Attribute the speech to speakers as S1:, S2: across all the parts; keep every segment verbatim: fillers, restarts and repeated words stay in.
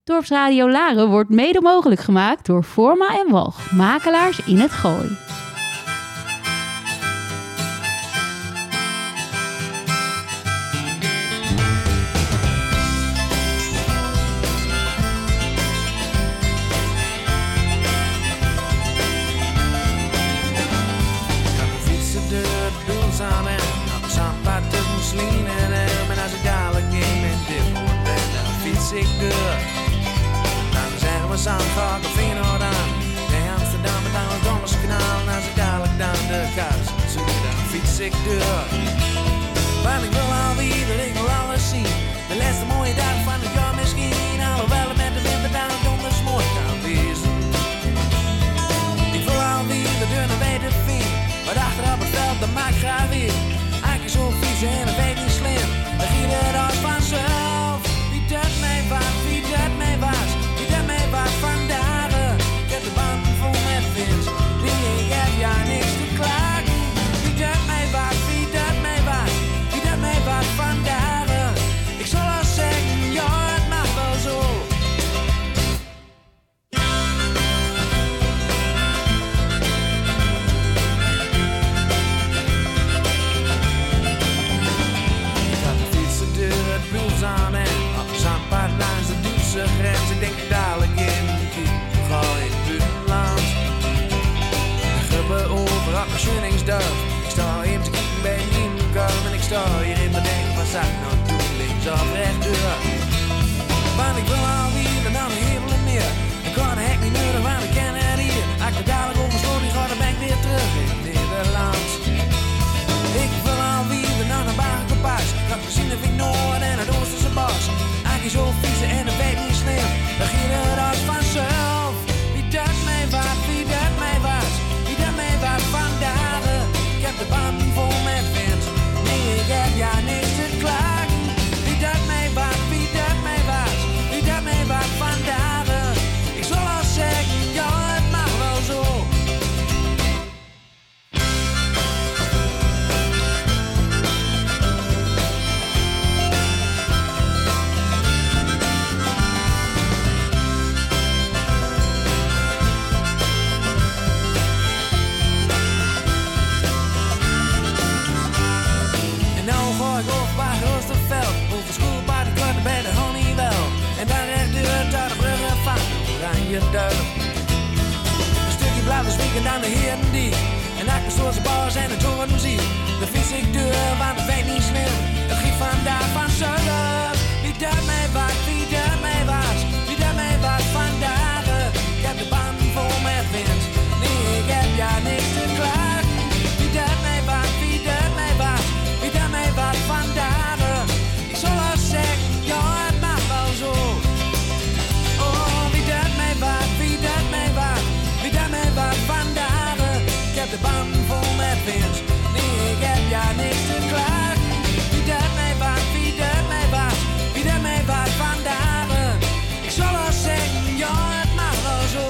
S1: Dorpsradio Laren wordt mede mogelijk gemaakt door Forma en Walch, makelaars in het Gooi.
S2: Ik deur. Dan zeggen we Zandvoort of Feyenoord aan. Nee, Amsterdam en dan het Donderskanaal. En als ik dadelijk dan de kaars zoek, dan fiets ik deur. Want ik wil alweer, ik wil alles zien. De laatste mooie dag van het jaar misschien. Alhoewel het met de winter dan het donders mooi kan wezen. Ik wil alweer de deur naar weten vind. Maar achterop het veld, dat maakt graag weer. Eigenlijk zo vies en dat weet niet slim. Dan giet het als vanzelf. Dat mij was, wie dat mij was, wie dat mij was vandaag. Ik heb de banden vol met vins, die ik heb ja niks te klagen. Wie dat mij was, wie dat mij was, wie dat mij was vandaag. Ik zal al zeggen, ja het mag wel zo. Ik had de fietsen deur, het buls aan en zandpad langs de Duitse grens. Ik denk dadelijk in de kiep, ga in het buitenland. De gruppen over op mijn schunningsdag. Ik sta even te kijken bij een inkomen. En ik sta hier in mijn denk, wat zou ik nou doen? Links of rechtdoor. Want ik wil alweer en dan een helemaal meer. Ik kan de hek niet nodig, want ik ken het hier. Als ik er dadelijk over sloot, die ga dan ben ik weer terug in Nederland. Ik wil alweer en dan een bagenpas. Ik had gezien de Vink Noord en het Oosterse bos. Je zo vies en dat weet niet slim, dan ging het als vanzelf. Wie dat mij was, wie dat mij was, wie dat mij was vandaag. Ik heb de banden vol met vins, nee ik heb ja niks te klagen. Wie dat mij was, wie dat mij was, wie dat mij was vandaag. Ik zal al zeggen, ja het mag wel zo. Een stukje blijven zwieken aan de heren die. En ik de soorten bars en de toren zie. De fiets ik deur, want het weet niet slim. Het giet vandaag van zullen. Wie dat mij was, wie dat mij was, wie dat mij was vandaag. Ik heb de banden vol met wind. Nee, ik heb ja niks te klagen. Wie dat mij was, wie dat mij was, wie dat mij was vandaag. Ik zal al zeggen, ja het mag wel zo. Wie dat mij was, wie dat mij was vandaag. Ik heb de banden vol met vins, nee ik heb ja niks te klagen. Wie dat mij was, wie dat mij was, wie dat mij was vandaag. Ik zal al zeggen, ja het mag wel zo.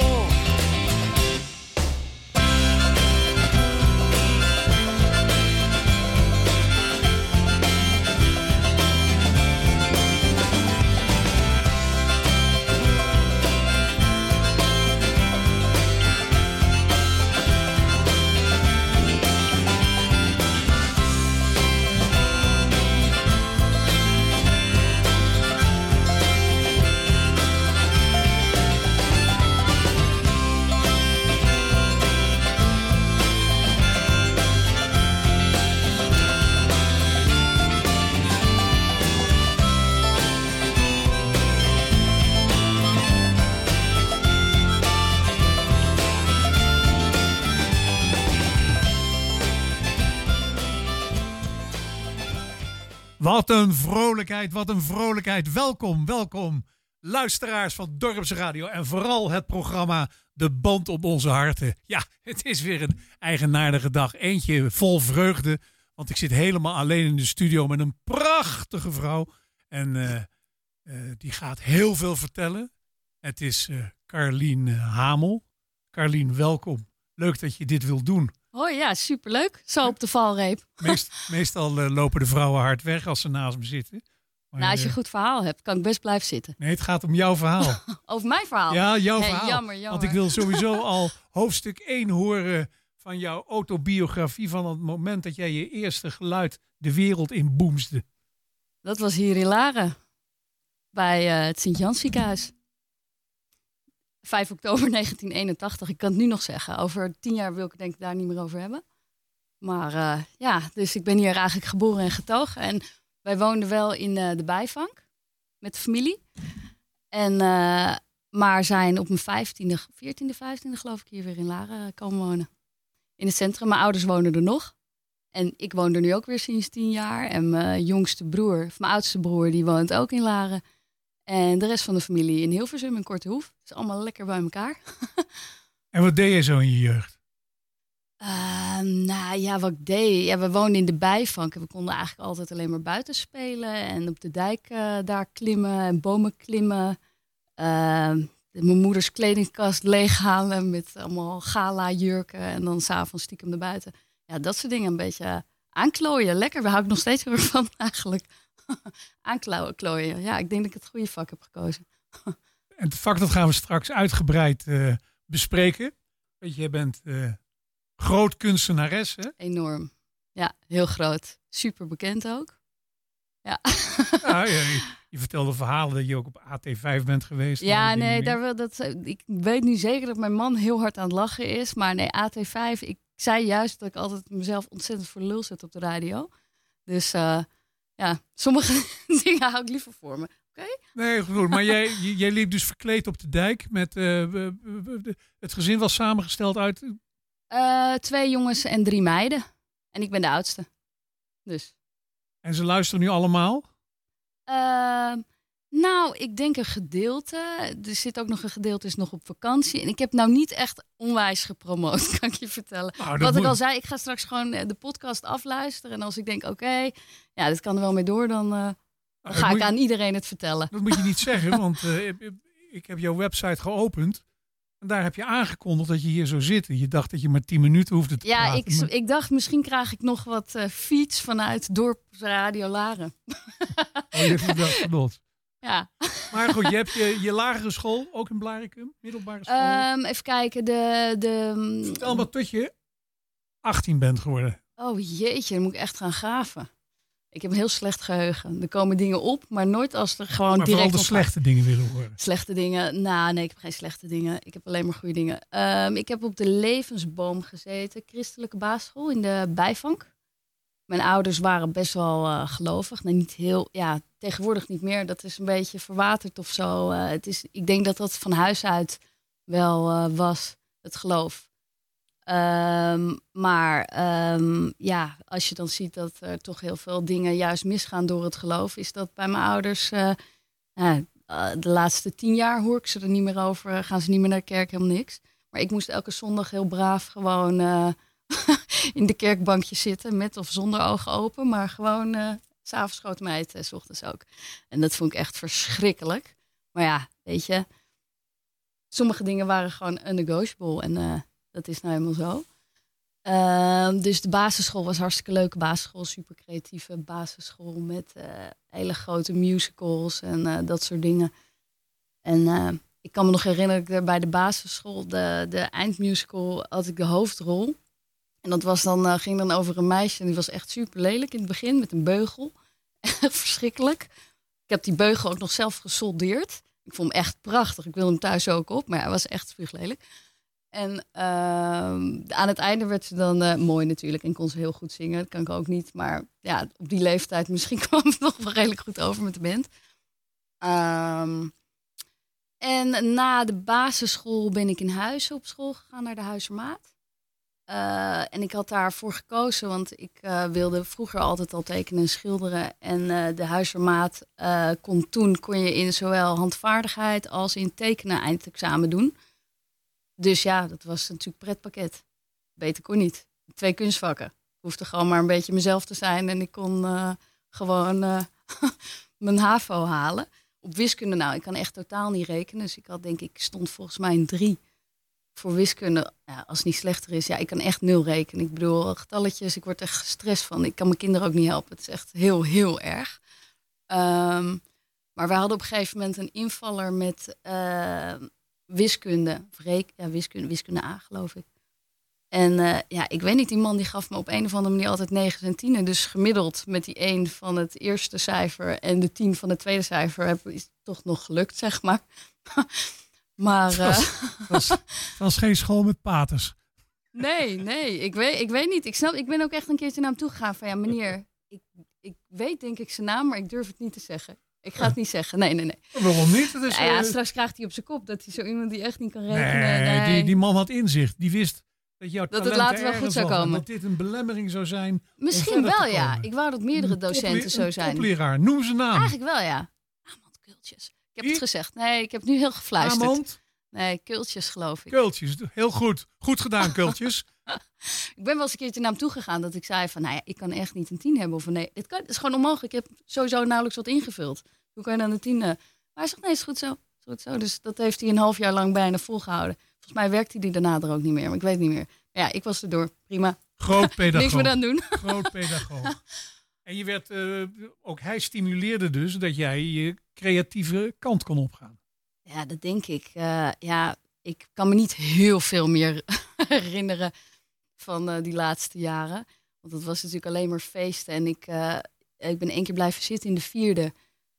S3: Wat een vrolijkheid, wat een vrolijkheid. Welkom, welkom, luisteraars van Dorpsradio en vooral het programma De Band op onze harten. Ja, het is weer een eigenaardige dag. Eentje vol vreugde, want ik zit helemaal alleen in de studio met een prachtige vrouw. En uh, uh, die gaat heel veel vertellen. Het is uh, Carlien Hamel. Carlien, welkom. Leuk dat je dit wilt doen.
S4: Hoi, ja, superleuk. Zo op de valreep.
S3: Meest, meestal uh, lopen de vrouwen hard weg als ze naast me zitten. Maar,
S4: Nou, als je een
S3: uh,
S4: goed verhaal hebt, kan ik best blijven zitten.
S3: Nee, het gaat om jouw verhaal.
S4: Over mijn verhaal?
S3: Ja, jouw
S4: Hey,
S3: verhaal.
S4: jammer, jammer.
S3: Want ik wil sowieso al hoofdstuk één horen van jouw autobiografie van het moment dat jij je eerste geluid de wereld in boemsde.
S4: Dat was hier in Laren, bij uh, het Sint-Jans ziekenhuis. vijf oktober negentien eenentachtig, ik kan het nu nog zeggen. Over tien jaar wil ik het denk ik daar niet meer over hebben. Maar uh, ja, dus ik ben hier eigenlijk geboren en getogen. En wij woonden wel in uh, de bijvank met de familie. En, uh, maar zijn op mijn vijftiende, veertiende, vijftiende geloof ik hier weer in Laren komen wonen. In het centrum. Mijn ouders wonen er nog. En ik woon er nu ook weer sinds tien jaar. En mijn jongste broer, of mijn oudste broer, die woont ook in Laren. En de rest van de familie in Hilversum en Kortehoef. Het is allemaal lekker bij elkaar.
S3: En wat deed je zo in je jeugd?
S4: Uh, nou ja, wat ik deed. Ja, we woonden in de bijvank. En we konden eigenlijk altijd alleen maar buiten spelen. En op de dijk uh, daar klimmen en bomen klimmen. Uh, mijn moeders kledingkast leeghalen met allemaal gala jurken. En dan s'avonds stiekem naar buiten. Ja, dat soort dingen een beetje aanklooien. Lekker, daar hou ik nog steeds heel erg van eigenlijk. Aanklooien. Ja, ik denk dat ik het goede vak heb gekozen.
S3: En het vak dat gaan we straks uitgebreid uh, bespreken. Want jij bent uh, groot kunstenares, hè?
S4: Enorm. Ja, heel groot. Super bekend ook. Ja.
S3: Ja, je, je vertelde verhalen dat je ook op A T vijf bent geweest.
S4: Ja, nee, daar wil dat, ik weet nu zeker dat mijn man heel hard aan het lachen is. Maar nee, A T vijf, ik zei juist dat ik altijd mezelf ontzettend voor lul zet op de radio. Dus uh, ja, sommige dingen hou ik liever voor me. Oké? Okay?
S3: Nee, goed. Maar jij, jij liep dus verkleed op de dijk. Met, uh, het gezin was samengesteld uit...
S4: Uh, twee jongens en drie meiden. En ik ben de oudste. Dus.
S3: En ze luisteren nu allemaal?
S4: Uh, nou, ik denk een gedeelte. Er zit ook nog een gedeelte is nog op vakantie. En ik heb nou niet echt onwijs gepromoot, kan ik je vertellen. Nou, Wat moet... ik al zei, ik ga straks gewoon de podcast afluisteren. En als ik denk, oké, okay, ja, dit kan er wel mee door, dan, uh, dan nou, ga ik je... aan iedereen het vertellen.
S3: Dat moet je niet zeggen, want uh, ik, ik heb jouw website geopend. En daar heb je aangekondigd dat je hier zou zitten. Je dacht dat je maar tien minuten hoefde te
S4: ja,
S3: praten.
S4: Ja, ik,
S3: maar...
S4: ik dacht misschien krijg ik nog wat uh, feeds vanuit Dorpsradio Laren.
S3: Oh, je hebt dat genot.
S4: Ja.
S3: Maar goed, je hebt je, je lagere school, ook in Blaricum, middelbare school.
S4: Um, even kijken, de... de
S3: Vertel maar tot je achttien bent geworden.
S4: Oh jeetje, dan moet ik echt gaan graven. Ik heb een heel slecht geheugen. Er komen dingen op, maar nooit als er gewoon
S3: maar
S4: direct...
S3: Maar vooral de slechte gaat. dingen willen horen.
S4: Slechte dingen? Nou, nee, ik heb geen slechte dingen. Ik heb alleen maar goede dingen. Um, ik heb op de Levensboom gezeten. Christelijke basisschool in de bijvank. Mijn ouders waren best wel uh, gelovig. Nee, niet heel... Ja, tegenwoordig niet meer. Dat is een beetje verwaterd of zo. Uh, het is, ik denk dat dat van huis uit wel uh, was, het geloof. Um, maar um, ja, als je dan ziet dat er toch heel veel dingen juist misgaan door het geloof, is dat bij mijn ouders, uh, uh, de laatste tien jaar hoor ik ze er niet meer over, gaan ze niet meer naar de kerk, helemaal niks. Maar ik moest elke zondag heel braaf gewoon uh, in de kerkbankje zitten, met of zonder ogen open, maar gewoon uh, 's avonds schoot mij het, uh, 's ochtends ook. En dat vond ik echt verschrikkelijk. Maar ja, weet je, sommige dingen waren gewoon unnegotiable en uh, dat is nou helemaal zo. Uh, dus de basisschool was hartstikke leuke basisschool. Super creatieve basisschool met uh, hele grote musicals en uh, dat soort dingen. En uh, ik kan me nog herinneren dat ik bij de basisschool, de, de eindmusical, had ik de hoofdrol. En dat was dan, uh, ging dan over een meisje en die was echt super lelijk in het begin met een beugel. Verschrikkelijk. Ik heb die beugel ook nog zelf gesoldeerd. Ik vond hem echt prachtig. Ik wilde hem thuis ook op, maar hij was echt spuuglelijk. En uh, aan het einde werd ze dan uh, mooi natuurlijk en kon ze heel goed zingen. Dat kan ik ook niet, maar ja, op die leeftijd misschien kwam het nog wel redelijk goed over met de band. Um, en na de basisschool ben ik in Huizen op school gegaan, naar de Huizermaat. Uh, en ik had daarvoor gekozen, want ik uh, wilde vroeger altijd al tekenen en schilderen. En uh, de Huizermaat uh, kon toen kon je in zowel handvaardigheid als in tekenen eindexamen doen. Dus ja, dat was natuurlijk pretpakket. Beter kon niet. Twee kunstvakken. Ik hoefde gewoon maar een beetje mezelf te zijn. En ik kon uh, gewoon uh, mijn HAVO halen. Op wiskunde, nou, ik kan echt totaal niet rekenen. Dus ik had denk ik, stond volgens mij een drie voor wiskunde. Ja, als het niet slechter is, ja, ik kan echt nul rekenen. Ik bedoel, getalletjes, ik word er gestrest van. Ik kan mijn kinderen ook niet helpen. Het is echt heel, heel erg. Um, maar we hadden op een gegeven moment een invaller met uh, wiskunde. Of reken, ja, wiskunde, wiskunde A, geloof ik. En uh, ja, ik weet niet, die man die gaf me op een of andere manier altijd negen en tienen. Dus gemiddeld met die één van het eerste cijfer en de tien van het tweede cijfer heb, is het toch nog gelukt, zeg maar. maar uh,
S3: het, was, het was geen school met paters.
S4: Nee, nee, ik weet, ik weet niet. Ik, snap, ik ben ook echt een keertje naar hem toe gegaan van ja, meneer, ik, ik weet denk ik zijn naam, maar ik durf het niet te zeggen. Ik ga het niet zeggen. Nee, nee, nee.
S3: Waarom niet? Het is,
S4: nou ja,
S3: uh...
S4: straks krijgt hij op zijn kop dat hij zo iemand die echt niet kan rekenen.
S3: Nee,
S4: nee.
S3: Die, die man had inzicht. Die wist dat jouw
S4: dat het later wel goed zou komen.
S3: Dat dit een belemmering zou zijn.
S4: Misschien wel, ja. Ik wou dat meerdere docenten zo zijn.
S3: Een topleraar. Noem zijn naam.
S4: Eigenlijk wel, ja. Amand Kultjes. Ik heb Wie? het gezegd. Nee, ik heb nu heel gefluisterd.
S3: Amand?
S4: Nee, Kultjes geloof ik.
S3: Kultjes. Heel goed. Goed gedaan, Kultjes.
S4: Ik ben wel eens een keertje naar hem toe gegaan dat ik zei van, nou ja, ik kan echt niet een tien hebben of een nee. Dit, kan, dit is gewoon onmogelijk. Ik heb sowieso nauwelijks wat ingevuld. Hoe kan je dan een tien? Uh... Maar hij zegt, nee, is goed zo. Is goed zo. Dus dat heeft hij een half jaar lang bijna volgehouden. Volgens mij werkte hij daarna er ook niet meer, maar ik weet het niet meer. Maar ja, ik was erdoor. Prima.
S3: Groot pedagoog.
S4: Niks meer aan doen.
S3: Groot pedagoog. En je werd, uh, ook hij stimuleerde dus dat jij je creatieve kant kon opgaan.
S4: Ja, dat denk ik. Uh, ja, ik kan me niet heel veel meer herinneren van uh, die laatste jaren. Want het was natuurlijk alleen maar feesten. En ik, uh, ik ben één keer blijven zitten in de vierde.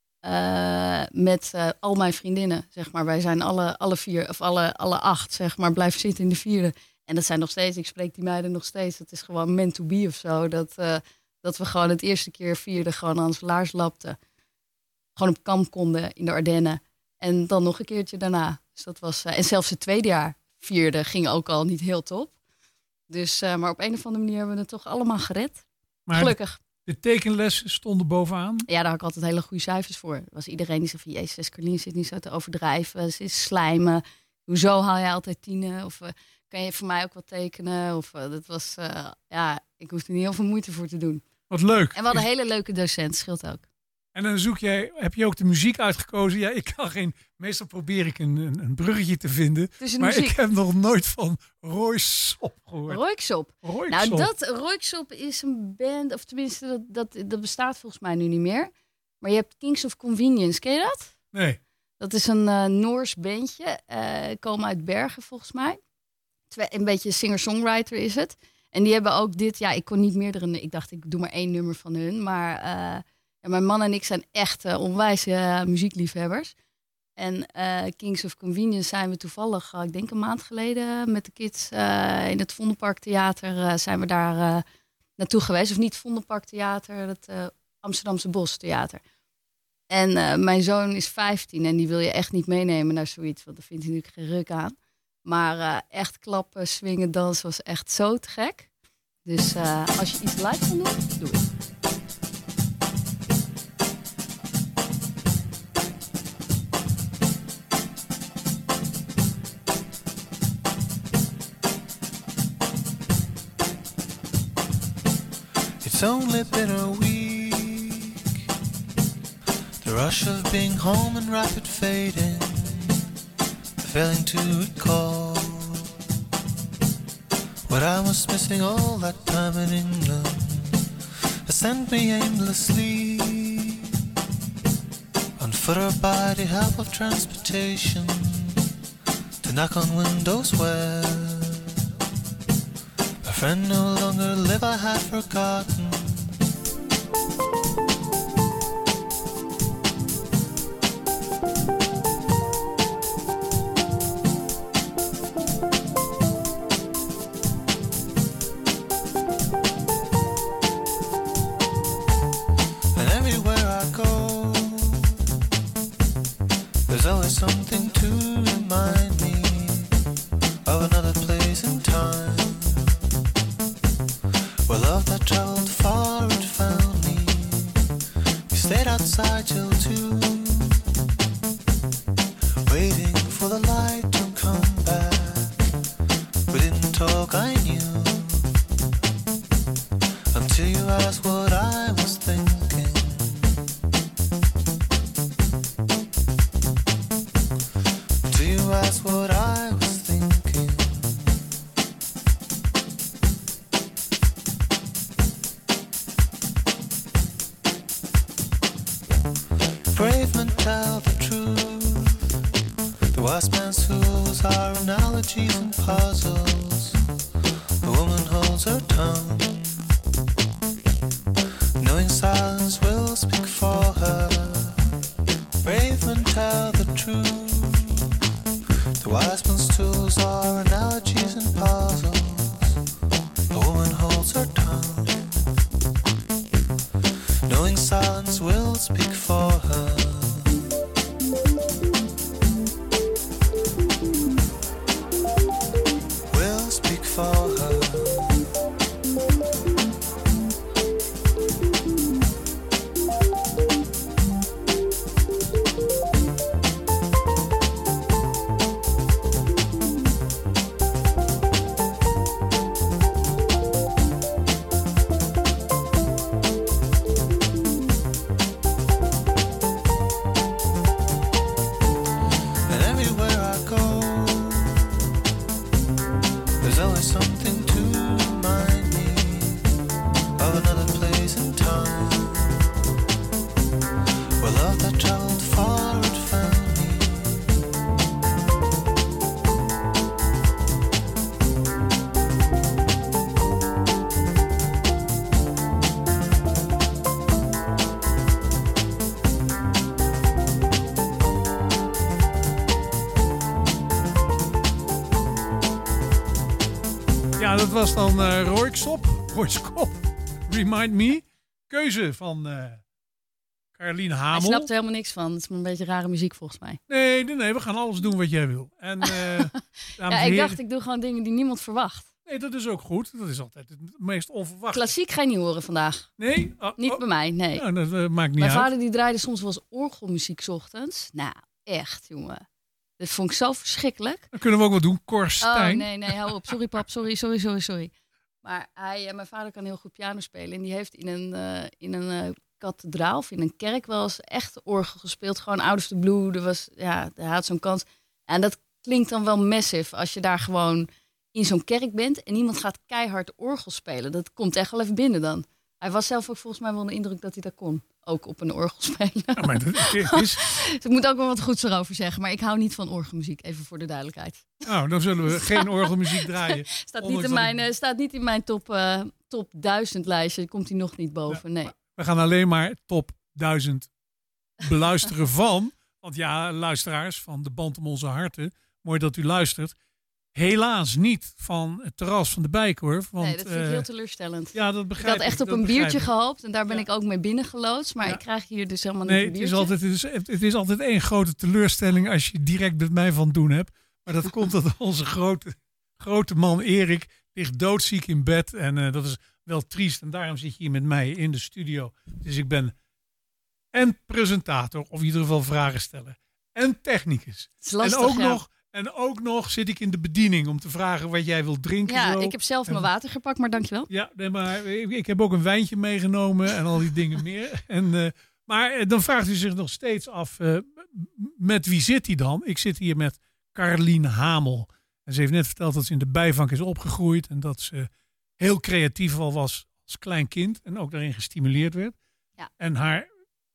S4: Uh, met uh, al mijn vriendinnen, zeg maar. Wij zijn alle, alle vier, of alle, alle acht, zeg maar, blijven zitten in de vierde. En dat zijn nog steeds, ik spreek die meiden nog steeds. Dat is gewoon meant to be of zo. Dat, uh, dat we gewoon het eerste keer vierde gewoon aan ons laars lapten. Gewoon op kamp konden in de Ardennen. En dan nog een keertje daarna. Dus dat was, uh, en zelfs het tweede jaar vierde ging ook al niet heel top. Dus, uh, maar op een of andere manier hebben we het toch allemaal gered. Maar gelukkig.
S3: De, de tekenles stonden bovenaan?
S4: Ja, daar had ik altijd hele goede cijfers voor. Er was iedereen die zei van, jezus, Carlien zit niet zo te overdrijven. Ze is slijmen. Hoezo haal jij altijd tienen? Of uh, kan je voor mij ook wat tekenen? Of uh, dat was, uh, ja, ik hoefde er niet heel veel moeite voor te doen.
S3: Wat leuk.
S4: En we hadden een hele leuke docent, scheelt ook.
S3: En dan zoek jij, heb je ook de muziek uitgekozen? Ja, ik kan geen. Meestal probeer ik een, een, een bruggetje te vinden. Maar muziek. Ik heb nog nooit van Rooksop gehoord.
S4: Rooksop.
S3: Rooksop.
S4: Nou, dat Rooksop is een band, of tenminste, dat, dat, dat bestaat volgens mij nu niet meer. Maar je hebt Kings of Convenience, ken je dat?
S3: Nee.
S4: Dat is een uh, Noors bandje. Uh, komen uit Bergen volgens mij. Twee, een beetje singer-songwriter is het. En die hebben ook dit, ja, ik kon niet meerdere. Ik dacht, ik doe maar één nummer van hun, maar. Uh, Ja, mijn man en ik zijn echt uh, onwijs uh, muziekliefhebbers. En uh, Kings of Convenience zijn we toevallig, uh, ik denk een maand geleden, met de kids uh, in het Vondelpark Theater uh, zijn we daar uh, naartoe geweest. Of niet het Vondelpark Theater, het uh, Amsterdamse Bos Theater. En uh, mijn zoon is vijftien en die wil je echt niet meenemen naar zoiets, want daar vindt hij natuurlijk geen ruk aan. Maar uh, echt klappen, swingen, dansen was echt zo te gek. Dus uh, als je iets live kan doen, doe het.
S2: It's only been a week. The rush of being home and rapid fading, failing to recall what I was missing all that time in England. Has sent me aimlessly on foot or by the help of transportation to knock on windows where a friend no longer live, I had forgotten. And everywhere I go, there's always something to remind me of another place and time. Where love that traveled far and found me. We stayed outside till two, waiting for the light to come back. We didn't talk, I knew, until you asked what I was thinking. Until you asked what I was thinking.
S5: man's tools are analogies and puzzles. The woman holds her tongue, knowing silence will speak for her. Brave men tell the truth. The wise man's tools are analogies and puzzles. The woman holds her tongue, knowing silence will speak for her. Will speak for her.
S3: Dat was dan uh, Roykstop, Roykstop, Remind Me. Keuze van uh, Carlien Hamel.
S4: Hij snapt er helemaal niks van. Het is maar een beetje rare muziek volgens mij.
S3: Nee, nee, nee, we gaan alles doen wat jij wil. En, uh,
S4: ja, ik dacht, ik doe gewoon dingen die niemand verwacht.
S3: Nee, dat is ook goed. Dat is altijd het meest onverwacht.
S4: Klassiek ga je niet horen vandaag.
S3: Nee? Oh,
S4: niet
S3: oh.
S4: bij mij, nee.
S3: Nou, dat uh, maakt niet
S4: Mijn
S3: uit.
S4: Mijn vader die draaide soms wel eens orgelmuziek 's ochtends. Nou, echt, jongen. Dat vond ik zo verschrikkelijk.
S3: Dan kunnen we ook wat doen. Cor Stijn.
S4: Oh, nee, nee, hou op. Sorry, pap. Sorry, sorry, sorry, sorry. Maar hij, uh, mijn vader kan heel goed piano spelen. En die heeft in een, uh, in een uh, kathedraal of in een kerk wel eens echt orgel gespeeld. Gewoon Out of the Blue. Er was, ja, hij had zo'n kans. En dat klinkt dan wel massive als je daar gewoon in zo'n kerk bent en iemand gaat keihard orgel spelen. Dat komt echt wel even binnen dan. Hij was zelf ook volgens mij wel de indruk dat hij dat kon. Ook op een orgel spelen.
S3: Ja, maar dat is...
S4: dus ik moet ook wel wat goeds erover zeggen. Maar ik hou niet van orgelmuziek, even voor de duidelijkheid.
S3: Nou, dan zullen we geen orgelmuziek draaien.
S4: staat, niet in mijn, ik... staat niet in mijn top, uh, top duizend lijstje. Komt hij nog niet boven, nee.
S3: We gaan alleen maar top duizend beluisteren van. Want ja, luisteraars van de Band om onze harten. Mooi dat u luistert. Helaas niet van het terras van de Bijenkorf. Want,
S4: nee, dat vind ik
S3: uh,
S4: heel teleurstellend.
S3: Ja, dat begrijp ik.
S4: Ik had echt op
S3: dat
S4: een biertje
S3: ik.
S4: gehoopt. En daar ben
S3: ja.
S4: ik ook mee binnengeloodst. Maar
S3: ja.
S4: ik krijg hier dus helemaal
S3: nee,
S4: niet een biertje.
S3: Het is, altijd, het, is, het is altijd één grote teleurstelling als je direct met mij van doen hebt. Maar dat komt dat onze grote, grote man Erik ligt doodziek in bed. En uh, dat is wel triest. En daarom zit je hier met mij in de studio. Dus ik ben en presentator, of in ieder geval vragen stellen. En technicus.
S4: Het is lastig,
S3: en ook
S4: ja.
S3: nog... En ook nog zit ik in de bediening om te vragen wat jij wilt drinken.
S4: Ja,
S3: zo.
S4: ik heb zelf
S3: en,
S4: mijn water gepakt, maar dankjewel.
S3: Ja, nee, maar ik, ik heb ook een wijntje meegenomen en al die dingen meer. En, uh, maar dan vraagt u zich nog steeds af, uh, met wie zit hij dan? Ik zit hier met Carlien Hamel. En ze heeft net verteld dat ze in de bijvank is opgegroeid. En dat ze heel creatief al was als klein kind. En ook daarin gestimuleerd werd.
S4: Ja.
S3: En haar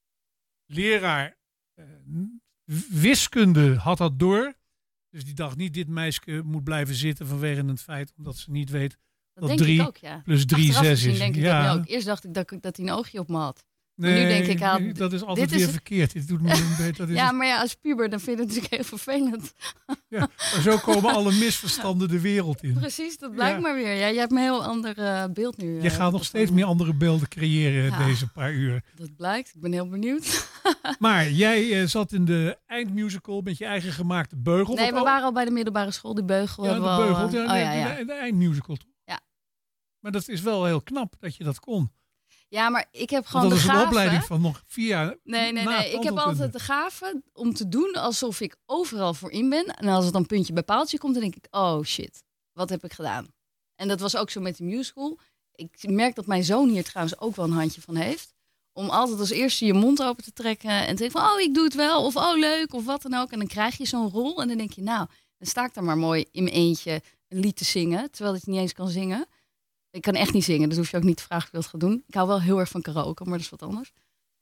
S3: leraar uh, wiskunde had dat door. Dus die dacht niet, dit meisje moet blijven zitten vanwege het feit omdat ze niet weet dat, dat drie
S4: ook, ja.
S3: plus drie
S4: Achteraf
S3: zes
S4: gezien
S3: is.
S4: Denk ik
S3: ja.
S4: dat ook. Eerst dacht ik dat, dat hij een oogje op me had.
S3: Nee,
S4: maar nu denk ik, haal,
S3: dat is altijd
S4: dit
S3: weer
S4: is...
S3: verkeerd. Dit doet me een beetje, dat is
S4: ja,
S3: het...
S4: maar ja, als puber dan vind je het natuurlijk heel vervelend.
S3: Ja, maar zo komen alle misverstanden de wereld in.
S4: Precies, dat blijkt
S3: ja.
S4: maar weer. Ja, je hebt een heel ander uh, beeld nu.
S3: Je
S4: uh,
S3: gaat nog steeds meer andere beelden creëren ja, deze paar uur.
S4: Dat blijkt, ik ben heel benieuwd.
S3: Maar jij uh, zat in de eindmusical met je eigen gemaakte beugel.
S4: Nee, we
S3: al...
S4: waren al bij de middelbare school, die beugel.
S3: Ja, de
S4: wel,
S3: beugel,
S4: uh...
S3: ja,
S4: oh,
S3: de,
S4: ja, ja.
S3: de, de, de eindmusical toch?
S4: Ja.
S3: Maar dat is wel heel knap dat je dat kon.
S4: Ja, maar ik heb gewoon
S3: Want dat
S4: de
S3: is
S4: gave...
S3: een opleiding van nog vier jaar.
S4: Nee, nee, nee. Ik heb altijd de gave om te doen alsof ik overal voor in ben. En als het dan puntje bij paaltje komt, dan denk ik, oh shit, wat heb ik gedaan? En dat was ook zo met de musical. Ik merk dat mijn zoon hier trouwens ook wel een handje van heeft. Om altijd als eerste je mond open te trekken en te denken van, oh, ik doe het wel. Of oh, leuk, of wat dan ook. En dan krijg je zo'n rol en dan denk je, nou, dan sta ik daar maar mooi in mijn eentje een lied te zingen. Terwijl ik niet eens kan zingen. Ik kan echt niet zingen, dus hoef je ook niet te vragen of je dat gaat doen. Ik hou wel heel erg van karaoke, maar dat is wat anders.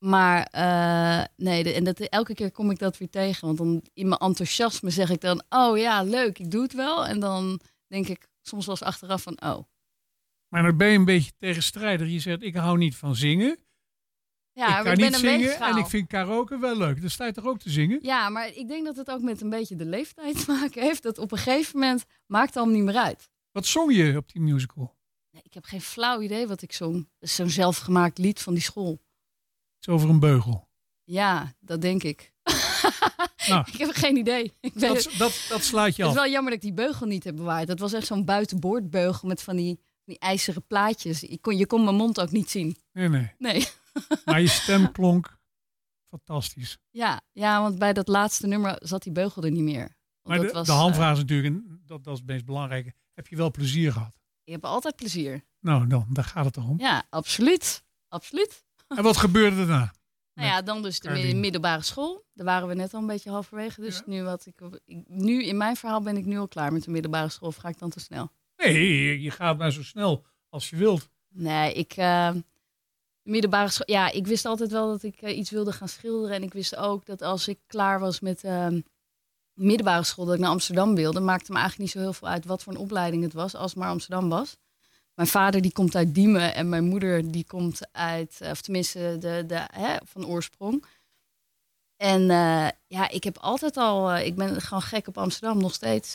S4: Maar uh, nee, de, en dat, elke keer kom ik dat weer tegen. Want dan in mijn enthousiasme zeg ik dan... oh ja, leuk, ik doe het wel. En dan denk ik soms wel eens achteraf van... oh.
S3: Maar dan ben je een beetje tegenstrijdig. Je zegt, ik hou niet van zingen.
S4: Ja,
S3: ik
S4: maar
S3: kan
S4: ik ben
S3: niet
S4: een
S3: zingen
S4: weegschaal.
S3: en ik vind karaoke wel leuk. Dan sta je toch ook te zingen?
S4: Ja, maar ik denk dat het ook met een beetje de leeftijd te maken heeft. Dat op een gegeven moment maakt het allemaal niet meer uit.
S3: Wat zong je op die musical?
S4: Nee, ik heb geen flauw idee wat ik zong. Dat is zo'n zelfgemaakt lied van die school.
S3: Het is over een beugel.
S4: Ja, dat denk ik.
S3: Nou,
S4: ik heb geen idee. Ik weet
S3: dat,
S4: het.
S3: dat, dat slaat je
S4: Het
S3: af.
S4: is wel jammer dat ik die beugel niet heb bewaard. Dat was echt zo'n buitenboordbeugel met van die, die ijzeren plaatjes. Ik kon, je kon mijn mond ook niet zien.
S3: Nee, nee.
S4: Nee.
S3: Maar je stem klonk fantastisch.
S4: Ja, ja, want bij dat laatste nummer zat die beugel er niet meer. Want
S3: Maar
S4: dat
S3: de,
S4: was,
S3: de handvraag
S4: uh,
S3: is natuurlijk, en dat, dat is het meest belangrijke. Heb je wel plezier gehad?
S4: je hebt altijd plezier.
S3: Nou, dan, daar gaat het toch om.
S4: Ja, absoluut. Absoluut.
S3: En wat gebeurde daarna?
S4: Nou ja, dan dus de
S3: Carlien.
S4: middelbare school. Daar waren we net al een beetje halverwege. Dus
S3: Ja.
S4: nu, wat ik, ik, nu in mijn verhaal ben ik nu al klaar met de middelbare school. Of ga ik dan te snel?
S3: Nee, je, je gaat maar zo snel als je wilt.
S4: Nee, ik... Uh, middelbare school... Ja, ik wist altijd wel dat ik uh, iets wilde gaan schilderen. En ik wist ook dat als ik klaar was met uh, middelbare school... dat ik naar Amsterdam wilde. Maakte me eigenlijk niet zo heel veel uit wat voor een opleiding het was. Als het maar Amsterdam was. Mijn vader die komt uit Diemen. En mijn moeder die komt uit... Uh, of tenminste de, de, hè, van oorsprong. En uh, ja, ik heb altijd al... Uh, ik ben gewoon gek op Amsterdam, nog steeds.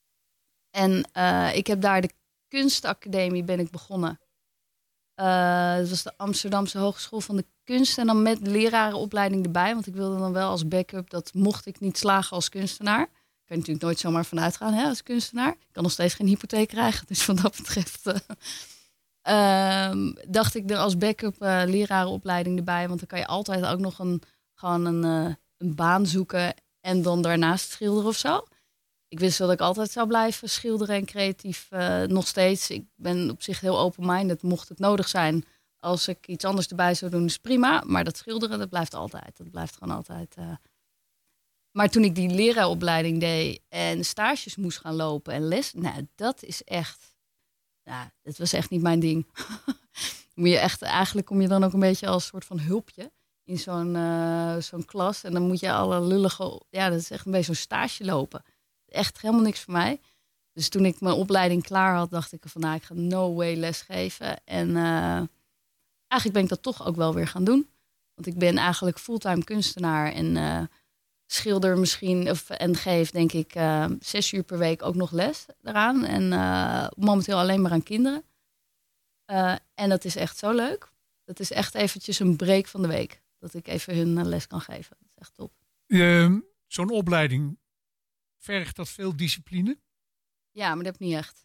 S4: En uh, ik heb daar de kunstacademie ben ik begonnen. Uh, dat was de Amsterdamse Hogeschool van de Kunst. En dan met lerarenopleiding erbij. Want ik wilde dan wel als backup, dat mocht ik niet slagen als kunstenaar. Ik kan natuurlijk nooit zomaar vanuit gaan hè, als kunstenaar. Ik kan nog steeds geen hypotheek krijgen. Dus wat dat betreft uh, uh, dacht ik er als backup uh, lerarenopleiding erbij. Want dan kan je altijd ook nog een, gewoon een, uh, een baan zoeken. En dan daarnaast schilderen of zo. Ik wist dat ik altijd zou blijven schilderen en creatief. Uh, nog steeds. Ik ben op zich heel open-minded. Mocht het nodig zijn, als ik iets anders erbij zou doen, is prima. Maar dat schilderen, dat blijft altijd. Dat blijft gewoon altijd. Uh... Maar toen ik die leraaropleiding deed en stages moest gaan lopen en les, nou, dat is echt, nou, dat was echt niet mijn ding. Moet je echt, eigenlijk kom je dan ook een beetje als soort van hulpje in zo'n, uh, zo'n klas. En dan moet je alle lullige, ja, dat is echt een beetje zo'n stage lopen. Echt helemaal niks voor mij. Dus toen ik mijn opleiding klaar had, dacht ik van, nou, ik ga no way lesgeven. En uh, eigenlijk ben ik dat toch ook wel weer gaan doen. Want ik ben eigenlijk fulltime kunstenaar en uh, schilder misschien, of, en geef denk ik uh, zes uur per week ook nog les daaraan. En uh, momenteel alleen maar aan kinderen. Uh, en dat is echt zo leuk. Dat is echt eventjes een break van de week. Dat ik even hun uh, les kan geven. Dat is echt top.
S3: Uh, zo'n opleiding, vergt dat veel discipline?
S4: Ja, maar dat heb ik niet echt.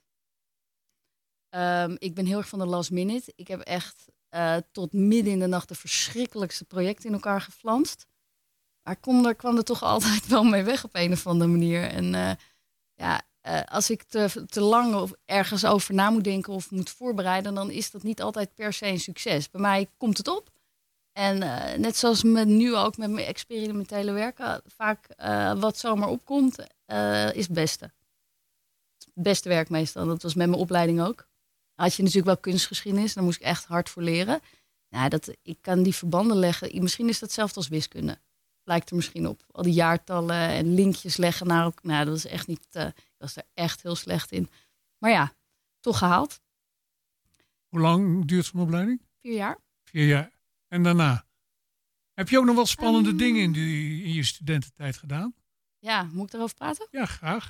S4: Um, ik ben heel erg van de last minute. Ik heb echt uh, tot midden in de nacht de verschrikkelijkste projecten in elkaar geflanst. Maar kom, daar kwam er toch altijd wel mee weg op een of andere manier. En uh, ja, uh, als ik te, te lang of ergens over na moet denken of moet voorbereiden, dan is dat niet altijd per se een succes. Bij mij komt het op. En uh, net zoals met nu ook met mijn experimentele werken, vaak uh, wat zomaar opkomt, uh, is het beste. Het beste werk meestal. Dat was met mijn opleiding ook. Had je natuurlijk wel kunstgeschiedenis, daar moest ik echt hard voor leren. Nou, dat, ik kan die verbanden leggen. Misschien is dat hetzelfde als wiskunde. Lijkt er misschien op. Al die jaartallen en linkjes leggen naar elkaar. Nou, dat is echt niet. Uh, ik was er echt heel slecht in. Maar ja, toch gehaald.
S3: Hoe lang duurt zo'n opleiding?
S4: Vier jaar.
S3: Vier jaar. En daarna? Heb je ook nog wel spannende
S4: um,
S3: dingen in, die, in je studententijd gedaan?
S4: Ja, moet ik erover praten?
S3: Ja, graag.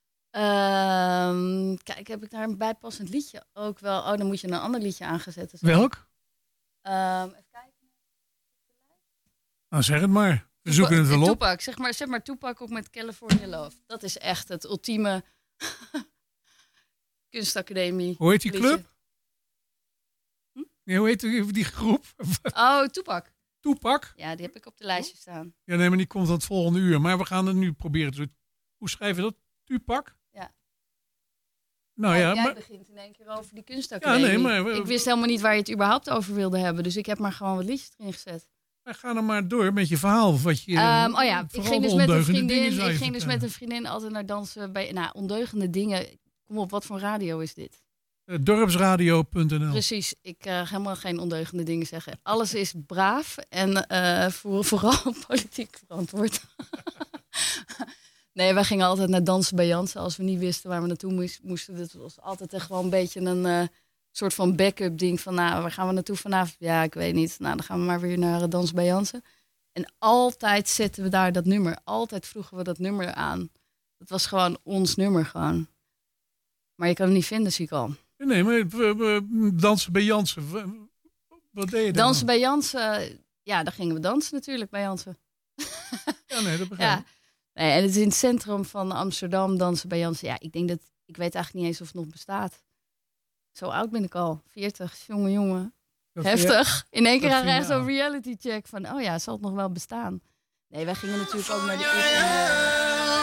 S4: Um, kijk, heb ik daar een bijpassend liedje ook wel. Oh, dan moet je een ander liedje aangezetten.
S3: Welk?
S4: Um, even kijken.
S3: Nou, zeg het maar. We zoeken het wel op.
S4: Tupac, zeg maar, zeg maar Tupac ook met California Love. Dat is echt het ultieme kunstacademie.
S3: Hoe heet die
S4: liedje.
S3: club?
S4: Hm?
S3: Nee, hoe heet die, die groep?
S4: Oh, Tupac.
S3: Tupac?
S4: Ja, die heb ik op de lijstje staan.
S3: Ja, nee, maar die komt aan het volgende uur. Maar we gaan het nu proberen te doen. Hoe schrijf je dat? Tupac?
S4: Ja.
S3: Nou
S4: ja,
S3: ja,
S4: jij
S3: maar...
S4: begint in één keer over die kunstacademie.
S3: Ja, nee, maar...
S4: Ik wist helemaal niet waar je het überhaupt over wilde hebben. Dus ik heb maar gewoon wat liedjes erin gezet.
S3: Maar ga dan maar door met je verhaal. Wat je,
S4: Um, oh ja, ik ging dus met een vriendin. Ik ging
S3: vertellen.
S4: dus met een vriendin altijd naar dansen bij. Nou, ondeugende dingen. Kom op, wat voor radio is dit?
S3: Uh, dorpsradio punt n l.
S4: Precies, ik uh, ga helemaal geen ondeugende dingen zeggen. Alles is braaf en uh, voor, vooral politiek verantwoord. Nee, wij gingen altijd naar dansen bij Jansen als we niet wisten waar we naartoe moest, moesten. Dat was altijd echt gewoon een beetje een uh, soort van backup ding van, nou, waar gaan we naartoe vanavond? Ja, ik weet niet. Nou, dan gaan we maar weer naar uh, dansen bij Jansen. En altijd zetten we daar dat nummer. Altijd vroegen we dat nummer aan. Dat was gewoon ons nummer gewoon. Maar je kan het niet vinden, zie ik al.
S3: Nee, maar we, we, dansen bij Jansen. Wat deed je dan?
S4: Dansen bij Jansen. Ja, dan gingen we dansen natuurlijk bij Jansen.
S3: Ja, nee, dat begrijp ik.
S4: Ja. Nee, en het is in het centrum van Amsterdam, dansen bij Jansen. Ja, ik denk dat, ik weet eigenlijk niet eens of het nog bestaat. Zo oud ben ik al, veertig, jongen, jongen.
S3: Dat
S4: Heftig. In één keer
S3: dat
S4: krijg je echt
S3: vind je
S4: zo'n reality check van, oh ja, zal het nog wel bestaan? Nee, wij gingen natuurlijk ook naar de eerste...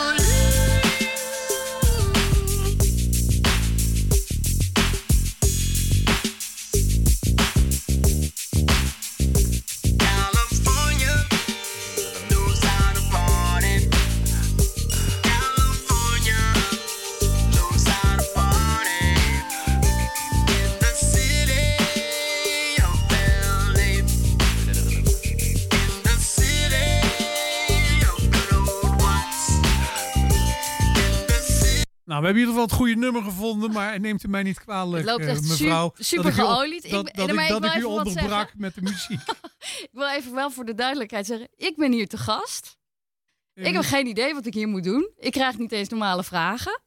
S3: Nou, we hebben in ieder geval het goede nummer gevonden, maar neemt u mij niet kwalijk,
S4: Het loopt echt
S3: uh, mevrouw.
S4: su- super geolied.
S3: Dat ik, dat, dat ik, dat ik u onderbrak met de muziek.
S4: Ik wil even wel voor de duidelijkheid zeggen, ik ben hier te gast.
S3: Ja,
S4: ik heb geen idee wat ik hier moet doen. Ik krijg niet eens normale vragen.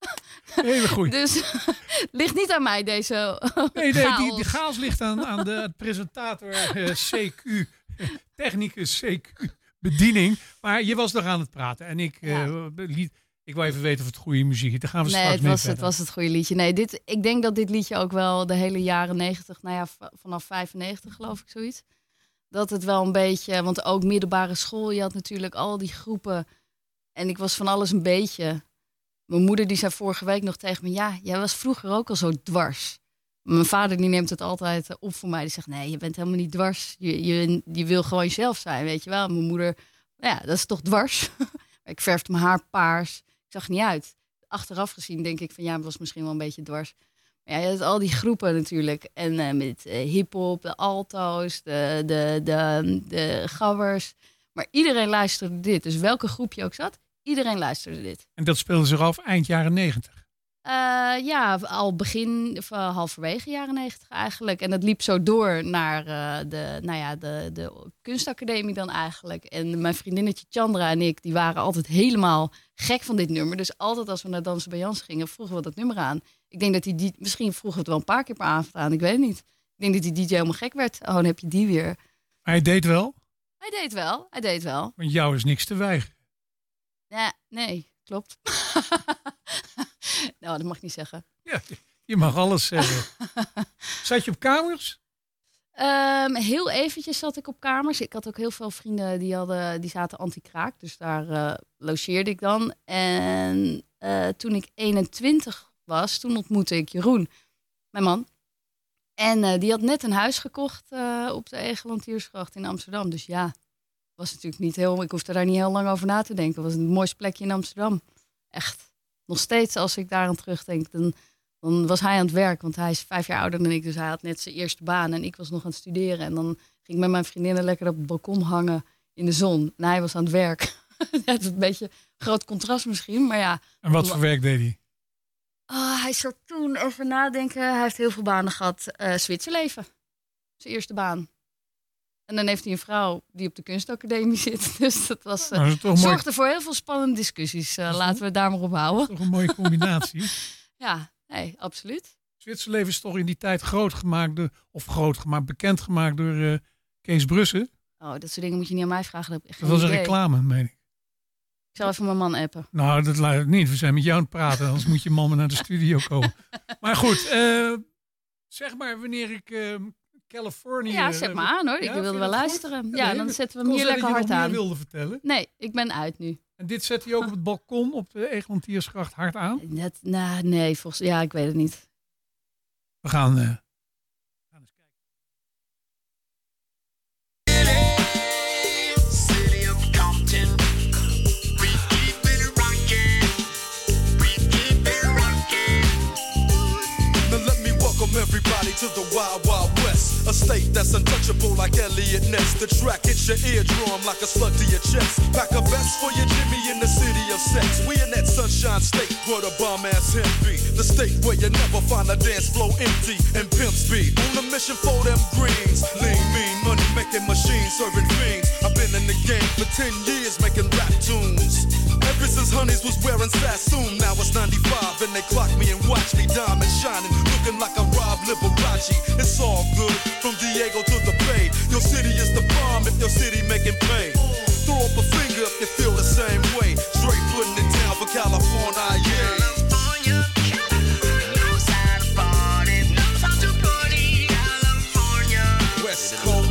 S3: Hele goed.
S4: Dus het ligt niet aan mij, deze
S3: Nee, nee
S4: chaos.
S3: die, die chaos ligt aan, aan de presentator uh, C Q, technicus C Q, bediening. Maar je was nog aan het praten en ik... Uh,
S4: Ja.
S3: liet, Ik wil even weten of het goede muziek is. Daar gaan we
S4: Nee,
S3: straks
S4: het
S3: mee
S4: was,
S3: verder.
S4: het was het goede liedje. Nee, dit, ik denk dat dit liedje ook wel de hele jaren negentig, nou ja, v- vanaf vijfennegentig geloof ik zoiets. Dat het wel een beetje, want ook middelbare school, je had natuurlijk al die groepen. En ik was van alles een beetje. Mijn moeder die zei vorige week nog tegen me, ja, jij was vroeger ook al zo dwars. Mijn vader die neemt het altijd op voor mij. Die zegt, nee, je bent helemaal niet dwars. Je, je, je wil gewoon jezelf zijn, weet je wel. Mijn moeder, nou ja, dat is toch dwars. Ik verfde mijn haar paars. Ik zag er niet uit. Achteraf gezien denk ik van ja, het was misschien wel een beetje dwars. Maar ja, je had al die groepen natuurlijk. En uh, met uh, hiphop, de alto's, de, de, de, de gabbers. Maar iedereen luisterde dit. Dus welke groep je ook zat, iedereen luisterde dit.
S3: En dat speelde zich af eind jaren negentig.
S4: Uh, ja, al begin, of uh, halverwege jaren negentig eigenlijk. En dat liep zo door naar uh, de, nou ja, de, de kunstacademie dan eigenlijk. En mijn vriendinnetje Chandra en ik, die waren altijd helemaal gek van dit nummer. Dus altijd als we naar Dansen bij Jans gingen, vroegen we dat nummer aan. Ik denk dat hij die, misschien vroeg het wel een paar keer per avond aan, ik weet het niet. Ik denk dat die D J helemaal gek werd. Oh, dan heb je die weer.
S3: Hij deed wel,
S4: Hij deed wel, hij deed wel.
S3: want jou is niks te weigeren.
S4: Ja, nee, klopt. Nou, dat mag ik niet zeggen.
S3: Ja, je mag alles zeggen. Zat je op kamers?
S4: Um, heel eventjes zat ik op kamers. Ik had ook heel veel vrienden die, hadden, die zaten anti-kraak. Dus daar uh, logeerde ik dan. En uh, toen ik eenentwintig was, toen ontmoette ik Jeroen, mijn man. En uh, die had net een huis gekocht uh, op de Egelantiersgracht in Amsterdam. Dus ja, was natuurlijk niet heel, ik hoefde daar niet heel lang over na te denken. Het was het mooiste plekje in Amsterdam. Echt. Nog steeds, als ik daar aan terugdenk, dan, dan was hij aan het werk. Want hij is vijf jaar ouder dan ik. Dus hij had net zijn eerste baan. En ik was nog aan het studeren. En dan ging ik met mijn vriendinnen lekker op het balkon hangen in de zon. En hij was aan het werk. Het is een beetje een groot contrast misschien. Maar ja.
S3: En wat voor werk deed hij?
S4: Oh, hij zat toen over nadenken. Hij heeft heel veel banen gehad. Uh, Zwitserleven. Zijn eerste baan. En dan heeft hij een vrouw die op de kunstacademie zit. Dus dat was, uh,
S3: Nou, dat is toch
S4: zorgde
S3: mooi,
S4: voor heel veel spannende discussies. Uh,
S3: is
S4: laten
S3: toch-
S4: we het daar maar op houden.
S3: toch een mooie combinatie.
S4: Ja, nee, absoluut.
S3: Zwitserleven is toch in die tijd groot gemaakt, door, of groot gemaakt, bekend gemaakt door uh, Kees Brussen.
S4: Oh, dat soort dingen moet je niet aan mij vragen. Dat heb ik echt
S3: Dat
S4: geen
S3: was een
S4: idee.
S3: reclame, meen ik.
S4: Ik zal even mijn man appen.
S3: Nou, dat luidt niet. We zijn met jou aan het praten, anders moet je man maar naar de studio komen. Maar goed, uh, zeg maar wanneer ik uh, Californië...
S4: Ja, zet maar aan hoor. Ik
S3: Ja,
S4: wilde
S3: vind
S4: wel
S3: je dat
S4: luisteren.
S3: goed?
S4: Ja,
S3: Nee,
S4: dan
S3: dat-
S4: zetten we hem
S3: kon
S4: hier
S3: zijn
S4: lekker
S3: dat je
S4: hard
S3: nog meer
S4: aan.
S3: wilde vertellen.
S4: Nee, ik ben uit nu.
S3: En dit zet hij ook op het balkon op de Egelantiersgracht hard aan.
S4: Dat, nou, nee, volgens, ja, ik weet het niet.
S3: We gaan... Uh,
S2: City of Compton. We keep it rocking. We keep it rocking. Now let me
S6: to the Wild Wild West. A state that's untouchable like Elliot Ness. The track hits your eardrum like a slug to your chest. Pack a vest for your Jimmy in the city of sex. We in that sunshine state where the bomb ass hemp be. The state where you never find a dance floor empty and pimps be. On a mission for them greens. Lean, mean, money making machines serving fiends. I've been in the game for ten years making rap tunes. Ever since Honeys was wearing Sassoon. Now it's ninety-five and they clock me and watch me diamond shining. Looking like a Rob Liberace. It's all good from Diego to the Bay. Your city is the bomb if your city making pay. Throw up a finger if you feel the same way. Straight putting it down for California, yeah. West Coast.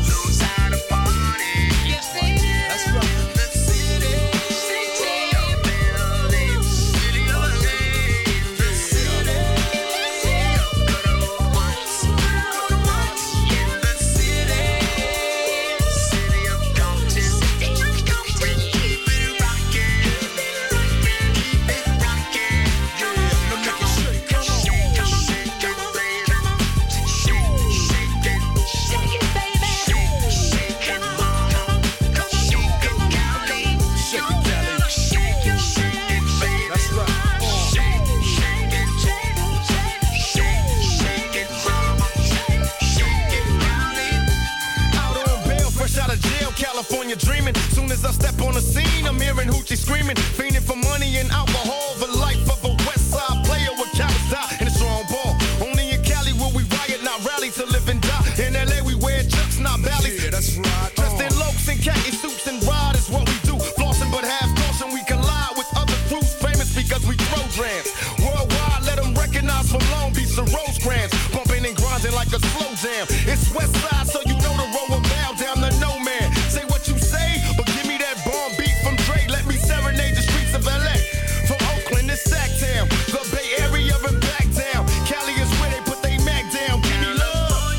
S6: California dreaming. Soon as I step on the scene, I'm hearing hoochie screaming, fiending for money and alcohol. The life of a West Side player with cowards die in a strong ball. Only in Cali will we riot, not rally to live and die. In L A we wear chucks, not valleys. Yeah, that's right. Dressed in lokes and khaki suits and ride is what we do. Flossing but half caution, we collide with other crews famous because we throw drams. Worldwide, let them recognize from Long Beach to Rosecrans. Bumping and grinding like a slow jam. It's West Side, so you know the road will bow down to no man. Say what you say, but give me that bomb beat from Dre. Let me serenade the streets of L A. From Oakland to Sacktown, the Bay Area and back down. Cali is where they put they Mac down. Give me love.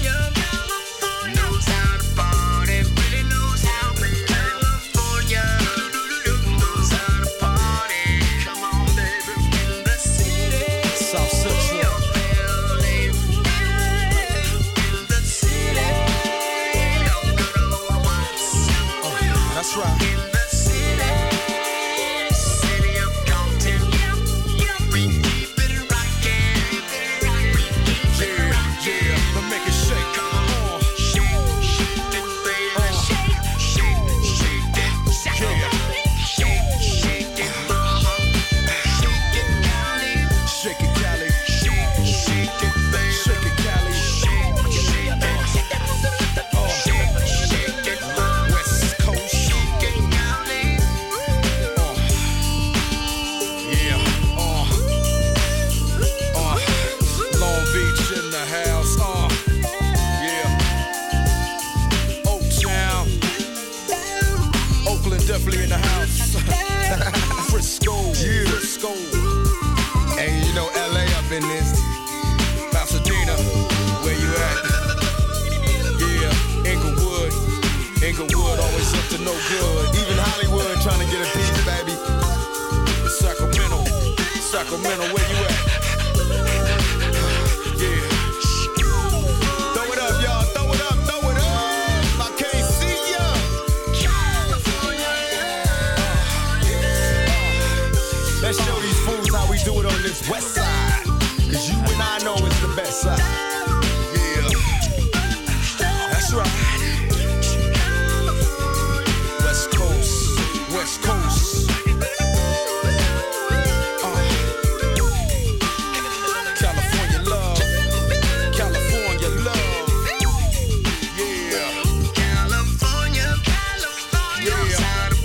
S6: Knows how to party, really knows how to California. Knows how to party. Come on, baby, in the city. South Central. That's right. In the city, city of Compton, we keep it rockin'. We keep it rockin'. Yeah, but make it shake. Come on, shake, shake it, baby. Shake, shake, shake it, shake it, shake, shake it, mama. Shake it, Cali. Shake it, Cali. Shake, shake it, baby. Shake it, Cali. Shake, shake it. Oh, shake, shake it, mama. West Coast. Definitely in the house. Frisco, yeah. Frisco. And you know L A up in this. Pasadena, where you at? Yeah, Inglewood. Inglewood always up to no good. Even Hollywood trying to get a piece, baby. Sacramento, Sacramento, where you at? Yeah. Throw it up, y'all. Throw it up, throw it up. I can't see ya. Let's show these fools how we do it on this west side. Cause you and I know it's the best side. Yeah. That's right. West Coast. West Coast. Uh. California love. California love. Yeah. California, California. Yeah.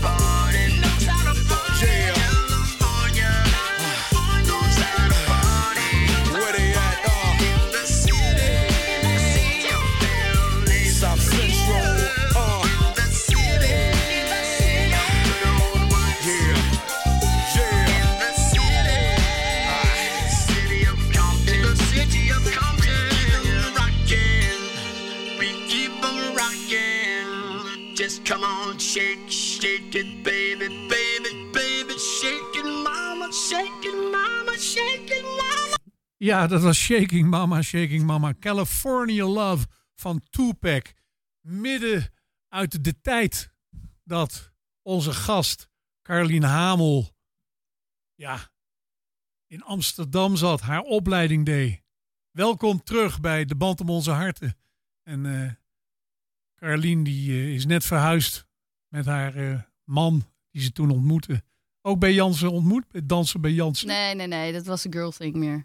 S6: Come on, shake, shake it, baby, baby, baby, shake it, mama, shake it, mama, shake it, mama.
S3: Ja, dat was Shaking Mama, Shaking Mama. California Love van Tupac. Midden uit de tijd dat onze gast Carlien Hamel ja, in Amsterdam zat, haar opleiding deed. Welkom terug bij De Band om Onze Harten. En uh, Carlien die uh, is net verhuisd met haar uh, man die ze toen ontmoette. Ook bij Jansen ontmoet? Bij dansen bij Jansen?
S4: Nee, nee, nee. Dat was een girl thing meer.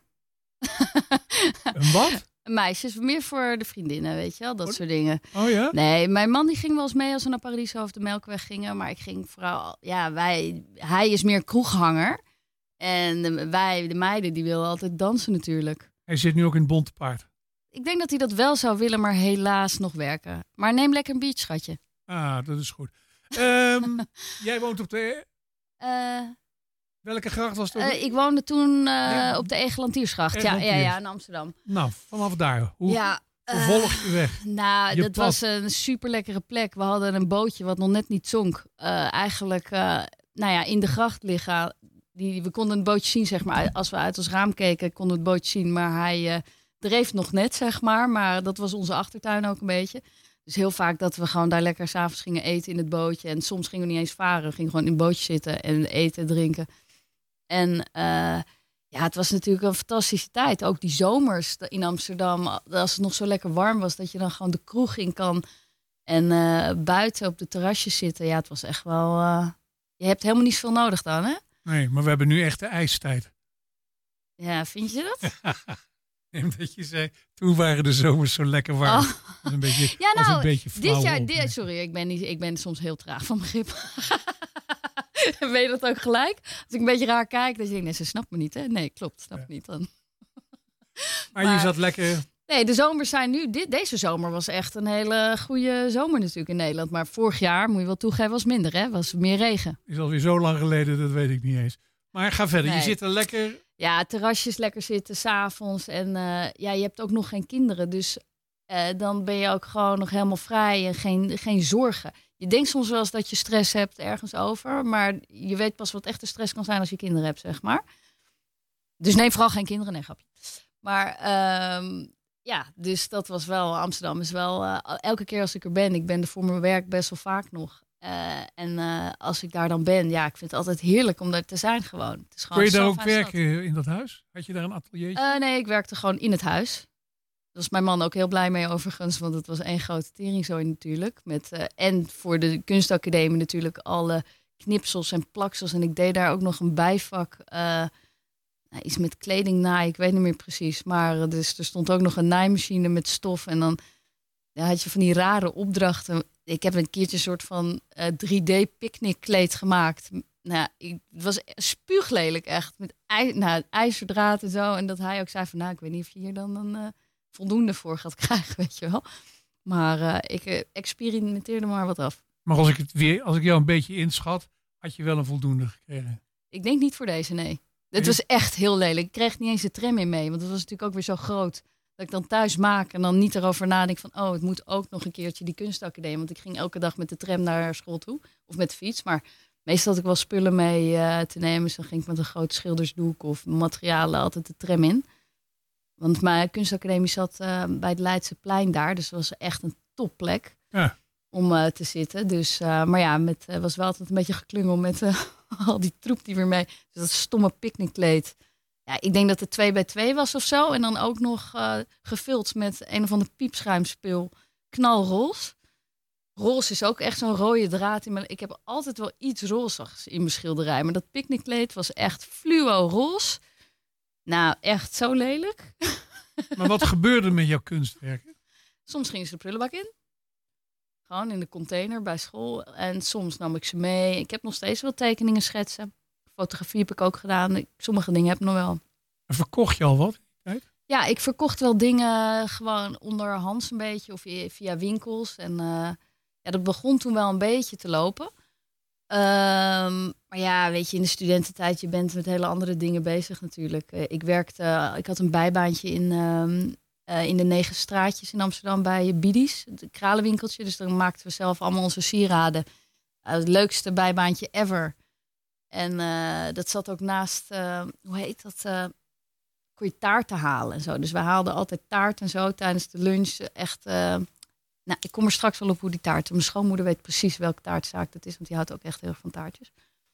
S3: Een wat?
S4: Meisjes, meer voor de vriendinnen, weet je wel. Dat
S3: oh.
S4: soort dingen.
S3: Oh ja?
S4: Nee, mijn man die ging wel eens mee als we naar Paradiso of de Melkweg gingen. Maar ik ging vooral... Ja, wij... Hij is meer kroeghanger. En de, wij, de meiden, die willen altijd dansen natuurlijk.
S3: Hij zit nu ook in het Bonte Paard.
S4: Ik denk dat hij dat wel zou willen, maar helaas nog werken. Maar neem lekker een biertje, schatje.
S3: Ah, dat is goed. Um, jij woont op de...
S4: Uh,
S3: Welke gracht was het?
S4: Uh, ik woonde toen uh, ja. op de Egelantiersgracht. Ja, ja, ja, in Amsterdam.
S3: Nou, vanaf daar. Hoe
S4: ja,
S3: vervolg je weg?
S4: Uh, nou,
S3: je
S4: dat
S3: pad.
S4: was een super lekkere plek. We hadden een bootje wat nog net niet zonk. Uh, eigenlijk uh, nou ja, in de gracht liggen. Die, we konden het bootje zien, zeg maar. Als we uit ons raam keken, konden we het bootje zien. Maar hij uh, dreef nog net, zeg maar. Maar dat was onze achtertuin ook een beetje. Dus heel vaak dat we gewoon daar lekker 's avonds gingen eten in het bootje. En soms gingen we niet eens varen. We gingen gewoon in het bootje zitten en eten, drinken. En uh, ja, het was natuurlijk een fantastische tijd. Ook die zomers in Amsterdam. Als het nog zo lekker warm was, dat je dan gewoon de kroeg in kan. En uh, buiten op de terrasjes zitten. Ja, het was echt wel... Uh, je hebt helemaal niet veel nodig dan, hè?
S3: Nee, maar we hebben nu echt de ijstijd.
S4: Ja, vind je dat?
S3: Nee, dat je zei, toen waren de zomers zo lekker warm.
S4: Oh.
S3: Dat is een beetje,
S4: ja, nou,
S3: een beetje flauw
S4: dit jaar...
S3: op,
S4: Dit, sorry, ik ben, niet, ik ben soms heel traag van begrip. Weet je dat ook gelijk? Als ik een beetje raar kijk, dan denk ik, nee, ze snapt me niet, hè? Nee, klopt, snap ja. niet dan.
S3: Maar, maar je zat lekker...
S4: Nee, de zomers zijn nu... Dit, deze zomer was echt een hele goede zomer natuurlijk in Nederland. Maar vorig jaar, moet je wel toegeven, was minder, hè? Was meer regen.
S3: Is alweer zo lang geleden, dat weet ik niet eens. Maar ga verder, nee. Je zit er lekker...
S4: Ja, terrasjes lekker zitten, 's avonds. En uh, ja, je hebt ook nog geen kinderen. Dus uh, dan ben je ook gewoon nog helemaal vrij en geen, geen zorgen. Je denkt soms wel eens dat je stress hebt ergens over. Maar je weet pas wat echte stress kan zijn als je kinderen hebt, zeg maar. Dus neem vooral geen kinderen, nee, grapje. Maar uh, ja, dus dat was wel... Amsterdam is wel... Uh, elke keer als ik er ben, ik ben er voor mijn werk best wel vaak nog. Uh, en uh, als ik daar dan ben, ja, ik vind het altijd heerlijk om daar te zijn gewoon. Het is gewoon
S3: Kun je daar ook werken stad. In dat huis? Had je daar een ateliertje?
S4: Uh, nee, ik werkte gewoon in het huis. Daar was mijn man ook heel blij mee overigens, want het was één grote teringzooi natuurlijk. Met, uh, en voor de kunstacademie natuurlijk alle knipsels en plaksels. En ik deed daar ook nog een bijvak, uh, nou, iets met kleding naaien, ik weet niet meer precies. Maar uh, dus er stond ook nog een naaimachine met stof en dan ja, had je van die rare opdrachten. Ik heb een keertje een soort van uh, drie D picknickkleed gemaakt. Nou, ik, het was spuuglelijk echt. Met ij, nou, ijzerdraad en zo. En dat hij ook zei van, nou, ik weet niet of je hier dan een uh, voldoende voor gaat krijgen, weet je wel. Maar uh, ik uh, experimenteerde maar wat af.
S3: Maar als ik, het weer, als ik jou een beetje inschat, had je wel een voldoende gekregen?
S4: Ik denk niet voor deze, nee. Het was echt heel lelijk. Ik kreeg niet eens de tram in mee, want het was natuurlijk ook weer zo groot. Dat ik dan thuis maak en dan niet erover nadenk van... oh, het moet ook nog een keertje die kunstacademie. Want ik ging elke dag met de tram naar school toe. Of met de fiets. Maar meestal had ik wel spullen mee uh, te nemen. Dus dan ging ik met een groot schildersdoek of materialen altijd de tram in. Want mijn kunstacademie zat uh, bij het Leidseplein daar. Dus dat was echt een topplek
S3: ja.
S4: om uh, te zitten. Dus, uh, maar ja, het uh, was wel altijd een beetje geklungel met uh, al die troep die weer mee... Dus dat stomme picknickkleed... Ja, ik denk dat het twee bij twee was of zo. En dan ook nog uh, gevuld met een of ander piepschuimspul. Knalroze. Roze is ook echt zo'n rode draad in mijn... Ik heb altijd wel iets rozigs in mijn schilderij. Maar dat picknickkleed was echt fluo roze. Nou, echt zo lelijk.
S3: Maar wat gebeurde met jouw kunstwerken?
S4: Soms ging ze de prullenbak in. Gewoon in de container bij school. En soms nam ik ze mee. Ik heb nog steeds wel tekeningen, schetsen. Fotografie heb ik ook gedaan. Sommige dingen heb ik nog wel.
S3: En verkocht je al wat in die tijd?
S4: Ja, ik verkocht wel dingen gewoon onderhands een beetje. Of via winkels. En uh, ja, dat begon toen wel een beetje te lopen. Um, maar ja, weet je, in de studententijd, je bent met hele andere dingen bezig natuurlijk. Uh, ik werkte, uh, ik had een bijbaantje in, um, uh, in de negen straatjes in Amsterdam bij Bidi's. Het kralenwinkeltje. Dus dan maakten we zelf allemaal onze sieraden. Uh, het leukste bijbaantje ever. En uh, dat zat ook naast, uh, hoe heet dat? Uh, kon je taarten halen en zo. Dus we haalden altijd taart en zo tijdens de lunch. Echt, uh, nou, ik kom er straks wel op hoe die taart. Mijn schoonmoeder weet precies welke taartzaak dat is, want die houdt ook echt heel erg van taartjes.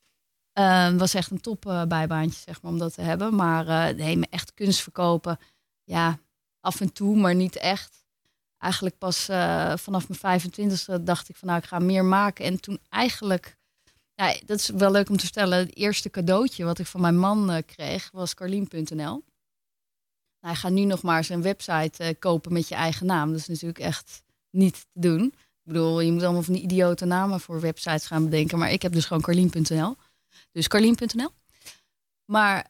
S4: Uh, het was echt een top uh, bijbaantje, zeg maar, om dat te hebben. Maar uh, nee, me echt kunst verkopen, ja, af en toe, maar niet echt. Eigenlijk pas uh, vanaf mijn vijfentwintigste dacht ik van, nou, ik ga meer maken. En toen eigenlijk, ja, dat is wel leuk om te vertellen. Het eerste cadeautje wat ik van mijn man uh, kreeg was Carlien punt n l. Hij gaat nu nog maar zijn website uh, kopen met je eigen naam. Dat is natuurlijk echt niet te doen. Ik bedoel, je moet allemaal van die idiote namen voor websites gaan bedenken. Maar ik heb dus gewoon Carlien punt n l. Dus Carlien punt n l. Maar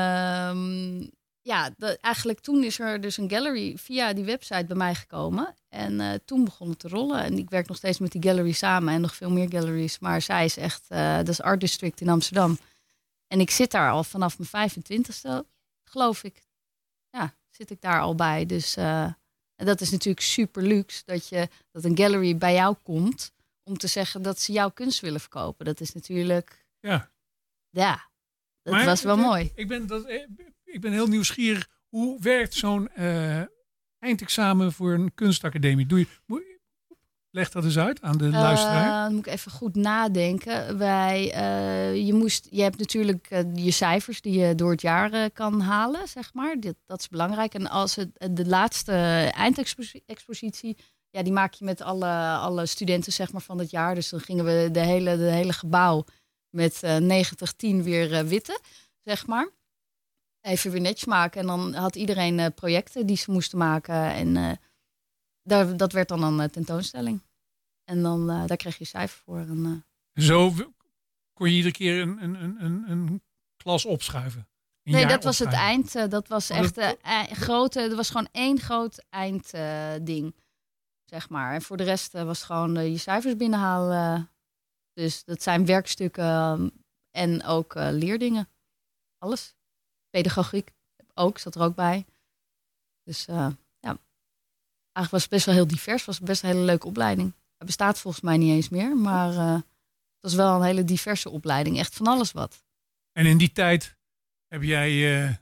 S4: um, ja, dat, eigenlijk toen is er dus een gallery via die website bij mij gekomen. En uh, toen begon het te rollen. En ik werk nog steeds met die gallery samen en nog veel meer galleries. Maar zij is echt, uh, dat is Art District in Amsterdam. En ik zit daar al vanaf mijn vijfentwintigste, geloof ik. Ja, zit ik daar al bij. Dus uh, en dat is natuurlijk super luxe dat, je, dat een gallery bij jou komt om te zeggen dat ze jouw kunst willen verkopen. Dat is natuurlijk...
S3: Ja.
S4: Ja, dat
S3: maar,
S4: was wel
S3: ik,
S4: mooi.
S3: Ik ben, dat, ik ben heel nieuwsgierig. Hoe werkt zo'n uh, eindexamen voor een kunstacademie? Doe je, moet, leg dat eens uit aan de uh, luisteraar.
S4: Dan moet ik even goed nadenken. Wij, uh, je, moest, je hebt natuurlijk uh, je cijfers die je door het jaar uh, kan halen, zeg maar. Dit, dat is belangrijk. En als het de laatste eindexpositie, ja, die maak je met alle, alle studenten, zeg maar, van het jaar. Dus dan gingen we de hele, de hele gebouw met uh, negentig tien weer uh, witte, zeg maar. Even weer netjes maken. En dan had iedereen uh, projecten die ze moesten maken. En uh, daar, dat werd dan een uh, tentoonstelling. En dan uh, daar kreeg je cijfer voor. En, uh...
S3: Zo kon je iedere keer een, een, een, een klas opschuiven? Een
S4: nee,
S3: jaar
S4: dat was
S3: opschuiven.
S4: het eind. Uh, dat was
S3: oh,
S4: echt
S3: dat...
S4: uh, grote. Er was gewoon één groot eindding, uh, zeg maar. En voor de rest uh, was het gewoon uh, je cijfers binnenhalen. Uh, dus dat zijn werkstukken uh, en ook uh, leerdingen. Alles. Pedagogiek ook, zat er ook bij. Dus uh, ja, eigenlijk was het best wel heel divers. Was best een hele leuke opleiding. Het bestaat volgens mij niet eens meer, maar uh, het was wel een hele diverse opleiding. Echt van alles wat.
S3: En in die tijd heb jij uh,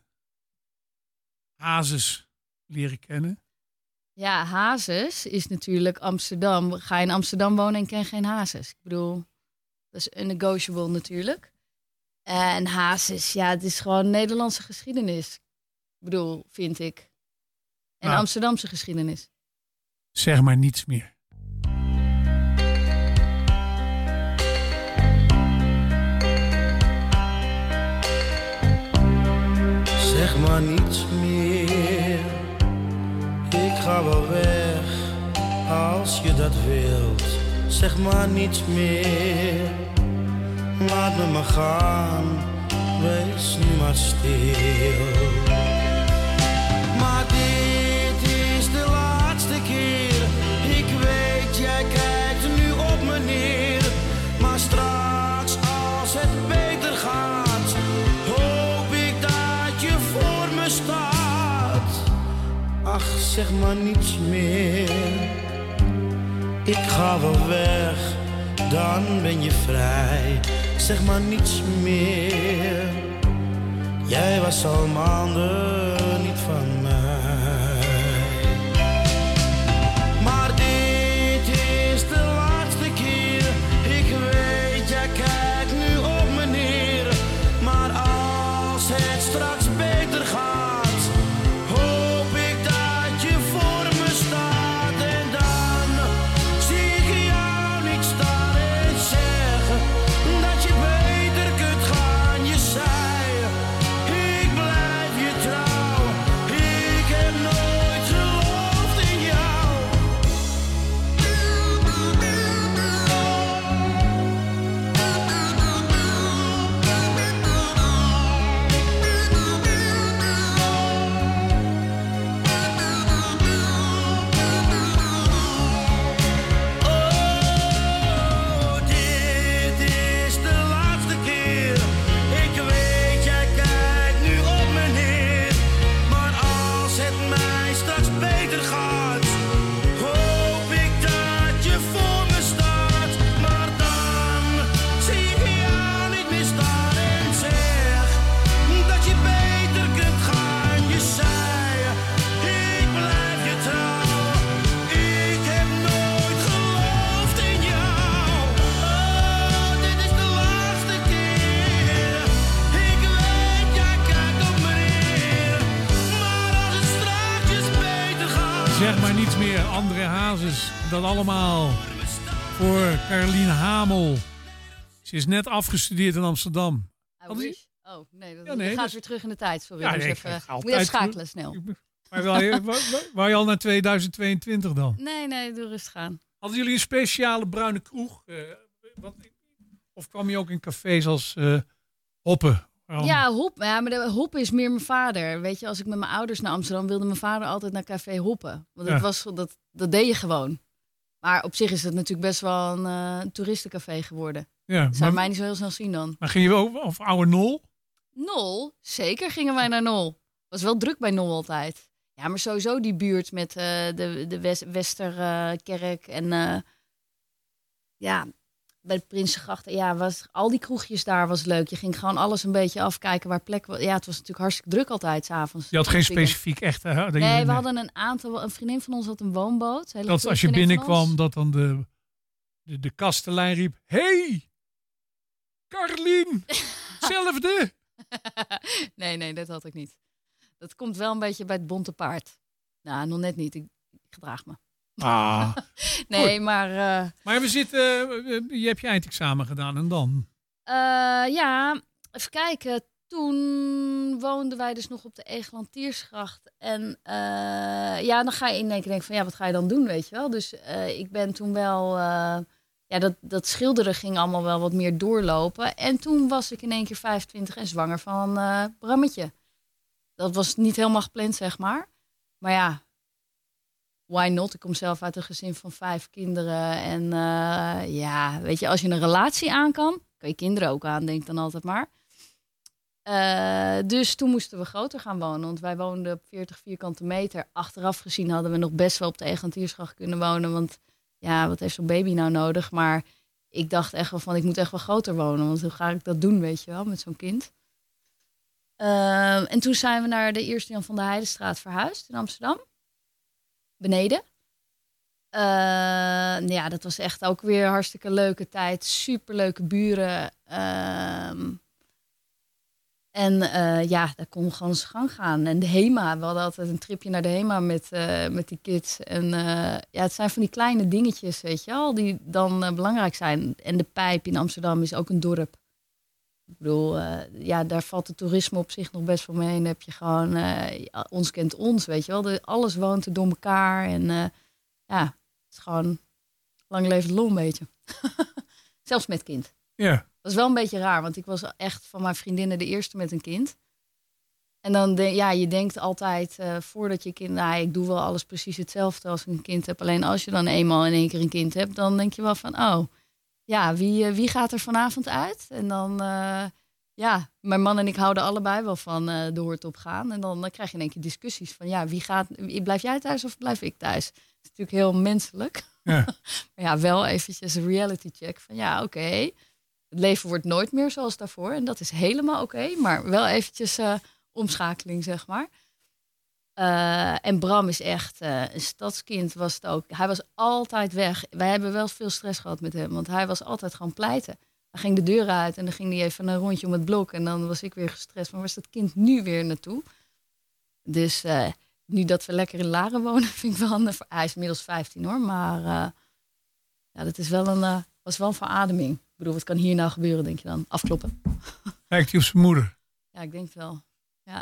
S3: Hazes leren kennen?
S4: Ja, Hazes is natuurlijk Amsterdam. Ga je in Amsterdam wonen en ken geen Hazes? Ik bedoel, dat is unnegotiable natuurlijk. En Hazes, ja, het is gewoon Nederlandse geschiedenis. Ik bedoel, vind ik. En nou, Amsterdamse geschiedenis.
S3: Zeg maar niets meer.
S7: Zeg maar niets meer. Ik ga wel weg als je dat wilt. Zeg maar niets meer. Laat me maar gaan, wees nu maar stil. Maar dit is de laatste keer. Ik weet, jij kijkt nu op me neer. Maar straks als het beter gaat, hoop ik dat je voor me staat. Ach, zeg maar niets meer. Ik ga wel weg, dan ben je vrij. Zeg maar niets meer. Jij was al maanden niet van mij. Maar dit is de laatste keer. Ik weet, jij kijkt nu op me neer. Maar als het straks beter gaat, hoop ik dat je voor me staat. En dan zie ik jou niet staan en zeggen dat je beter kunt gaan. Je zei, ik blijf je trouw. Ik heb nooit geloofd in jou.
S3: Zeg maar niets meer, André Hazes. Dat allemaal voor Carlien Hamel. Ze is net afgestudeerd in Amsterdam.
S4: I wish. Oh, nee, dat
S3: Ja, nee,
S4: je gaat
S3: dus-
S4: weer terug in de tijd. Sorry,
S3: Ja,
S4: dus
S3: nee, ik
S4: even,
S3: ga
S4: moet je
S3: altijd
S4: even schakelen
S3: terug.
S4: snel.
S3: Maar wel, waar je al naar tweeduizend tweeëntwintig dan?
S4: Nee, nee, doe rustig aan.
S3: Hadden jullie een speciale bruine kroeg? Uh, wat, of kwam je ook in cafés als uh, Hoppe? Waarom?
S4: Ja, Hop, ja, maar de Hop is meer mijn vader. Weet je, als ik met mijn ouders naar Amsterdam wilde mijn vader altijd naar café Hoppen. Want dat,
S3: Ja.
S4: was, dat, dat deed je gewoon. Maar op zich is het natuurlijk best wel een uh, toeristencafé geworden.
S3: Ja,
S4: Dat zou
S3: maar,
S4: mij niet zo heel snel zien dan.
S3: maar ging je ook of oude Nol?
S4: Nol? Zeker gingen wij naar Nol. Was wel druk bij Nol altijd. Ja, maar sowieso die buurt met uh, de, de West, Westerkerk uh, en uh, ja, bij de Prinsengracht. Ja, was, al die kroegjes daar was leuk. Je ging gewoon alles een beetje afkijken waar plek was. Ja, het was natuurlijk hartstikke druk altijd 's avonds.
S3: Je had geen specifiek echte... Uh, dat
S4: Nee,
S3: je,
S4: we hadden een aantal... Een vriendin van ons had een woonboot. Hele
S3: dat
S4: goede
S3: als je
S4: vriendin van
S3: binnenkwam,
S4: ons.
S3: dat dan de, de, de kastelein riep... Hey, Carlien, hetzelfde.
S4: nee, nee, dat had ik niet. Dat komt wel een beetje bij het bonte paard. Nou, nog net niet. Ik, ik gedraag me.
S3: Ah,
S4: nee,
S3: goed.
S4: maar... Uh,
S3: maar we zitten... Uh, je hebt je eindexamen gedaan en dan?
S4: Uh, ja, even kijken. Toen woonden wij dus nog op de Egelantiersgracht. En uh, ja, dan ga je in één keer denken van... Ja, wat ga je dan doen, weet je wel? Dus uh, ik ben toen wel... Uh, ja, dat, dat schilderen ging allemaal wel wat meer doorlopen. En toen was ik in één keer vijfentwintig en zwanger van uh, Brammetje. Dat was niet helemaal gepland, zeg maar. Maar ja, why not? Ik kom zelf uit een gezin van vijf kinderen. En uh, ja, weet je, als je een relatie aan kan... kan je kinderen ook aan, denk ik dan altijd maar. Uh, dus toen moesten we groter gaan wonen. Want wij woonden op veertig vierkante meter. Achteraf gezien hadden we nog best wel op de Egelantiersgracht kunnen wonen. Want ja, wat heeft zo'n baby nou nodig? Maar ik dacht echt wel van, ik moet echt wel groter wonen. Want hoe ga ik dat doen, weet je wel, met zo'n kind? Uh, en toen zijn we naar de Eerste Jan van der Heidenstraat verhuisd in Amsterdam. Beneden. Uh, nou ja, dat was echt ook weer een hartstikke leuke tijd. Superleuke buren. Uh, en uh, ja, daar kon gewoon eens gang gaan. En de HEMA, we hadden altijd een tripje naar de HEMA met, uh, met die kids. En uh, ja, het zijn van die kleine dingetjes, weet je wel, die dan uh, belangrijk zijn. En de Pijp in Amsterdam is ook een dorp. Ik bedoel, uh, ja, daar valt het toerisme op zich nog best wel mee. En dan heb je gewoon, uh, ons kent ons, weet je wel. De, alles woont er door elkaar. En uh, ja, het is gewoon lang leven lol een beetje. Zelfs met kind.
S3: Ja.
S4: Dat is wel een beetje raar, want ik was echt van mijn vriendinnen de eerste met een kind. En dan, de, ja, je denkt altijd, uh, voordat je kind... Nou, ik doe wel alles precies hetzelfde als ik een kind heb. Alleen als je dan eenmaal in één keer een kind hebt, dan denk je wel van... Oh, ja, wie, uh, wie gaat er vanavond uit? En dan, uh, ja, mijn man en ik houden allebei wel van uh, de hoort op gaan. En dan, dan krijg je in één keer discussies van, ja, wie gaat... Blijf jij thuis of blijf ik thuis? Dat is natuurlijk heel menselijk.
S3: Ja.
S4: Maar ja, wel eventjes een reality check van, ja, oké... Okay, het leven wordt nooit meer zoals daarvoor. En dat is helemaal oké. Okay, maar wel eventjes uh, omschakeling, zeg maar. Uh, en Bram is echt uh, een stadskind. Was het ook. Hij was altijd weg. Wij hebben wel veel stress gehad met hem. Want hij was altijd gewoon pleiten. Hij ging de deur uit en dan ging hij even een rondje om het blok. En dan was ik weer gestrest. Maar waar is dat kind nu weer naartoe? Dus uh, nu dat we lekker in Laren wonen, vind ik wel een... Hij is inmiddels vijftien hoor. Maar uh, ja, dat is wel een, uh, was wel een verademing. Ik bedoel, wat kan hier nou gebeuren, denk je dan? Afkloppen.
S3: Lijkt hij op zijn moeder?
S4: Ja, ik denk het wel. Ja.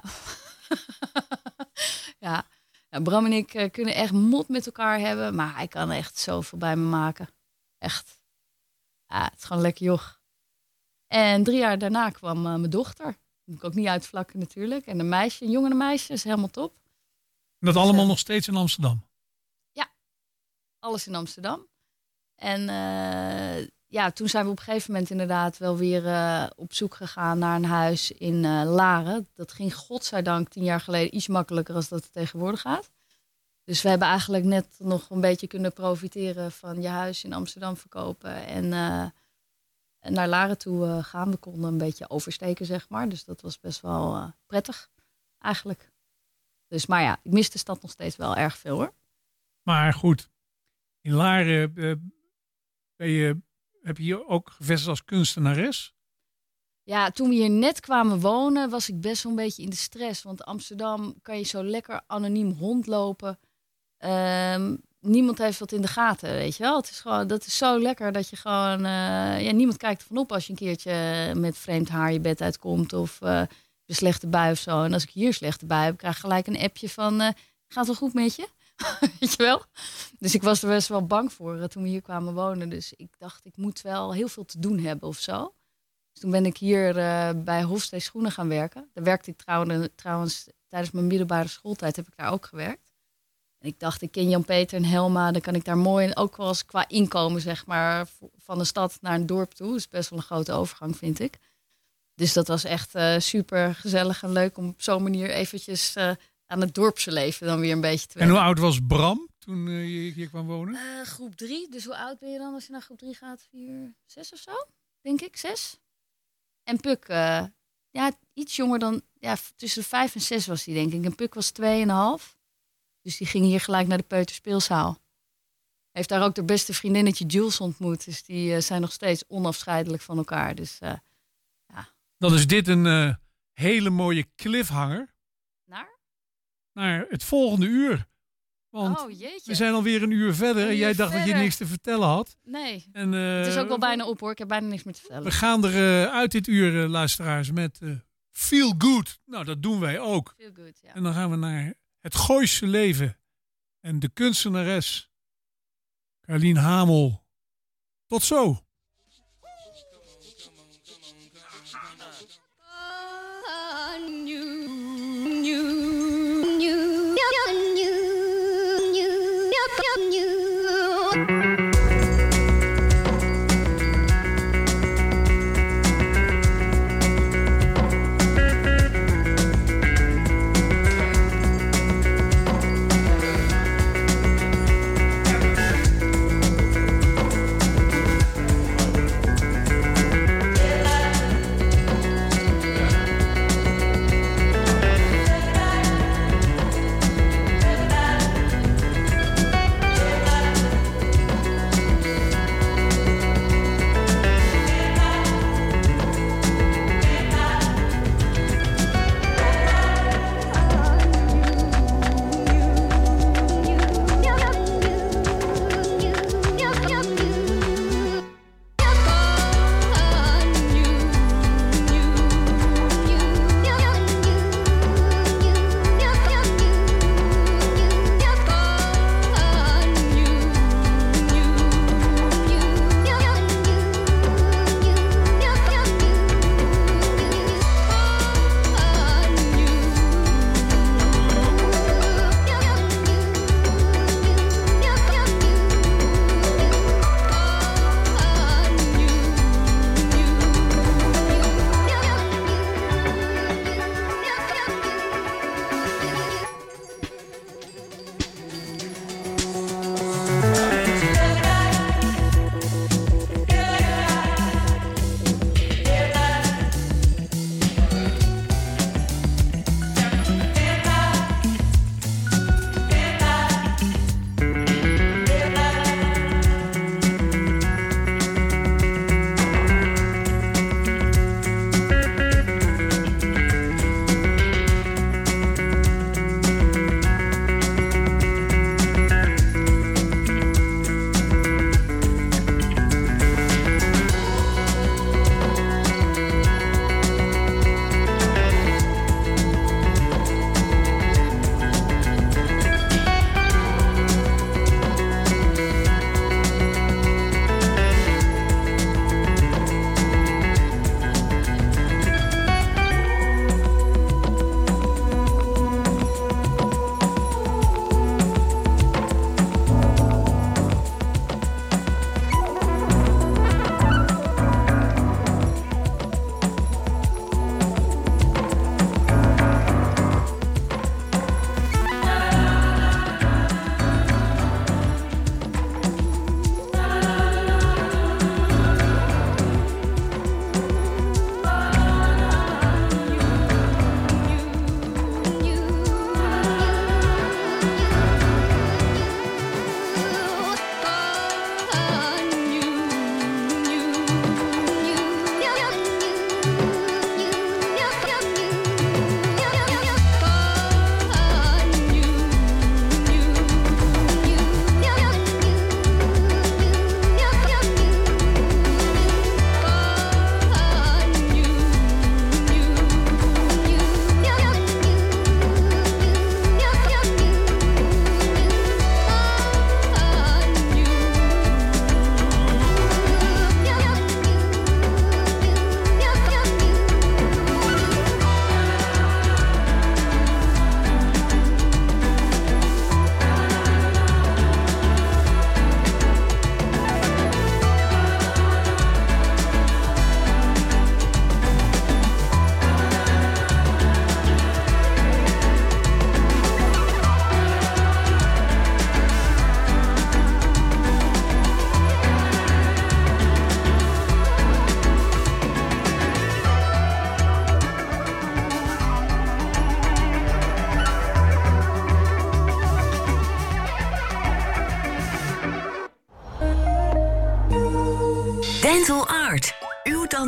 S4: ja. ja. Bram en ik uh, kunnen echt mot met elkaar hebben. Maar hij kan echt zoveel bij me maken. Echt. Ja, het is gewoon lekker joch. En drie jaar daarna kwam uh, mijn dochter. Dat moet ik ook niet uitvlakken natuurlijk. En een meisje, een jongen en een meisje, is helemaal top.
S3: En dat allemaal uh, nog steeds in Amsterdam?
S4: Ja, alles in Amsterdam. En... Uh, Ja, toen zijn we op een gegeven moment inderdaad wel weer uh, op zoek gegaan naar een huis in uh, Laren. Dat ging godzijdank tien jaar geleden iets makkelijker dan dat het tegenwoordig gaat. Dus we hebben eigenlijk net nog een beetje kunnen profiteren van je huis in Amsterdam verkopen. En uh, naar Laren toe uh, gaan. We konden een beetje oversteken, zeg maar. Dus dat was best wel uh, prettig, eigenlijk. Dus, maar ja, ik mis de stad nog steeds wel erg veel, hoor.
S3: Maar goed, in Laren uh, ben je... Heb je hier ook gevestigd als kunstenares?
S4: Ja, toen we hier net kwamen wonen, was ik best wel een beetje in de stress. Want Amsterdam kan je zo lekker anoniem rondlopen. Um, niemand heeft wat in de gaten, weet je wel. Het is gewoon, dat is zo lekker dat je gewoon... Uh, ja, niemand kijkt ervan op als je een keertje met vreemd haar je bed uitkomt... of uh, een slechte bui of zo. En als ik hier slechte bui heb, krijg ik gelijk een appje van... Uh, gaat het wel goed met je? Weet je wel? Dus ik was er best wel bang voor uh, toen we hier kwamen wonen. Dus ik dacht, ik moet wel heel veel te doen hebben of zo. Dus toen ben ik hier uh, bij Hofstee Schoenen gaan werken. Daar werkte ik trouwens, trouwens tijdens mijn middelbare schooltijd heb ik daar ook gewerkt. En ik dacht, ik ken Jan-Peter en Helma, dan kan ik daar mooi... ook wel eens qua inkomen, zeg maar, van een stad naar een dorp toe. Dat is best wel een grote overgang, vind ik. Dus dat was echt uh, super gezellig en leuk om op zo'n manier eventjes uh, aan het dorpse leven dan weer een beetje te
S3: En hoe oud was Bram toen uh, je hier kwam wonen?
S4: Uh, groep drie. Dus hoe oud ben je dan als je naar groep drie gaat? Vier, zes of zo? Denk ik, zes. En Puk, uh, ja, iets jonger dan... Ja, tussen de vijf en zes was hij, denk ik. En Puk was twee en een half. Dus die ging hier gelijk naar de peuterspeelzaal. Heeft daar ook de beste vriendinnetje Jules ontmoet. Dus die uh, zijn nog steeds onafscheidelijk van elkaar. Dus uh, ja.
S3: Dan is dit een uh, hele mooie cliffhanger.
S4: Naar?
S3: Naar het volgende uur. Want
S4: oh, jeetje.
S3: we zijn alweer een uur verder.
S4: Een
S3: en
S4: uur
S3: jij dacht
S4: verder.
S3: dat je niks te vertellen had.
S4: Nee,
S3: en, uh,
S4: het is ook wel bijna op hoor. Ik heb bijna niks meer te vertellen.
S3: We gaan er uh, uit dit uur, uh, luisteraars, met uh, Feel Good. Nou, dat doen wij ook.
S4: Feel good, ja.
S3: En dan gaan we naar het Gooise leven. En de kunstenares Carlien Hamel. Tot zo.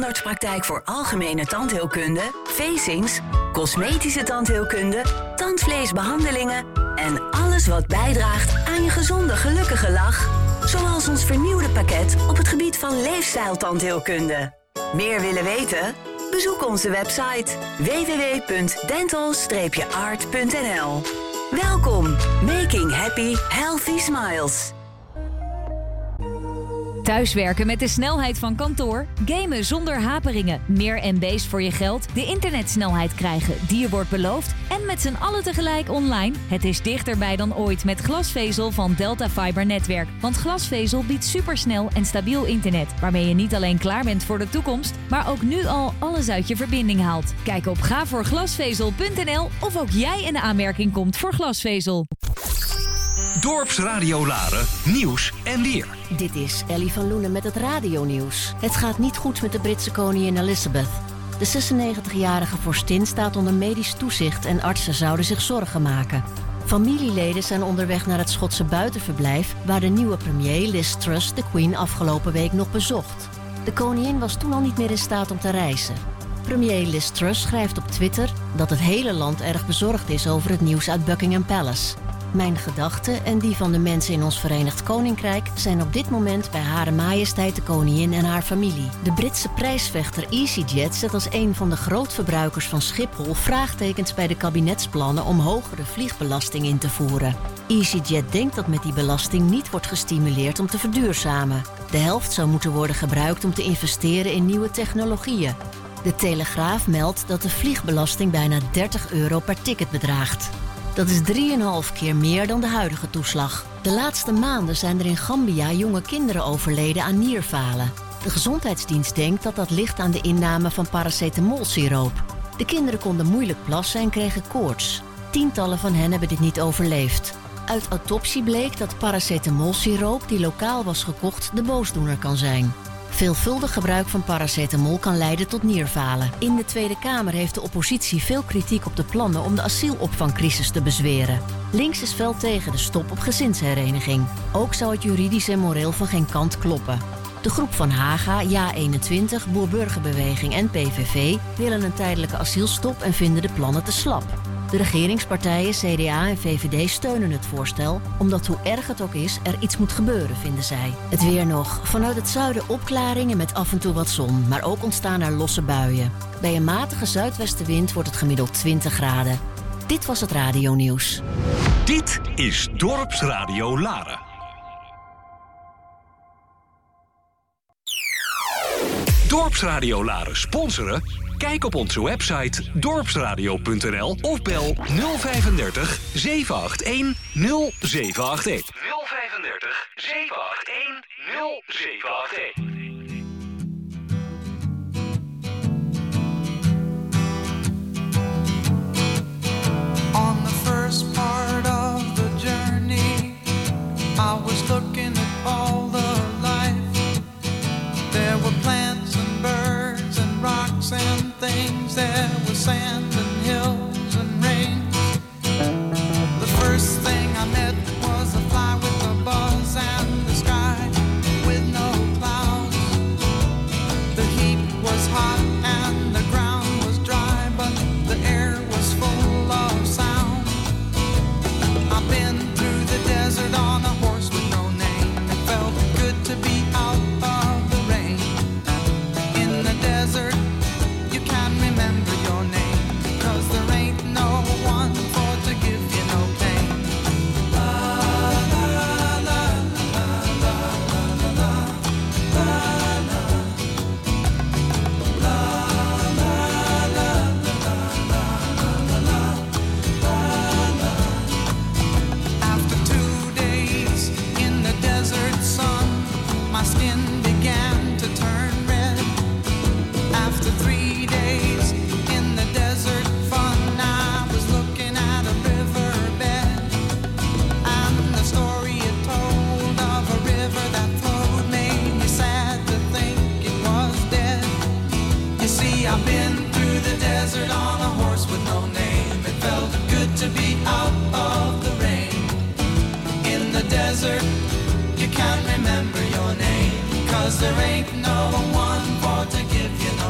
S8: tandartspraktijk voor algemene tandheelkunde, facings, cosmetische tandheelkunde, tandvleesbehandelingen en alles wat bijdraagt aan je gezonde, gelukkige lach. Zoals ons vernieuwde pakket op het gebied van leefstijltandheelkunde. Meer willen weten? Bezoek onze website w w w punt dental dash art punt n l. Welkom, making happy, healthy smiles.
S9: Thuiswerken met de snelheid van kantoor, gamen zonder haperingen, meer M B's voor je geld, de internetsnelheid krijgen die je wordt beloofd en met z'n allen tegelijk online. Het is dichterbij dan ooit met glasvezel van Delta Fiber Netwerk. Want glasvezel biedt supersnel en stabiel internet, waarmee je niet alleen klaar bent voor de toekomst, maar ook nu al alles uit je verbinding haalt. Kijk op ga voor glasvezel punt n l of ook jij in de aanmerking komt voor glasvezel.
S10: Dorpsradio Laren, nieuws en weer.
S11: Dit is Ellie van Loenen met het radionieuws. Het gaat niet goed met de Britse koningin Elizabeth. De zesennegentigjarige vorstin staat onder medisch toezicht en artsen zouden zich zorgen maken. Familieleden zijn onderweg naar het Schotse buitenverblijf, waar de nieuwe premier Liz Truss de Queen afgelopen week nog bezocht. De koningin was toen al niet meer in staat om te reizen. Premier Liz Truss schrijft op Twitter dat het hele land erg bezorgd is over het nieuws uit Buckingham Palace. Mijn gedachten en die van de mensen in ons Verenigd Koninkrijk zijn op dit moment bij Hare Majesteit de Koningin en haar familie. De Britse prijsvechter EasyJet zet als een van de grootverbruikers van Schiphol vraagtekens bij de kabinetsplannen om hogere vliegbelasting in te voeren. EasyJet denkt dat met die belasting niet wordt gestimuleerd om te verduurzamen. De helft zou moeten worden gebruikt om te investeren in nieuwe technologieën. De Telegraaf meldt dat de vliegbelasting bijna dertig euro per ticket bedraagt. Dat is drieënhalf keer meer dan de huidige toeslag. De laatste maanden zijn er in Gambia jonge kinderen overleden aan nierfalen. De gezondheidsdienst denkt dat dat ligt aan de inname van paracetamolsiroop. De kinderen konden moeilijk plassen en kregen koorts. Tientallen van hen hebben dit niet overleefd. Uit autopsie bleek dat paracetamolsiroop die lokaal was gekocht de boosdoener kan zijn. Veelvuldig gebruik van paracetamol kan leiden tot nierfalen. In de Tweede Kamer heeft de oppositie veel kritiek op de plannen om de asielopvangcrisis te bezweren. Links is fel tegen de stop op gezinshereniging. Ook zou het juridisch en moreel van geen kant kloppen. De groep van Haga, Ja eenentwintig, Boer-Burgerbeweging en P V V willen een tijdelijke asielstop en vinden de plannen te slap. De regeringspartijen C D A en V V D steunen het voorstel, omdat hoe erg het ook is, er iets moet gebeuren, vinden zij. Het weer nog. Vanuit het zuiden opklaringen met af en toe wat zon, maar ook ontstaan er losse buien. Bij een matige zuidwestenwind wordt het gemiddeld twintig graden. Dit was het radionieuws.
S10: Dit is Dorpsradio Laren. Dorpsradio Laren sponsoren? Kijk op onze website dorpsradio punt n l of bel nul vijfendertig zeven acht een nul zeven acht een. nul vijfendertig zeven acht een nul zeven acht een.
S5: On the first part of the journey, I was looking at all the life. There were plants and birds and rocks and things. There was sand and hills and rain. The first thing I met was a fly with a buzz and the sky with no clouds. The heat was hot and the ground was dry, but the air was full of sound. I've been through the desert on a horse with no name. It felt good to be out of the rain. In the desert, you can't remember your name, because there ain't no one for to give you no pain. La la la la la la la la la la la la. After two days in the desert sun, my skin began to turn red. After three days in the desert fun, I was looking at a riverbed, and the story it told of a river that flowed made me sad to think it was dead. You see, I've been through the desert on a horse with no name. It felt good to be out of the rain. In the desert, you can't remember your name, 'cause there ain't no one for to give you no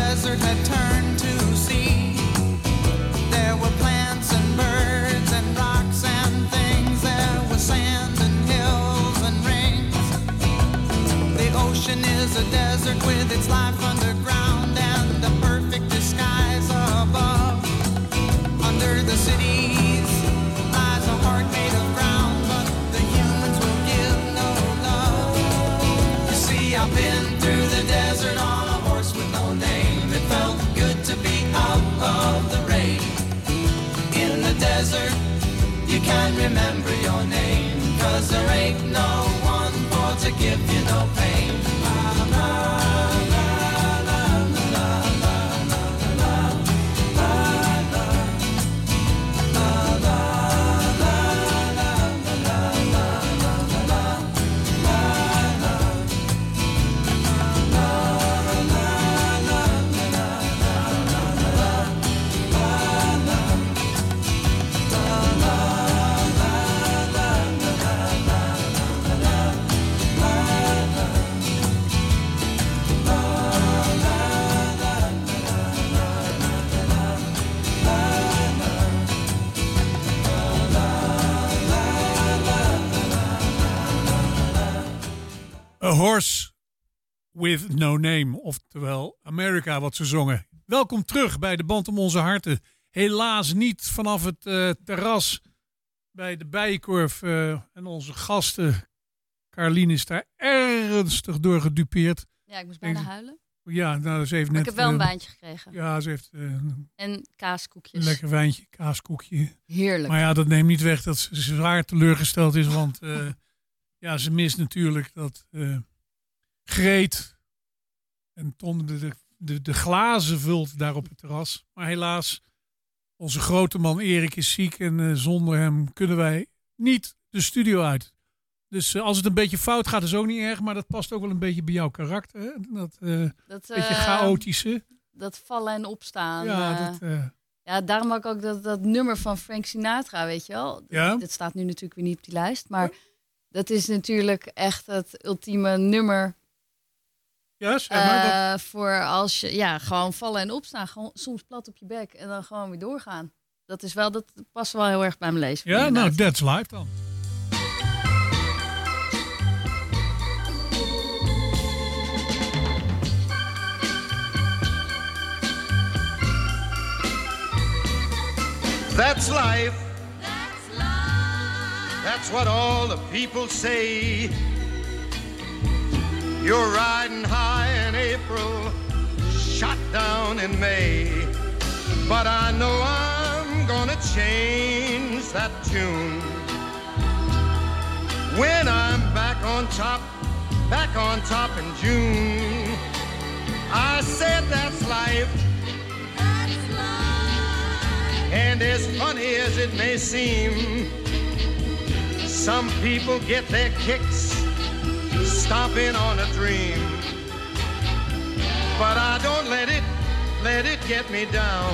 S5: desert had turned to sea. There were plants and birds and rocks and things. There was sand and hills and rings. The ocean is a desert with its life underground and the perfect disguise above. Under the cities lies a heart made of ground, but the humans will give no love. You see, I've been through the desert on a horse with no name. It felt good to be out of the rain. In the desert, you can't remember your name, 'cause there ain't no one for to give you no pain. La, la, la, la, la, la, la, la, la, la,
S3: A Horse with No Name, oftewel America wat ze zongen. Welkom terug bij de Band om onze harten. Helaas niet vanaf het uh, terras bij de Bijenkorf. Uh, en onze gasten, Carlien is daar ernstig door gedupeerd.
S4: Ja, ik moest bijna
S3: Denk,
S4: huilen.
S3: Ja, nou, ze heeft
S4: maar
S3: net...
S4: ik heb wel een
S3: uh,
S4: wijntje gekregen.
S3: Ja, ze heeft... Uh,
S4: en kaaskoekjes.
S3: Een lekker wijntje, kaaskoekje.
S4: Heerlijk.
S3: Maar ja, dat neemt niet weg dat ze zwaar teleurgesteld is. Want uh, ja, ze mist natuurlijk dat uh, Greet en Ton de, de, de, de glazen vult daar op het terras. Maar helaas, onze grote man Erik is ziek. En uh, zonder hem kunnen wij niet de studio uit. Dus uh, als het een beetje fout gaat, is ook niet erg. Maar dat past ook wel een beetje bij jouw karakter. Hè? Dat, uh,
S4: dat
S3: beetje
S4: uh,
S3: chaotische.
S4: Dat vallen en opstaan.
S3: Ja,
S4: uh,
S3: dat... Uh,
S4: ja, daarom ook, ook dat, dat nummer van Frank Sinatra, weet je wel.
S3: Ja?
S4: Dat staat nu natuurlijk weer niet op die lijst. Maar dat is natuurlijk echt het ultieme nummer.
S3: Ja, zeg maar.
S4: Uh,
S3: dat...
S4: Voor als je, ja, gewoon vallen en opstaan. Gewoon soms plat op je bek en dan gewoon weer doorgaan. Dat is wel, dat past wel heel erg bij mijn leven.
S3: Ja, nou, that's life dan.
S6: That's life. That's life. That's what all the people say. You're riding high in April, shot down in May. But I know I'm gonna change that tune when I'm back on top, back on top in June. I said that's life. And as funny as it may seem, some people get their kicks stomping on a dream. But I don't let it, let it get me down.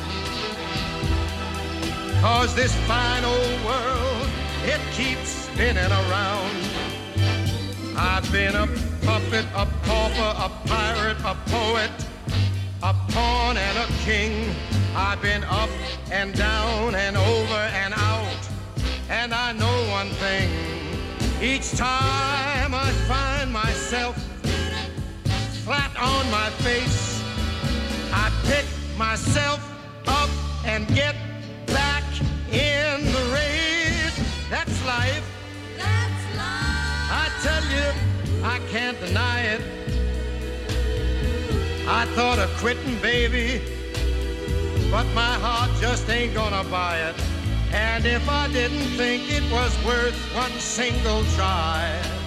S6: 'Cause this fine old world, it keeps spinning around. I've been a puppet, a pauper, a pirate, a poet, a pawn and a king. I've been up and down and over and out. And I know one thing. Each time I find myself flat on my face, I pick myself up and get back in the race. That's life. That's life. I tell you, I can't deny it. I thought of quitting, baby, but my heart just ain't gonna buy it. And if I didn't think it was worth one single try,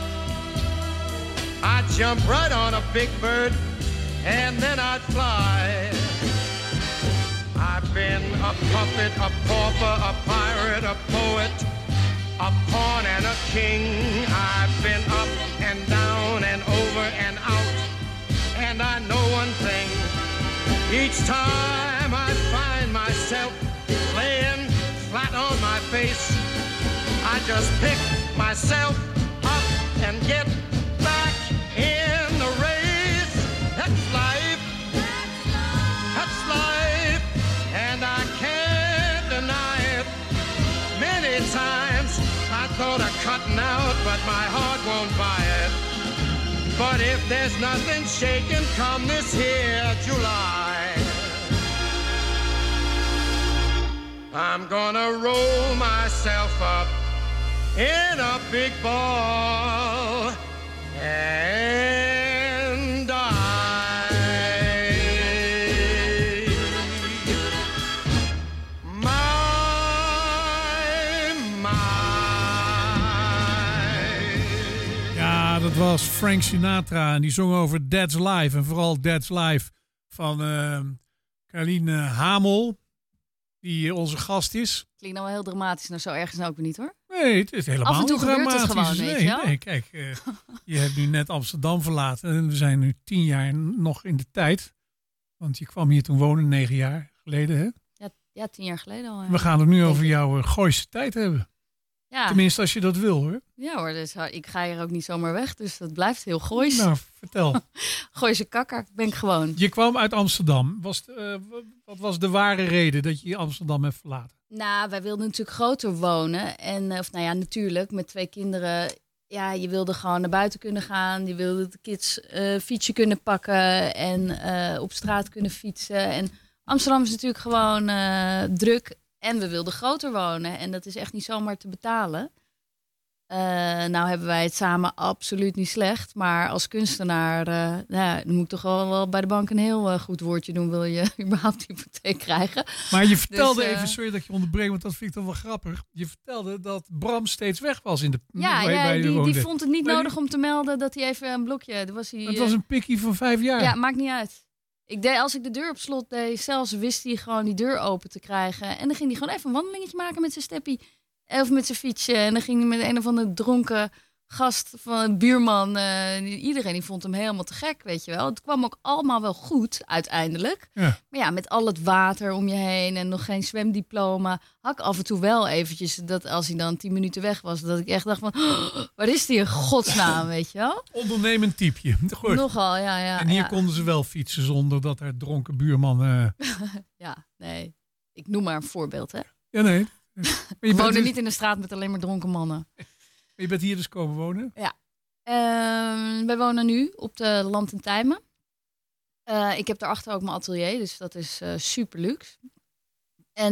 S6: I'd jump right on a big bird and then I'd fly. I've been a puppet, a pauper, a pirate, a poet, a pawn and a king. I've been up and down and over and out. And I know one thing. Each time I find myself laying flat on my face, I just pick myself up and get back in the race. That's life. That's life.
S12: my heart won't buy it. But if there's nothing shaking come this here July, I'm gonna roll myself up in a big ball and die. My, my.
S3: Ja, dat was Frank Sinatra en die zong over That's Life. En vooral That's Life van uh, Carline Hamel, die onze gast is.
S4: Klinkt nou wel heel dramatisch, nou zo ergens nou ook weer niet hoor.
S3: Nee, het is helemaal
S4: Af en toe
S3: niet
S4: gebeurt
S3: dramatisch.
S4: het gewoon,
S3: nee,
S4: weet je wel?
S3: nee, kijk, uh, je hebt nu net Amsterdam verlaten en we zijn nu tien jaar nog in de tijd. Want je kwam hier toen wonen, negen jaar geleden. Hè?
S4: Ja, ja, tien jaar geleden al. Ja.
S3: We gaan het nu over jouw uh, Gooise tijd hebben.
S4: Ja.
S3: Tenminste, als je dat wil hoor.
S4: Ja hoor, dus, uh, ik ga hier ook niet zomaar weg, dus dat blijft heel Goois.
S3: Nou, vertel.
S4: Gooise kakker ben ik gewoon.
S3: Je kwam uit Amsterdam. Was het, uh, wat was de ware reden dat je Amsterdam hebt verlaten?
S4: Nou, wij wilden natuurlijk groter wonen. En, of nou ja, natuurlijk, met twee kinderen. Ja, je wilde gewoon naar buiten kunnen gaan. Je wilde de kids uh, fietsje kunnen pakken en uh, op straat kunnen fietsen. En Amsterdam is natuurlijk gewoon uh, druk. En we wilden groter wonen. En dat is echt niet zomaar te betalen. Uh, nou hebben wij het samen absoluut niet slecht. Maar als kunstenaar, uh, nou, dan moet ik toch wel, wel bij de bank een heel uh, goed woordje doen. Wil je überhaupt die hypotheek krijgen.
S3: Maar je vertelde
S4: dus, uh,
S3: even, sorry dat je onderbreekt, want dat vind ik toch wel grappig. Je vertelde dat Bram steeds weg was in de
S4: Ja,
S3: waar,
S4: ja
S3: waar je
S4: die,
S3: woonde.
S4: die vond het niet
S3: Maar
S4: nodig
S3: die,
S4: om te melden dat hij even een blokje... Was hij,
S3: het was een pikkie van vijf jaar.
S4: Ja, maakt niet uit. Ik deed, als ik de deur op slot deed, zelfs wist hij gewoon die deur open te krijgen. En dan ging hij gewoon even een wandelingetje maken met zijn steppie. Of met zijn fietsje. En dan ging hij met een of andere dronken gast van een buurman. Uh, iedereen die vond hem helemaal te gek, weet je wel. Het kwam ook allemaal wel goed, uiteindelijk.
S3: Ja.
S4: Maar ja, met al het water om je heen en nog geen zwemdiploma, had ik af en toe wel eventjes dat als hij dan tien minuten weg was, dat ik echt dacht van, oh, waar is die in godsnaam, weet je wel?
S3: Ondernemend typeje. Goed.
S4: Nogal, ja, ja.
S3: En hier
S4: ja.
S3: konden ze wel fietsen zonder dat er dronken buurman... Uh...
S4: ja, nee. Ik noem maar een voorbeeld, hè.
S3: Ja, nee.
S4: We wonen dus niet in de straat met alleen maar dronken mannen.
S3: Je bent hier dus komen wonen?
S4: Ja. Uh, wij wonen nu op de Land en Tijmen. Uh, ik heb daarachter ook mijn atelier, dus dat is uh, super luxe. En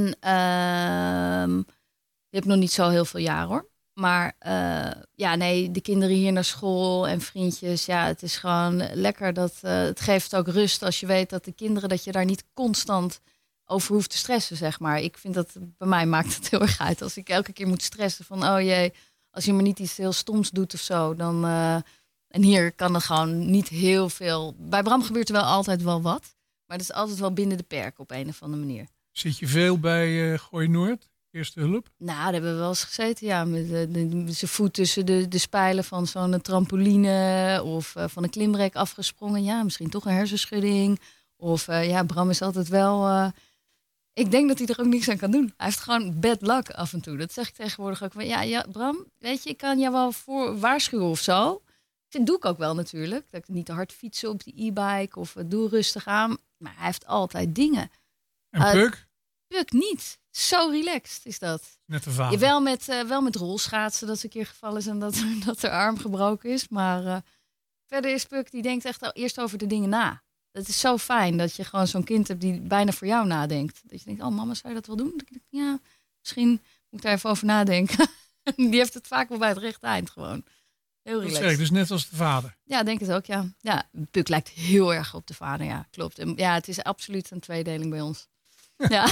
S4: uh, je hebt nog niet zo heel veel jaar hoor. Maar uh, ja, nee, de kinderen hier naar school en vriendjes. Ja, het is gewoon lekker. Dat, uh, het geeft ook rust als je weet dat de kinderen, dat je daar niet constant over hoeft te stressen, zeg maar. Ik vind dat, bij mij maakt het heel erg uit. Als ik elke keer moet stressen van, oh jee, als je maar niet iets heel stoms doet of zo, dan... Uh, en hier kan er gewoon niet heel veel... Bij Bram gebeurt er wel altijd wel wat. Maar dat is altijd wel binnen de perken op een of andere manier.
S3: Zit je veel bij uh, Gooi Noord? Eerste hulp?
S4: Nou, daar hebben we wel eens gezeten, ja. Met, uh, de, met zijn voet tussen de, de spijlen van zo'n trampoline. Of uh, van een klimrek afgesprongen. Ja, misschien toch een hersenschudding. Of uh, ja, Bram is altijd wel... Uh, ik denk dat hij er ook niks aan kan doen. Hij heeft gewoon bad luck af en toe. Dat zeg ik tegenwoordig ook. Ja, ja, Bram, weet je, ik kan jou wel voor waarschuwen of zo. Dat doe ik ook wel natuurlijk. Dat ik niet te hard fietsen op die e-bike of uh, doe rustig aan. Maar hij heeft altijd dingen.
S3: En uh, Puk?
S4: Puk niet. Zo relaxed is dat.
S3: Net de vader.
S4: Ja, wel, met, uh, wel met rolschaatsen dat ze een keer gevallen is en dat, dat haar arm gebroken is. Maar uh, verder is Puk, die denkt echt eerst over de dingen na. Het is zo fijn dat je gewoon zo'n kind hebt die bijna voor jou nadenkt. Dat je denkt, oh mama, zou je dat wel doen? Ik denk, ja, misschien moet ik daar even over nadenken. Die heeft het vaak wel bij het rechte eind gewoon. Heel relaxed.
S3: Dat zeg ik, dus net als de vader.
S4: Ja, denk het ook, ja. Ja, Puk lijkt heel erg op de vader, ja, klopt. En ja, het is absoluut een tweedeling bij ons. Ja.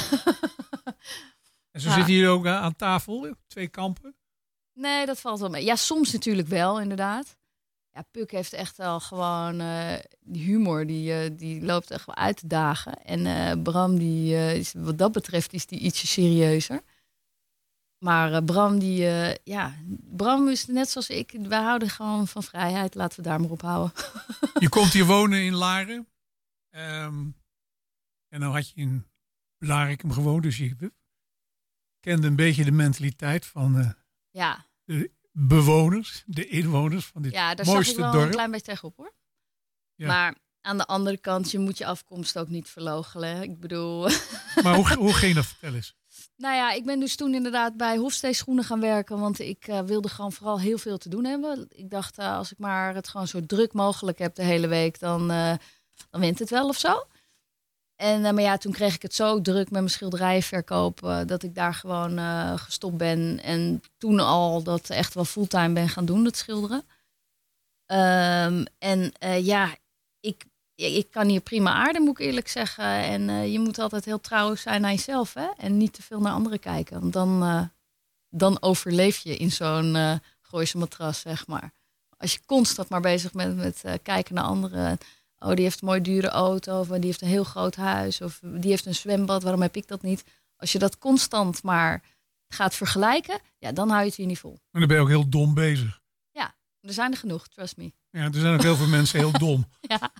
S3: En zo
S4: ja.
S3: zitten jullie ook aan tafel, twee kampen?
S4: Nee, dat valt wel mee. Ja, soms natuurlijk wel, inderdaad. Ja, Puk heeft echt wel gewoon uh, die humor, die, uh, die loopt echt wel uit te dagen. En uh, Bram, die, uh, is, wat dat betreft, is die ietsje serieuzer. Maar uh, Bram, die, uh, ja, Bram is net zoals ik. Wij houden gewoon van vrijheid. Laten we daar maar op houden.
S3: Je komt hier wonen in Laren. Um, en dan had je in Blaricum gewoond. Dus je kende een beetje de mentaliteit van uh,
S4: ja.
S3: de bewoners, de inwoners van dit
S4: ja, daar
S3: mooiste
S4: zag ik wel
S3: dorp.
S4: een klein beetje tegenop hoor. Ja. Maar aan de andere kant, je moet je afkomst ook niet verloochenen. Ik bedoel...
S3: Maar hoe, hoe ging dat? Vertel eens.
S4: Nou ja, ik ben dus toen inderdaad bij Hofstee Schoenen gaan werken. Want ik uh, wilde gewoon vooral heel veel te doen hebben. Ik dacht, uh, als ik maar het gewoon zo druk mogelijk heb de hele week, dan, uh, dan wint het wel of zo. En, uh, maar ja, toen kreeg ik het zo druk met mijn schilderijen verkopen, uh, dat ik daar gewoon uh, gestopt ben. En toen al dat echt wel fulltime ben gaan doen, dat schilderen. Um, en uh, ja, ik, ik kan hier prima aarden, moet ik eerlijk zeggen. En uh, je moet altijd heel trouw zijn naar jezelf, hè? En niet te veel naar anderen kijken. Want dan, uh, dan overleef je in zo'n uh, Gooise matras, zeg maar. Als je constant maar bezig bent met uh, kijken naar anderen. Oh, die heeft een mooi dure auto, of die heeft een heel groot huis, of die heeft een zwembad, waarom heb ik dat niet? Als je dat constant maar gaat vergelijken, ja, dan hou je het hier niet vol.
S3: Maar dan ben je ook heel dom bezig.
S4: Ja, er zijn er genoeg, trust me.
S3: Ja, er zijn ook heel veel mensen heel dom.
S4: Ja.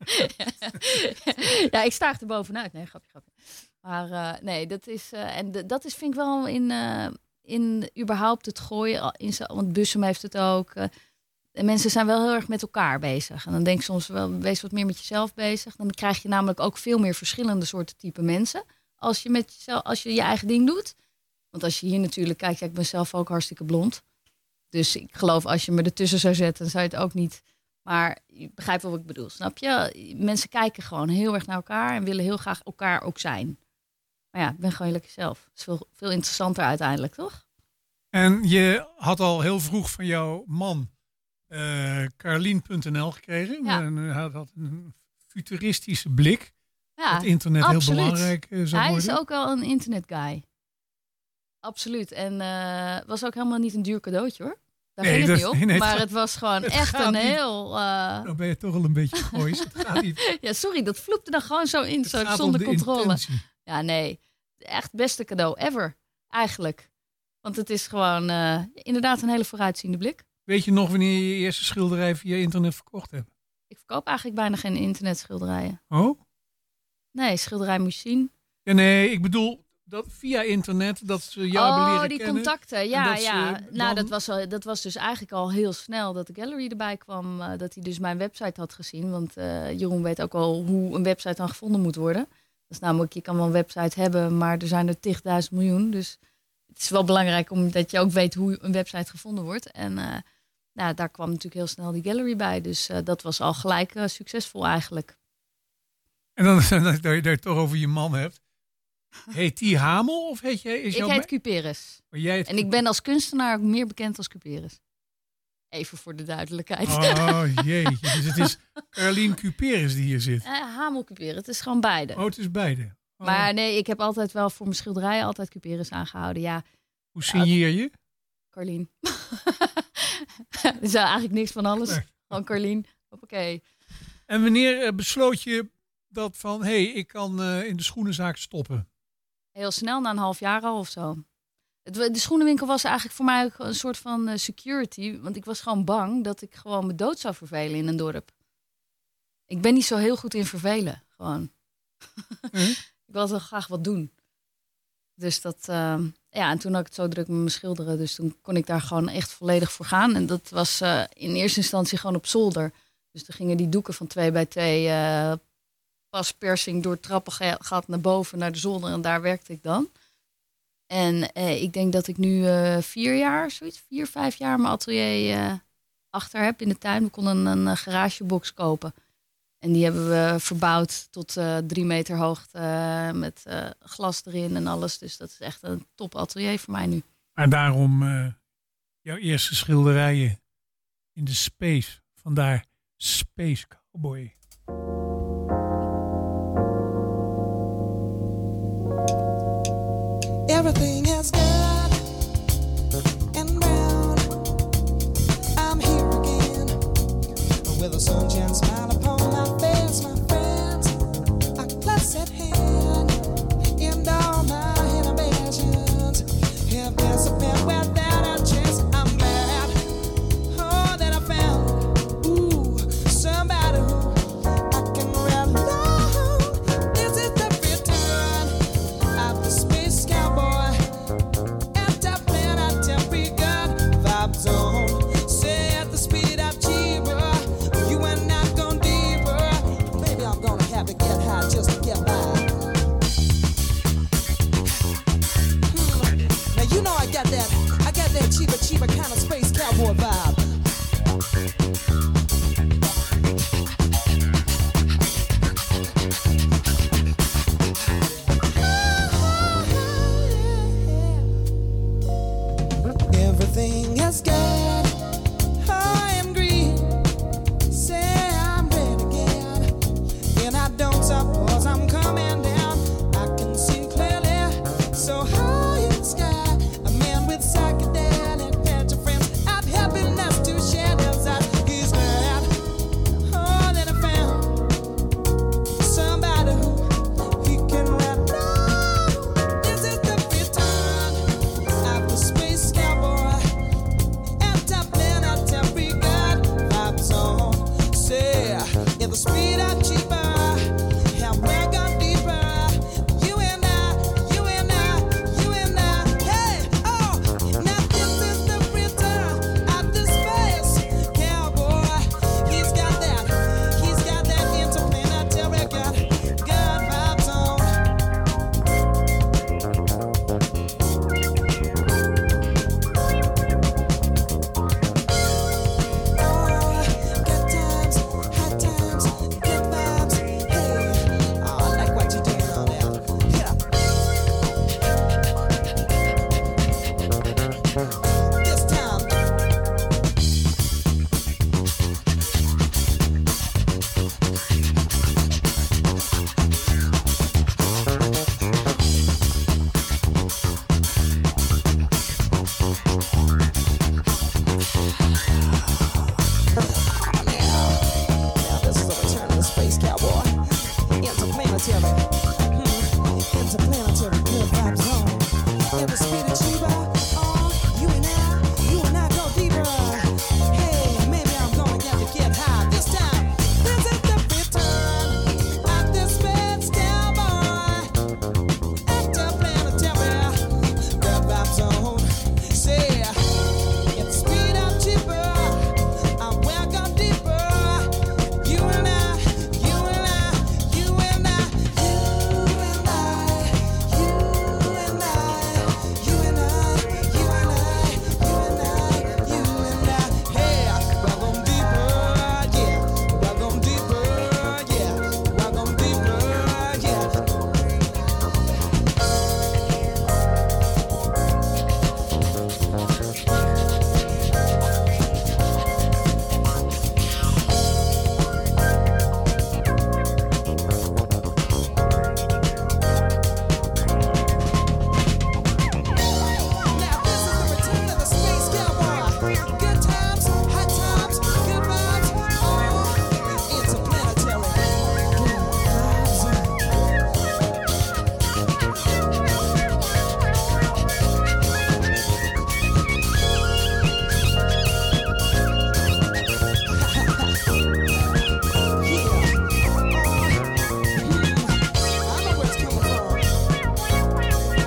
S4: Ja, ik sta er bovenuit. Nee, grapje, grapje. Maar uh, nee, dat is, uh, en d- dat is vind ik wel in, uh, in überhaupt het gooien, in zo, want Bussum heeft het ook. Uh, en mensen zijn wel heel erg met elkaar bezig. En dan denk ik soms wel, wees wat meer met jezelf bezig. Dan krijg je namelijk ook veel meer verschillende soorten type mensen. Als je, met jezelf, als je je eigen ding doet. Want als je hier natuurlijk kijkt, ja, ik ben zelf ook hartstikke blond. Dus ik geloof, als je me ertussen zou zetten, dan zou je het ook niet. Maar je begrijpt wel wat ik bedoel, snap je? Mensen kijken gewoon heel erg naar elkaar en willen heel graag elkaar ook zijn. Maar ja, ik ben gewoon lekker zelf. Dat is veel, veel interessanter uiteindelijk, toch?
S3: En je had al heel vroeg van jouw man uh, Carlien punt n l gekregen.
S4: Ja.
S3: En hij had een futuristische blik.
S4: Ja,
S3: het internet
S4: absoluut.
S3: heel belangrijk uh, zou
S4: Hij
S3: worden.
S4: is ook wel een internetguy. Absoluut. En uh, was ook helemaal niet een duur cadeautje, hoor. Daar
S3: nee,
S4: ging het
S3: dat,
S4: niet op.
S3: nee,
S4: maar
S3: het,
S4: het was gewoon
S3: het
S4: echt een
S3: niet.
S4: heel... Uh...
S3: Dan ben je toch al een beetje goois. Het gaat niet.
S4: Ja, sorry, dat vloepte dan gewoon zo in,
S3: Het
S4: zo,
S3: gaat
S4: zonder
S3: om de
S4: controle.
S3: intentie.
S4: Ja, nee. Echt het beste cadeau ever, eigenlijk. Want het is gewoon uh, inderdaad een hele vooruitziende blik.
S3: Weet je nog wanneer je je eerste schilderij via internet verkocht hebt?
S4: Ik verkoop eigenlijk bijna geen internetschilderijen.
S3: Oh?
S4: Nee, schilderij moet je zien.
S3: Ja, nee, ik bedoel dat via internet dat ze jou hebben
S4: Oh,
S3: leren
S4: die
S3: kennen.
S4: contacten. Ja,
S3: dat
S4: ja.
S3: ze
S4: Nou,
S3: dan-
S4: dat was, al, dat was dus eigenlijk al heel snel dat de gallery erbij kwam. Uh, dat hij dus mijn website had gezien. Want uh, Jeroen weet ook al hoe een website dan gevonden moet worden. Dat is namelijk, je kan wel een website hebben, maar er zijn er tigduizend miljoen. Dus het is wel belangrijk omdat je ook weet hoe een website gevonden wordt. En uh, nou, daar kwam natuurlijk heel snel die gallery bij. Dus uh, dat was al gelijk uh, succesvol eigenlijk.
S3: En dan dat je dat je het toch over je man hebt. Heet die Hamel of heet jij? Is
S4: Ik
S3: jouw
S4: heet
S3: me-
S4: Cuperus.
S3: Maar jij heet
S4: En ik ben als kunstenaar ook meer bekend als Cuperus. Even voor de duidelijkheid.
S3: Oh jeetje, dus het is Carlien Cuperus die hier zit.
S4: Uh, Hamel Cuperus, het is gewoon beide.
S3: Oh, het is beide. Oh.
S4: Maar nee, ik heb altijd wel voor mijn schilderijen altijd Cuperus aangehouden. Ja,
S3: Hoe signeer je?
S4: Carlien. Er is eigenlijk niks van alles.
S3: Nee.
S4: Gewoon Carlien. Hoppakee.
S3: En wanneer eh, besloot je dat van, hé, hey, ik kan uh, in de schoenenzaak stoppen?
S4: Heel snel, na een half jaar al of zo. Het, de schoenenwinkel was eigenlijk voor mij ook een soort van uh, security. Want ik was gewoon bang dat ik gewoon me dood zou vervelen in een dorp. Ik ben niet zo heel goed in vervelen, gewoon.
S3: Hm?
S4: Ik wil wel graag wat doen. Dus dat, uh, ja, en toen had ik het zo druk met mijn schilderen. Dus toen kon ik daar gewoon echt volledig voor gaan. En dat was uh, in eerste instantie gewoon op zolder. Dus toen gingen die doeken van twee bij twee uh, paspersing door het trappengat naar boven, naar de zolder. En daar werkte ik dan. En uh, ik denk dat ik nu uh, vier jaar, zoiets, vier, vijf jaar mijn atelier uh, achter heb in de tuin. We konden een, een garagebox kopen. En die hebben we verbouwd tot uh, drie meter hoogte uh, met uh, glas erin en alles. Dus dat is echt een top atelier voor mij nu.
S3: Maar daarom uh, jouw eerste schilderijen in de space. Vandaar Space Cowboy.
S5: Everything is good and brown. I'm here again with a sunshine smile upon my face, my friends. A close at hand, and all my inhibitions have disappeared without a trace. I'm glad, oh, that I found, ooh, somebody who I can rely on. This is the return of the space cowboy. And top man, I tell me good vibes on. Say at the speed of cheaper, you and I gone deeper. Maybe I'm gonna have to get high just to get by.
S13: cowboy vibe. Everything has got high and green. Say I'm ready again, and I don't suppose I'm coming down. I can see clearly, so high in the sky. A man with psychedelic patch of friends. I've happiness to share those eyes. He's glad, oh, that I found somebody who he can let know. This is the return of the space cowboy. Interplanetary God vibe zone. Say, in the speed of cheaper, and we're gone deeper. You and I, you and I, you and I. Hey, oh, now this is the return of the space cowboy. He's got that, he's got that interplanetary God, God vibe zone. Good times, hot times, good vibes. Hey, oh, I like what you're doing on that. Yeah. This time. Now this is the return of the space cowboy. Interplanetary. Hmm. Interplanetary good vibe zone. In the speed of Chiba. Oh, you and I, you and I go deeper. Hey, maybe I'm gonna get to get high this time. This is the return of the space cowboy. Interplanetary good vibe zone. Say, in the speed of Chiba. I'm welcome deeper. You and I, you and I, you and I, you and I, you and I, you and I, you and I, you and I, you and I. Hey, welcome deeper, yeah. Welcome deeper, yeah. Welcome deeper, yeah. Now this is the return of the space cowboy. Good times, hot times, good vibes. Oh, interplanetary. Good vibes. I know where it's coming from.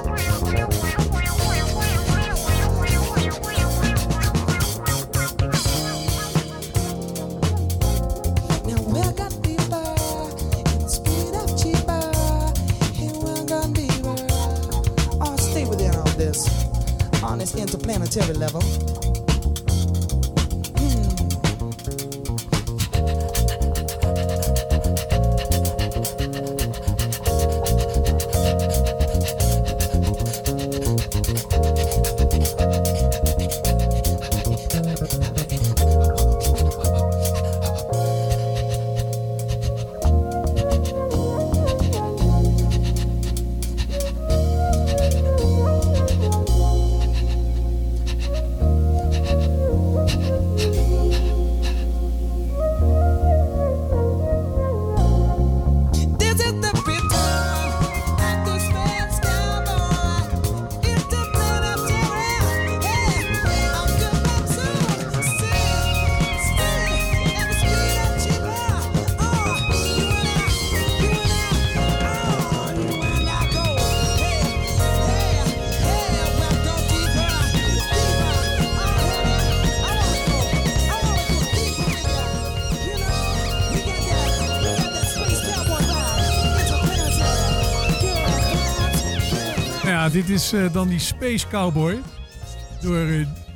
S13: Now we're gone deeper, in the speed of cheaper. Here we're gone deeper. Oh, stay within all this, on this interplanetary level. This is the return of the space cowboy. Interplanetary. Hey, I'm good vibes soon. Stay, stay, at the speed of cheaper. Oh, you and I, you and I, oh, you and I go. Hey, hey, hey, we're going deeper, deeper. Oh, I wanna go, I wanna go deeper with ya. You know, we got that, we got that space cowboy vibe. Interplanetary. Good vibes, good vibes.
S3: Nou ja, dit is eh, dan die Space Cowboy. Door eh,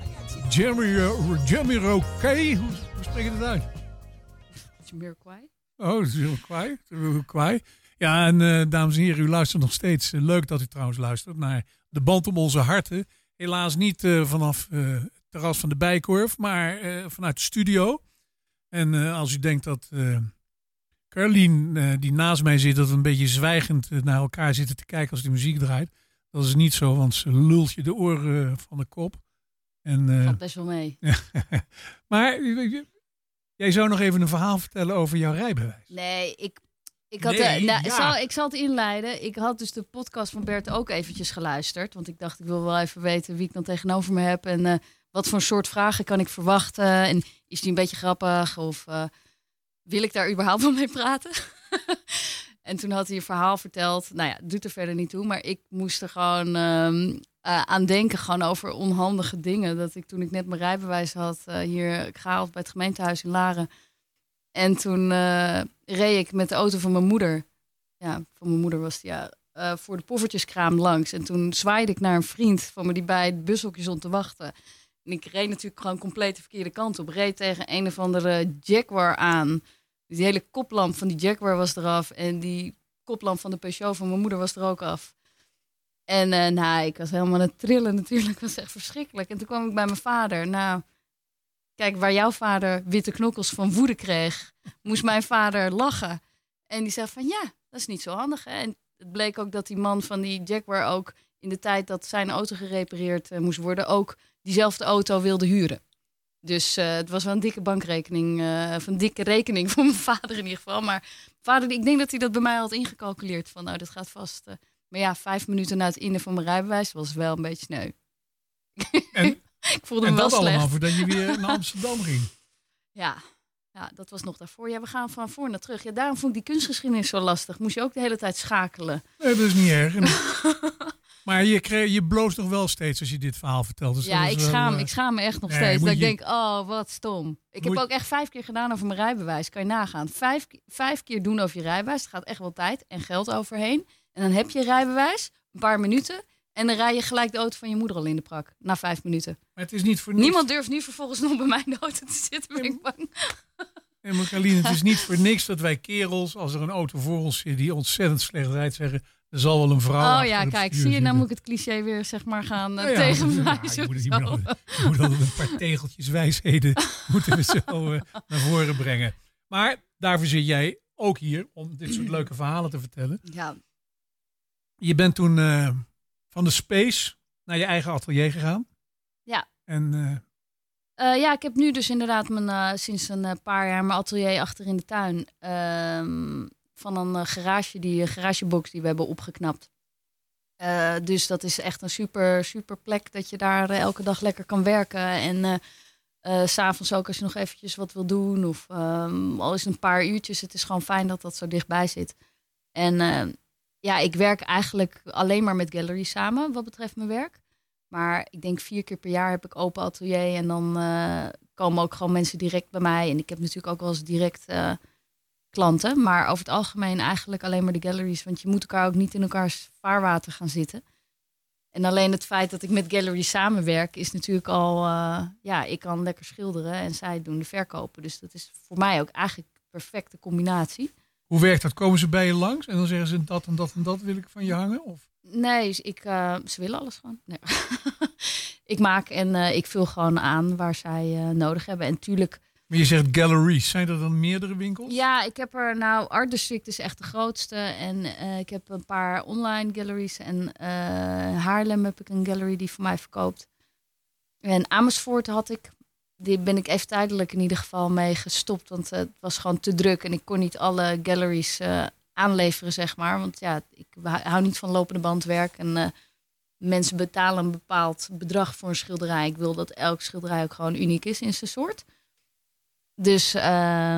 S3: Jamiroquai. Hoe, hoe spreek je dat uit?
S4: Jamiroquai.
S3: Oh, Jamiroquai. Jamiroquai. Ja, en uh, dames en heren, u luistert nog steeds. Uh, leuk dat u trouwens luistert naar De Band om Onze Harten. Helaas niet uh, vanaf uh, het terras van de Bijkorf, maar uh, vanuit de studio. En uh, als u denkt dat uh, Carlien, uh, die naast mij zit, dat we een beetje zwijgend uh, naar elkaar zitten te kijken als die muziek draait. Dat is niet zo, want ze lult je de oren uh, van de kop. En, uh,
S4: Valt best wel mee.
S3: Maar jij zou nog even een verhaal vertellen over jouw rijbewijs.
S4: Nee, ik, ik, had,
S3: Nee,
S4: uh, nou,
S3: ja.
S4: zal, ik zal het inleiden. Ik had dus de podcast van Bert ook eventjes geluisterd. Want ik dacht, ik wil wel even weten wie ik dan tegenover me heb. En uh, wat voor soort vragen kan ik verwachten. En is die een beetje grappig? Of uh, wil ik daar überhaupt wel mee praten? En toen had hij een verhaal verteld. Nou ja, het doet er verder niet toe. Maar ik moest er gewoon um, uh, aan denken. Gewoon over onhandige dingen. Dat ik toen ik net mijn rijbewijs had. Uh, hier gehaald bij het gemeentehuis in Laren. En toen uh, reed ik met de auto van mijn moeder. Ja, van mijn moeder was die, ja. Uh, voor de poffertjeskraam langs. En toen zwaaide ik naar een vriend van me die bij het bushokje stond te wachten. En ik reed natuurlijk gewoon compleet de verkeerde kant op. Reed tegen een of andere Jaguar aan. Die hele koplamp van die Jaguar was eraf. En die koplamp van de Peugeot van mijn moeder was er ook af. En uh, nou, ik was helemaal aan het trillen natuurlijk. Dat was echt verschrikkelijk. En toen kwam ik bij mijn vader. Nou, kijk, waar jouw vader witte knokkels van woede kreeg, moest mijn vader lachen. En die zei van ja, dat is niet zo handig. Hè? En het bleek ook dat die man van die Jaguar ook in de tijd dat zijn auto gerepareerd uh, moest worden, ook diezelfde auto wilde huren. Dus uh, het was wel een dikke bankrekening, uh, of een dikke rekening voor mijn vader in ieder geval. Maar vader, ik denk dat hij dat bij mij had ingecalculeerd. Van nou, dat gaat vast. Uh. Maar ja, vijf minuten na het innen van mijn rijbewijs was wel een beetje sneu.
S3: En,
S4: ik voelde
S3: en
S4: me wel
S3: dat
S4: slecht.
S3: allemaal voordat je weer naar Amsterdam ging.
S4: Ja. ja, dat was nog daarvoor. Ja, we gaan van voor naar terug. Ja, daarom vond ik die kunstgeschiedenis zo lastig. Moest je ook de hele tijd schakelen.
S3: Nee, dat is niet erg. Maar je, kreeg, je bloost nog wel steeds als je dit verhaal vertelt. Dus
S4: ja,
S3: dat is
S4: ik
S3: wel,
S4: schaam,
S3: uh,
S4: ik schaam me echt nog
S3: nee,
S4: steeds.
S3: moet
S4: Dat
S3: je-
S4: ik denk, oh, wat stom. Ik
S3: Moet-
S4: heb ook echt vijf keer gedaan over mijn rijbewijs. Kan je nagaan. Vijf, vijf keer doen over je rijbewijs. Het gaat echt wel tijd en geld overheen. En dan heb je je rijbewijs, een paar minuten. En dan rij je gelijk de auto van je moeder al in de prak. Na vijf minuten.
S3: Maar het is niet voor niks.
S4: Niemand durft nu vervolgens nog bij mij in de auto te zitten. Ben ik bang.
S3: En maar Carlien, het is niet voor niks dat wij kerels, als er een auto voor ons zit die ontzettend slecht rijdt, zeggen, er zal wel een vrouw
S4: Oh
S3: achter
S4: ja,
S3: het
S4: kijk,
S3: stuur
S4: zie je, nou
S3: zitten.
S4: moet ik het cliché weer zeg maar gaan uh,
S3: Nou ja,
S4: tegen
S3: ja,
S4: mij.
S3: je, moet, je, moet, altijd- je moet altijd een paar tegeltjes wijsheden moeten we zo uh, naar voren brengen. Maar daarvoor zit jij ook hier om dit soort leuke verhalen te vertellen.
S4: Ja,
S3: Je bent toen uh, van de Space naar je eigen atelier gegaan.
S4: ja.
S3: En uh,
S4: Uh, ja, ik heb nu dus inderdaad mijn, uh, sinds een uh, paar jaar mijn atelier achter in de tuin. Um, van een uh, garage, die uh, garagebox die we hebben opgeknapt. Uh, dus dat is echt een super, super plek dat je daar uh, elke dag lekker kan werken. En uh, uh, 's avonds ook als je nog eventjes wat wil doen. Of um, al is het een paar uurtjes. Het is gewoon fijn dat dat zo dichtbij zit. En uh, ja, ik werk eigenlijk alleen maar met gallery samen wat betreft mijn werk. Maar ik denk vier keer per jaar heb ik open atelier. En dan uh, komen ook gewoon mensen direct bij mij. En ik heb natuurlijk ook wel eens direct uh, klanten. Maar over het algemeen eigenlijk alleen maar de galleries. Want je moet elkaar ook niet in elkaars vaarwater gaan zitten. En alleen het feit dat ik met galleries samenwerk is natuurlijk al... Uh, ja, ik kan lekker schilderen en zij doen de verkopen. Dus dat is voor mij ook eigenlijk de perfecte combinatie.
S3: hoe werkt dat? Komen ze bij je langs en dan zeggen ze dat en dat en dat wil ik van je hangen? Of?
S4: Nee, ik, uh, ze willen alles gewoon. Nee. Ik maak en uh, ik vul gewoon aan waar zij uh, nodig hebben. En tuurlijk...
S3: Maar je zegt galleries. Zijn er dan meerdere winkels?
S4: Ja, ik heb er nou... Art District is echt de grootste. En uh, ik heb een paar online galleries. En uh, Haarlem heb ik een gallery die voor mij verkoopt. En Amersfoort had ik... Die ben ik even tijdelijk in ieder geval mee gestopt. Want uh, het was gewoon te druk. En ik kon niet alle galleries uh, aanleveren, zeg maar. Want ja, ik hou niet van lopende bandwerk. En uh, mensen betalen een bepaald bedrag voor een schilderij. Ik wil dat elk schilderij ook gewoon uniek is in zijn soort. Dus uh,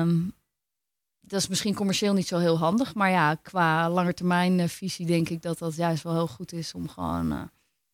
S4: dat is misschien commercieel niet zo heel handig. Maar ja, qua langetermijn visie denk ik dat dat juist wel heel goed is om gewoon... Uh,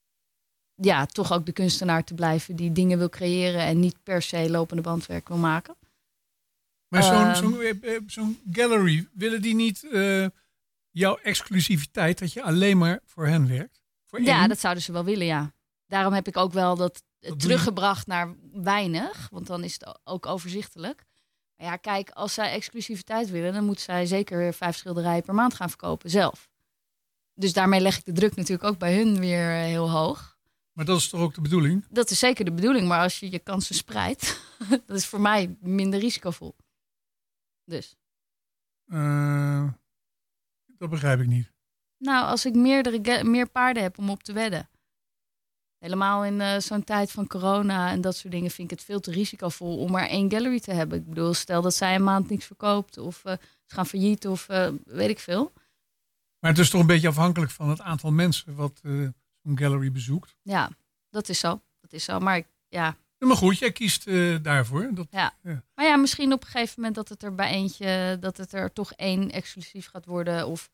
S4: ja, toch ook de kunstenaar te blijven die dingen wil creëren en niet per se lopende bandwerk wil maken.
S3: Maar zo'n,
S4: Uh,
S3: zo'n, eh, zo'n gallery, willen die niet uh, jouw exclusiviteit, dat je alleen maar voor hen werkt? Voor
S4: Ja,
S3: één?
S4: dat zouden ze wel willen, ja. Daarom heb ik ook wel dat
S3: doe je-
S4: teruggebracht naar weinig. Want dan is het ook overzichtelijk. Maar ja, kijk, als zij exclusiviteit willen... dan moet zij zeker vijf schilderijen per maand gaan verkopen zelf. Dus daarmee leg ik de druk natuurlijk ook bij hun weer eh, heel hoog.
S3: Maar dat is toch ook de bedoeling?
S4: Dat is zeker de bedoeling. Maar als je je kansen spreidt... dat is voor mij minder risicovol. Dus...
S3: Uh, dat begrijp ik niet.
S4: Nou, als ik meerdere ge- meer paarden heb om op te wedden. Helemaal in uh, zo'n tijd van corona en dat soort dingen vind ik het veel te risicovol om maar één gallery te hebben. Ik bedoel, stel dat zij een maand niks verkoopt of uh, ze gaan failliet of uh, weet ik veel.
S3: Maar het is toch een beetje afhankelijk van het aantal mensen wat uh, zo'n gallery bezoekt.
S4: Ja, dat is zo. Dat is zo. Maar ik, ja.
S3: Ja, maar goed, jij kiest uh, daarvoor. Dat,
S4: ja.
S3: ja.
S4: Maar ja, misschien op een gegeven moment dat het er bij eentje, dat het er toch één exclusief gaat worden of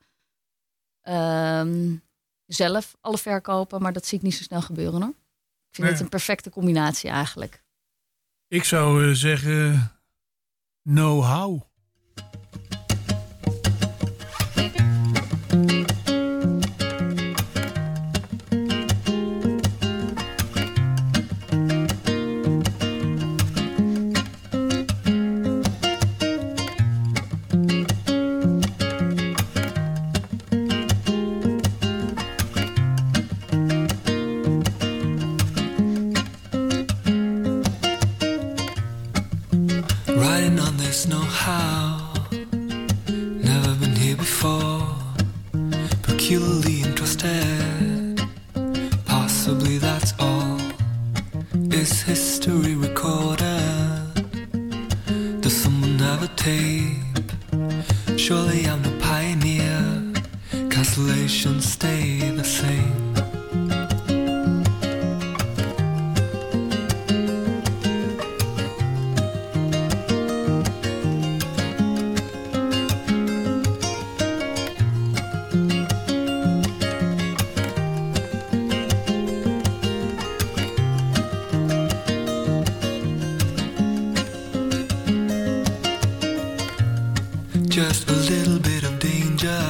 S4: um, zelf alle verkopen. Maar dat zie ik niet zo snel gebeuren hoor. Ik vind
S3: nee.
S4: het een perfecte combinatie eigenlijk.
S3: Ik zou uh, zeggen know-how.
S14: Just a little bit of danger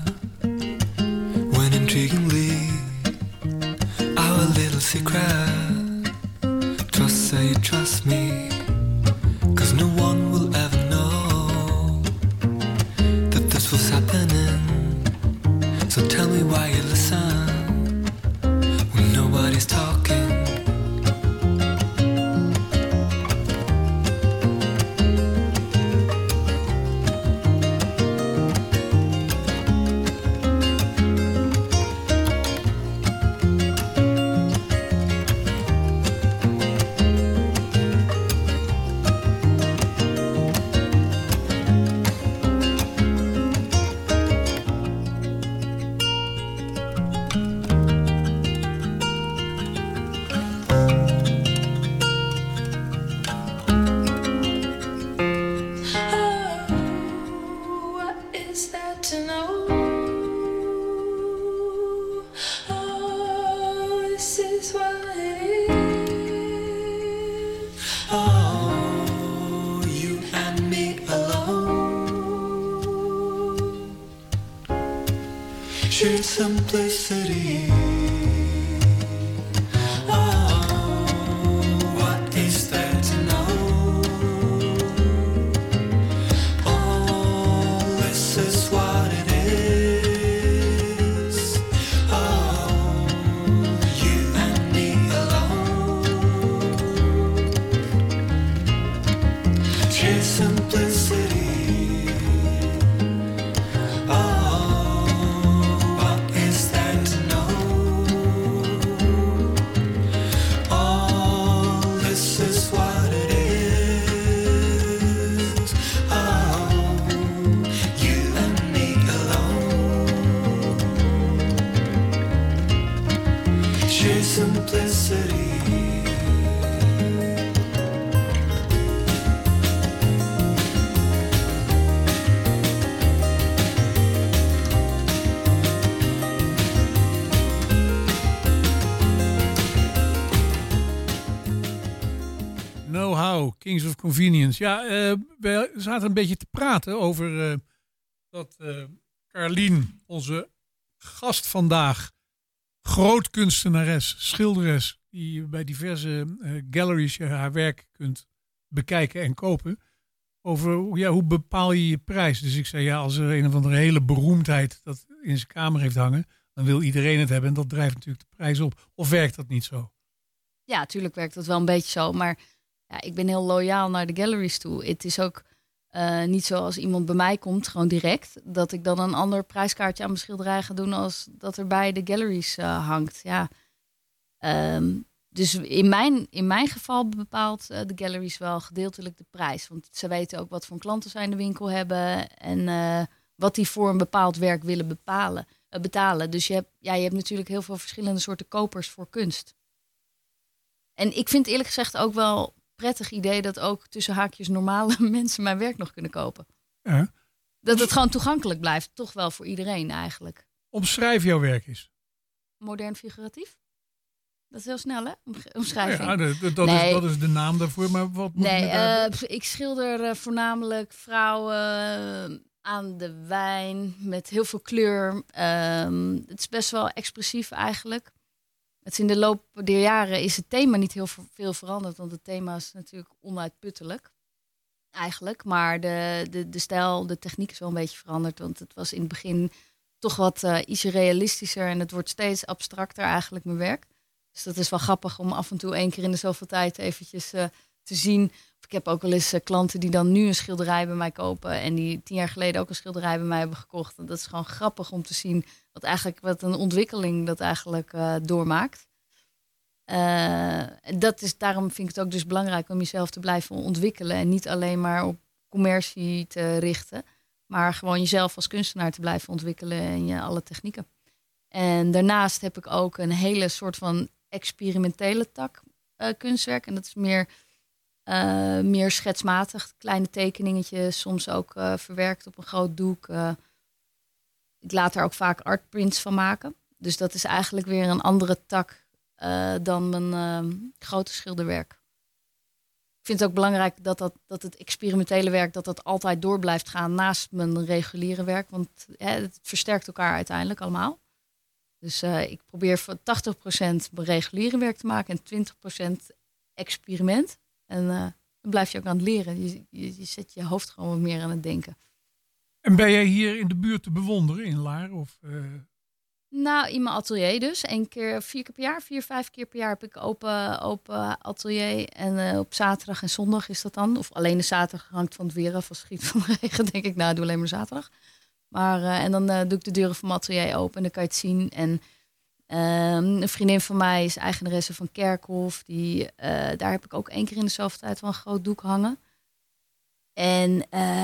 S14: when intriguingly our little secret. Trust, say you trust me, 'cause no one will ever know that this was happening. So tell me why you listen when nobody's talking. Simplicity. Oh, what is there to know? Oh, this is what it is. Oh, you and me alone. Sheer simplicity.
S3: Kings of Convenience. Ja, uh, we zaten een beetje te praten over uh, dat uh, Carlien, onze gast vandaag, groot kunstenares, schilderes, die je bij diverse uh, galleries je haar werk kunt bekijken en kopen. Over ja, hoe bepaal je je prijs. Dus ik zei, ja, als er een of andere hele beroemdheid dat in zijn kamer heeft hangen, dan wil iedereen het hebben. En dat drijft natuurlijk de prijs op. Of werkt dat niet zo?
S4: Ja, natuurlijk werkt dat wel een beetje zo. Maar ja, ik ben heel loyaal naar de galleries toe. Het is ook uh, niet zo als iemand bij mij komt, gewoon direct, dat ik dan een ander prijskaartje aan mijn schilderij ga doen als dat er bij de galleries uh, hangt. Ja. Um, dus in mijn, in mijn geval bepaalt uh, de galleries wel gedeeltelijk de prijs. Want ze weten ook wat voor klanten zij in de winkel hebben en uh, wat die voor een bepaald werk willen bepalen, uh, betalen. Dus je hebt, ja, je hebt natuurlijk heel veel verschillende soorten kopers voor kunst. En ik vind eerlijk gezegd ook wel prettig idee dat ook tussen haakjes normale mensen mijn werk nog kunnen kopen.
S3: Ja.
S4: Dat het gewoon toegankelijk blijft, toch wel voor iedereen eigenlijk.
S3: Omschrijf jouw werk eens.
S4: Modern figuratief? Dat is heel snel, hè? Om, omschrijving.
S3: Ja, dat, dat, nee. is, dat is de naam daarvoor, maar wat moet
S4: nee,
S3: je daar...
S4: uh, ik schilder uh, voornamelijk vrouwen uh, aan de wijn met heel veel kleur. Um, het is best wel expressief eigenlijk. Het is in de loop der jaren is het thema niet heel veel veranderd, want het thema is natuurlijk onuitputtelijk eigenlijk. Maar de, de, de stijl, de techniek is wel een beetje veranderd, want het was in het begin toch wat uh, ietsje realistischer en het wordt steeds abstracter eigenlijk mijn werk. Dus dat is wel grappig om af en toe één keer in de zoveel tijd eventjes uh, te zien. Ik heb ook wel eens uh, klanten die dan nu een schilderij bij mij kopen en die tien jaar geleden ook een schilderij bij mij hebben gekocht. En dat is gewoon grappig om te zien wat eigenlijk wat een ontwikkeling dat eigenlijk uh, doormaakt. Uh, dat is, daarom vind ik het ook dus belangrijk om jezelf te blijven ontwikkelen en niet alleen maar op commercie te richten, maar gewoon jezelf als kunstenaar te blijven ontwikkelen en je alle technieken. En daarnaast heb ik ook een hele soort van experimentele tak uh, kunstwerk. En dat is meer, uh, meer schetsmatig. Kleine tekeningetjes, soms ook uh, verwerkt op een groot doek. Uh, ik laat daar ook vaak artprints van maken. Dus dat is eigenlijk weer een andere tak uh, dan mijn uh, grote schilderwerk. Ik vind het ook belangrijk dat, dat, dat het experimentele werk dat dat altijd door blijft gaan naast mijn reguliere werk. Want hè, het versterkt elkaar uiteindelijk allemaal. Dus uh, ik probeer voor tachtig procent mijn reguliere werk te maken en twintig procent experiment. En uh, dan blijf je ook aan het leren. Je, je, je zet je hoofd gewoon wat meer aan het denken.
S3: En ben jij hier in de buurt te bewonderen in Laar? Of, uh...
S4: Nou, in mijn atelier dus. Eén keer, vier keer per jaar, vier, vijf keer per jaar heb ik open, open atelier. En uh, op zaterdag en zondag is dat dan. Of alleen de zaterdag, hangt van het weer af. Als het schiet van de regen, denk ik, nou, doe alleen maar zaterdag. Maar, uh, en dan uh, doe ik de deuren van mijn atelier open en dan kan je het zien. En uh, een vriendin van mij is eigenaresse van Kerkhof. Die, uh, daar heb ik ook één keer in de zoveel tijd wel een groot doek hangen. En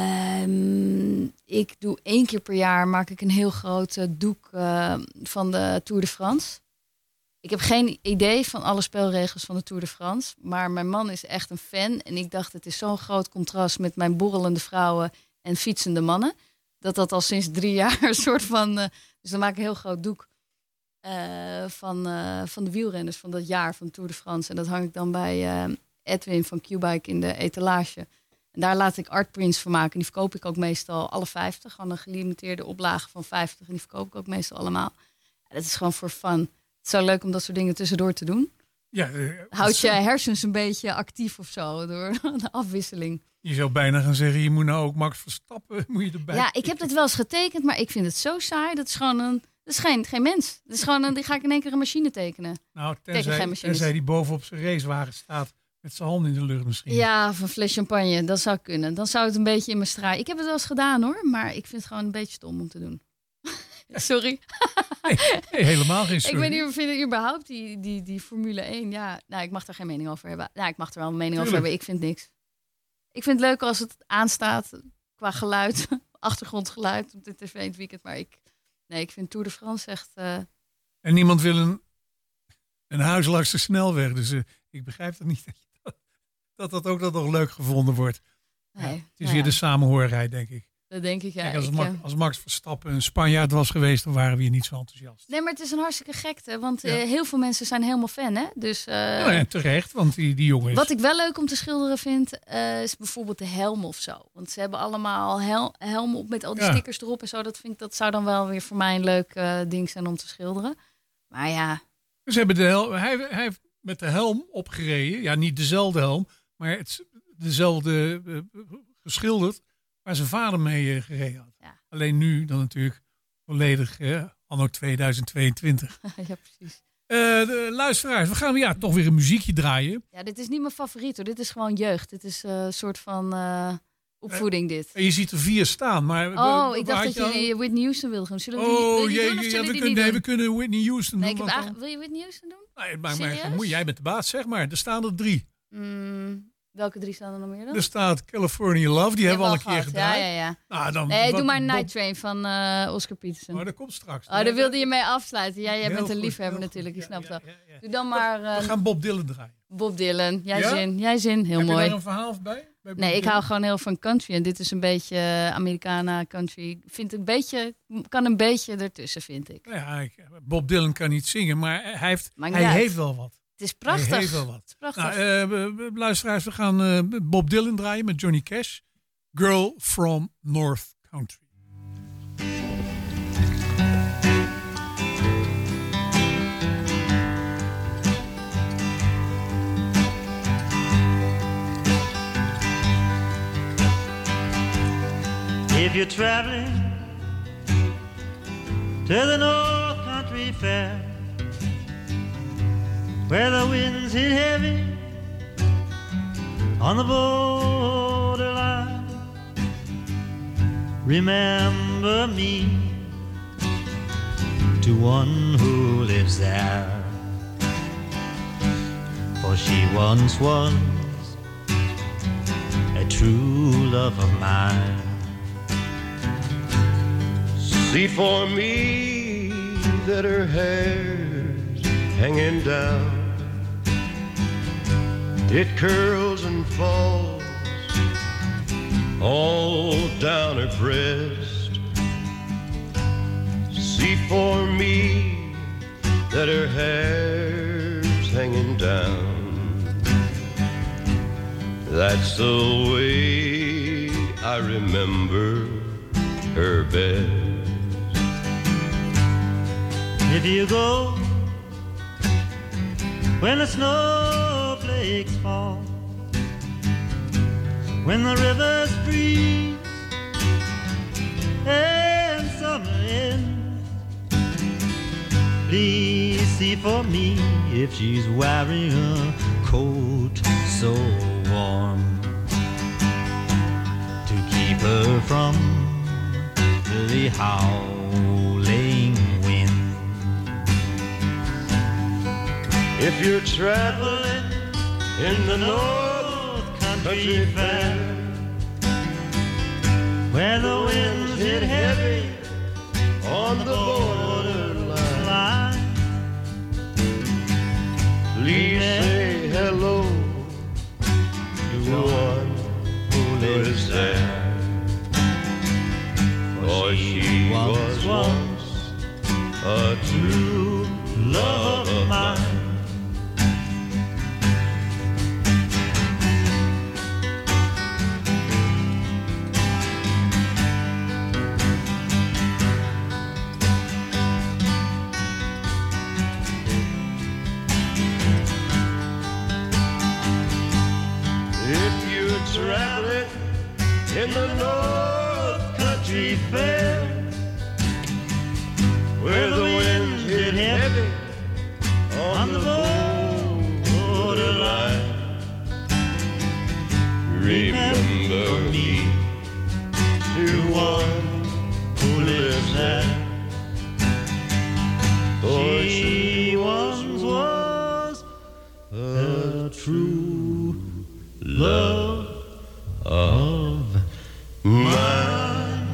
S4: uh, ik doe één keer per jaar maak ik een heel groot uh, doek uh, van de Tour de France. Ik heb geen idee van alle spelregels van de Tour de France. Maar mijn man is echt een fan. En ik dacht, het is zo'n groot contrast met mijn borrelende vrouwen en fietsende mannen. Dat dat al sinds drie jaar een soort van... Uh, dus dan maak ik een heel groot doek uh, van, uh, van de wielrenners van dat jaar van Tour de France. En dat hang ik dan bij uh, Edwin van Q-Bike in de etalage. En daar laat ik artprints van maken. En die verkoop ik ook meestal alle vijftig. Gewoon een gelimiteerde oplage van vijftig. En die verkoop ik ook meestal allemaal. Ja, dat is gewoon voor fun. Het is zo leuk om dat soort dingen tussendoor te doen.
S3: Ja, uh,
S4: Houd je hersens een beetje actief of zo door de afwisseling.
S3: Je zou bijna gaan zeggen, je moet nou ook Max Verstappen moet je erbij.
S4: Ja, ik heb dat wel eens getekend, maar ik vind het zo saai. Dat is gewoon een, dat is geen, geen mens. Dat is gewoon een, die ga ik in één keer een machine tekenen.
S3: Nou, tenzij, tenzij die bovenop zijn racewagen staat met zijn hand in de lucht misschien.
S4: Ja, of een fles champagne, dat zou kunnen. Dan zou het een beetje in mijn straai. Ik heb het wel eens gedaan hoor, maar ik vind het gewoon een beetje stom om te doen. Sorry.
S3: Nee, nee, helemaal geen sorry.
S4: Ik weet niet of je überhaupt die, die, die Formule één... Ja, nou, ik mag daar geen mening over hebben. Nou, ik mag er wel een mening Tuurlijk. over hebben. Ik vind niks. Ik vind het leuk als het aanstaat qua geluid, achtergrondgeluid op de tv in het weekend. Maar ik, nee, ik vind Tour de France echt... Uh...
S3: En niemand wil een, een huis langs de snelweg. Dus uh, ik begrijp het niet dat, dat dat ook dat nog leuk gevonden wordt.
S4: Nee,
S3: ja, het is
S4: nou
S3: weer
S4: ja.
S3: de samenhorigheid, denk ik.
S4: Dat denk ik, ja.
S3: Kijk, als,
S4: ik,
S3: Max,
S4: uh...
S3: als Max Verstappen een Spanjaard was geweest, dan waren we hier niet zo enthousiast.
S4: Nee, maar het is een hartstikke gekte. Want ja. uh, heel veel mensen zijn helemaal fan, hè? Dus, uh,
S3: ja, ja, terecht, want die, die jongen is...
S4: Wat ik wel leuk om te schilderen vind, uh, is bijvoorbeeld de helm of zo. Want ze hebben allemaal hel- helmen op met al die ja. stickers erop en zo. Dat, vind ik, dat zou dan wel weer voor mij een leuk uh, ding zijn om te schilderen. Maar ja...
S3: Ze hebben de hel- hij, hij heeft met de helm opgereden. Ja, niet dezelfde helm, maar het, dezelfde uh, geschilderd waar zijn vader mee uh, gereden had.
S4: Ja.
S3: Alleen nu dan natuurlijk volledig uh, anno tweeduizend tweeëntwintig.
S4: Ja, precies.
S3: Uh, de luisteraars, we gaan ja, toch weer een muziekje draaien.
S4: Ja, dit is niet mijn favoriet hoor. Dit is gewoon jeugd. Dit is uh, een soort van uh, opvoeding dit.
S3: En je ziet er vier staan. Maar
S4: oh,
S3: we,
S4: ik dacht dat je, je Whitney Houston wilde gaan. Zullen we
S3: oh,
S4: die, wil je
S3: je,
S4: die
S3: ja,
S4: doen,
S3: we,
S4: die
S3: kunnen, nee,
S4: doen?
S3: we kunnen Whitney Houston
S4: nee,
S3: doen.
S4: Ik heb
S3: dan...
S4: eigenlijk, wil je Whitney Houston doen?
S3: Nee, het maakt mij geen moeite. Jij bent de baas, zeg maar. Er staan er drie.
S4: Mm, welke drie staan er nog meer dan?
S3: Er staat California Love, die, die hebben we al een
S4: gehad.
S3: keer gedaan.
S4: Ja, ja, ja.
S3: Nou, dan,
S4: nee,
S3: wat,
S4: doe maar
S3: Bob...
S4: Night Train van uh, Oscar Peterson.
S3: Maar dat komt straks.
S4: Oh, daar wilde je mee afsluiten. Ja, jij
S3: heel
S4: bent een
S3: goed,
S4: liefhebber natuurlijk,
S3: goed.
S4: je snapt
S3: ja,
S4: wel.
S3: ja, ja, ja.
S4: Doe dan maar... Uh,
S3: we gaan Bob Dylan draaien.
S4: Bob Dylan, jij
S3: ja?
S4: zin, jij zin, heel
S3: Heb
S4: mooi.
S3: Heb je daar een verhaal bij? bij
S4: nee, ik
S3: Dylan?
S4: hou gewoon heel van country. En dit is een beetje Americana country. Vind een beetje, kan een beetje ertussen, vind ik.
S3: Nou ja, ik, Bob Dylan kan niet zingen, maar hij heeft,
S4: Maakt
S3: hij
S4: niet uit.
S3: heeft wel wat.
S4: Het is prachtig.
S3: Hij heeft wel wat.
S4: Het is prachtig.
S3: Nou, uh, we, we, luisteraars, we gaan uh, Bob Dylan draaien met Johnny Cash. Girl from North Country.
S15: If you're traveling to the North Country Fair, where the winds hit heavy on the borderline, remember me to one who lives there, for she once was a true love of mine.
S16: See for me that her hair's hanging down. It curls and falls all down her breast. See for me that her hair's hanging down. That's the way I remember her best.
S15: If you go when the snowflakes fall, when the rivers freeze and summer ends, please see for me if she's wearing a coat so warm to keep her from the howling wind.
S16: If you're traveling in the North Country Fair,
S15: where the winds hit heavy
S16: on the borderline, please say hello to one who lives there, for she was once a true love of mine. Traveling in the North Country Fair, where the winds hit heavy on the borderline, remember me to one who lives there, for she once was a true love of mine.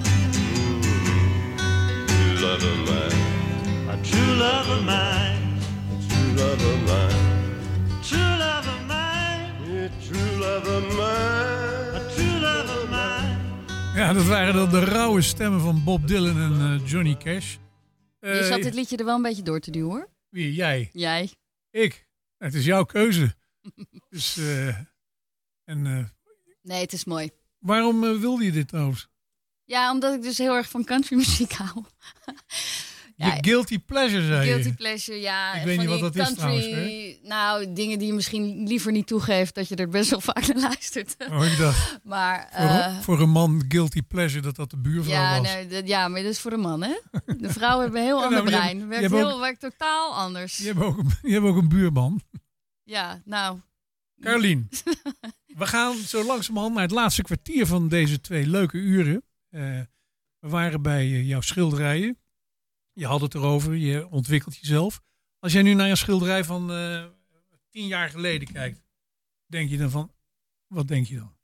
S16: True love of mine.
S15: A true love of mine.
S16: True love of mine.
S15: True love of mine.
S16: Yeah, true love of mine.
S15: A true love of mine.
S3: Ja, dat waren dan de rauwe stemmen van Bob Dylan en uh, Johnny Cash.
S4: Uh, Je zat dit liedje er wel een beetje door te duwen, hoor.
S3: Wie? Jij?
S4: Jij.
S3: Ik? Het is jouw keuze. dus, uh, en... Uh,
S4: Nee, het is mooi.
S3: Waarom uh, wilde je dit trouwens?
S4: Ja, omdat ik dus heel erg van countrymuziek hou.
S3: Je
S4: Ja,
S3: guilty pleasure, zei je.
S4: Guilty pleasure, ja.
S3: Ik weet
S4: van
S3: niet
S4: die
S3: wat dat is
S4: country,
S3: trouwens,
S4: nou, dingen die je misschien liever niet toegeeft... dat je er best wel vaak naar luistert.
S3: Oh, ik dacht,
S4: maar,
S3: voor,
S4: uh,
S3: voor een man guilty pleasure dat dat de buurvrouw
S4: ja,
S3: was.
S4: nee, dat, ja, maar dat is voor een man, hè? De vrouwen hebben een heel
S3: Ja,
S4: ander
S3: nou, je
S4: brein.
S3: hebt-
S4: Werkt,
S3: je hebt
S4: heel,
S3: ook-
S4: werkt totaal anders.
S3: Je hebt ook een, je hebt ook een buurman.
S4: Ja, nou...
S3: Carlien, we gaan zo langzamerhand naar het laatste kwartier van deze twee leuke uren. Uh, we waren bij uh, jouw schilderijen. Je had het erover, je ontwikkelt jezelf. Als jij nu naar een schilderij van uh, tien jaar geleden kijkt, denk je dan van, wat denk je dan?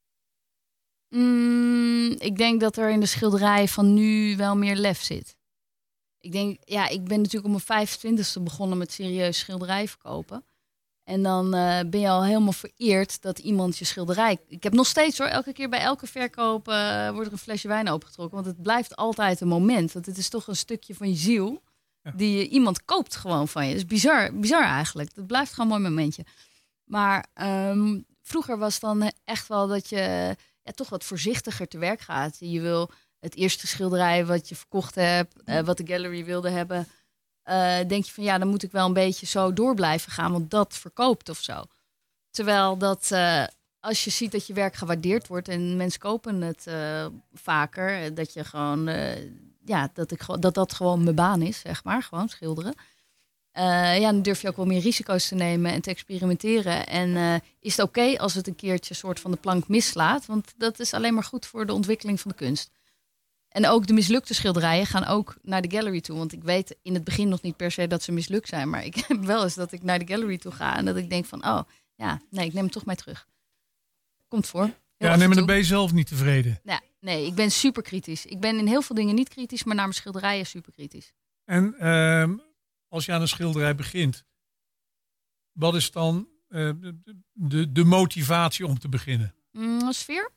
S4: Mm, ik denk dat er in de schilderij van nu wel meer lef zit. Ik denk, ja, ik ben natuurlijk op mijn vijfentwintigste begonnen met serieus schilderij verkopen. En dan uh, ben je al helemaal vereerd dat iemand je schilderij... Ik heb nog steeds hoor, elke keer bij elke verkoop uh, wordt er een flesje wijn opengetrokken. Want het blijft altijd een moment. Want het is toch een stukje van je ziel. Ja. Die je, iemand koopt gewoon van je. Dat is bizar, bizar eigenlijk. Dat blijft gewoon een mooi momentje. Maar um, vroeger was dan echt wel dat je ja, toch wat voorzichtiger te werk gaat. Je wil het eerste schilderij wat je verkocht hebt, uh, wat de gallery wilde hebben... Uh, denk je van ja, dan moet ik wel een beetje zo door blijven gaan, want dat verkoopt of zo. Terwijl dat uh, als je ziet dat je werk gewaardeerd wordt en mensen kopen het uh, vaker, dat je gewoon uh, ja, dat, ik, dat dat gewoon mijn baan is, zeg maar, gewoon schilderen. Uh, ja, dan durf je ook wel meer risico's te nemen en te experimenteren. En uh, is het oké okay als het een keertje soort van de plank mislaat, want dat is alleen maar goed voor de ontwikkeling van de kunst. En ook de mislukte schilderijen gaan ook naar de gallery toe. Want ik weet in het begin nog niet per se dat ze mislukt zijn. Maar ik heb wel eens dat ik naar de gallery toe ga. En dat ik denk van, oh ja, nee, ik neem hem toch mee terug. Komt voor.
S3: Ja, nee, maar dan ben je zelf niet tevreden.
S4: Ja, nee, ik ben super kritisch. Ik ben in heel veel dingen niet kritisch, maar naar mijn schilderijen super kritisch.
S3: En uh, als je aan een schilderij begint, wat is dan uh, de, de motivatie om te beginnen?
S4: Mm, sfeer?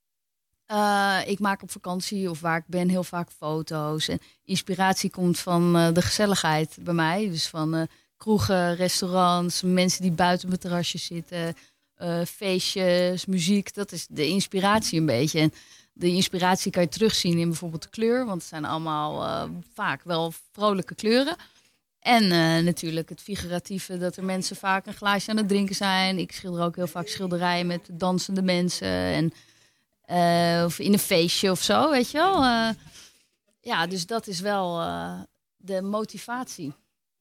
S4: Uh, ik maak op vakantie of waar ik ben heel vaak foto's. En inspiratie komt van uh, de gezelligheid bij mij. Dus van uh, kroegen, restaurants, mensen die buiten mijn terrasje zitten. Uh, feestjes, muziek. Dat is de inspiratie een beetje. En de inspiratie kan je terugzien in bijvoorbeeld de kleur. Want het zijn allemaal uh, vaak wel vrolijke kleuren. En uh, natuurlijk het figuratieve, dat er mensen vaak een glaasje aan het drinken zijn. Ik schilder ook heel vaak schilderijen met dansende mensen en... Uh, of in een feestje of zo, weet je wel. Uh, ja, dus dat is wel uh, de motivatie.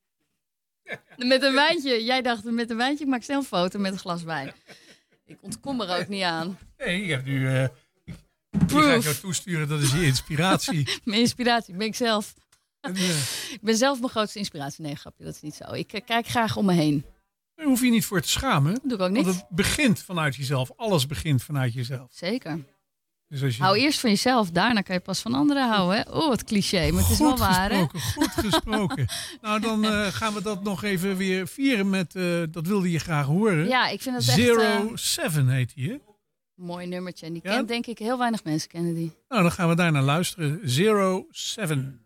S4: Met een wijntje. Jij dacht met een wijntje, ik maak snel een foto met een glas wijn. Ik ontkom er ook niet aan.
S3: Nee, ik heb nu... Uh, ik ga jou toesturen, dat is je inspiratie.
S4: Mijn inspiratie ben ik zelf.
S3: En, uh,
S4: ik ben zelf mijn grootste inspiratie. Nee, grapje, dat is niet zo. Ik uh, kijk graag om me heen.
S3: Daar hoef je niet voor te schamen.
S4: Dat doe ik ook niet.
S3: Want het begint vanuit jezelf. Alles begint vanuit jezelf.
S4: Zeker.
S3: Dus als je...
S4: Hou eerst van jezelf, daarna kan je pas van anderen houden. Hè? Oh, wat cliché, maar het is
S3: goed
S4: wel waar, hè?
S3: Goed gesproken. Nou, dan uh, gaan we dat nog even weer vieren met... Uh, dat wilde je graag horen.
S4: Ja, ik vind het
S3: Zero
S4: echt... Uh,
S3: Seven heet die, hè?
S4: Mooi nummertje. En die
S3: ja?
S4: kent denk ik heel weinig mensen kennen die.
S3: Nou, dan gaan we daar naar luisteren. Zero Seven.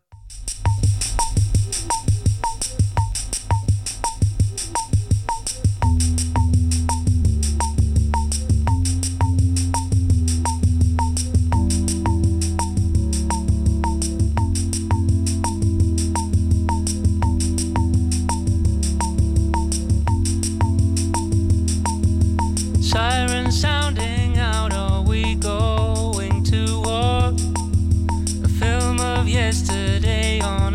S17: Siren sounding out, are we going to war? A film of yesterday on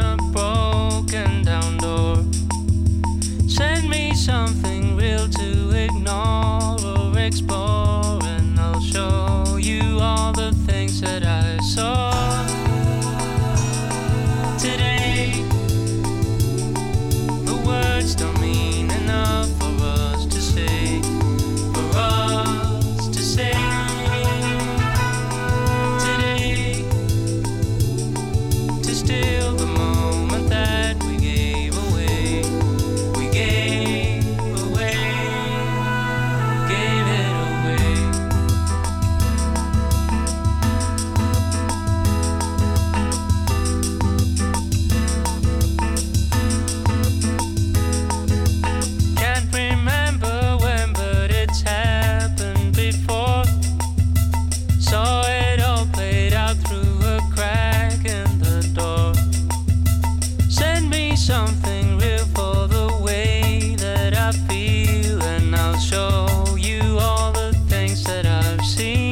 S17: something real for the way that I feel, and I'll show you all the things that I've seen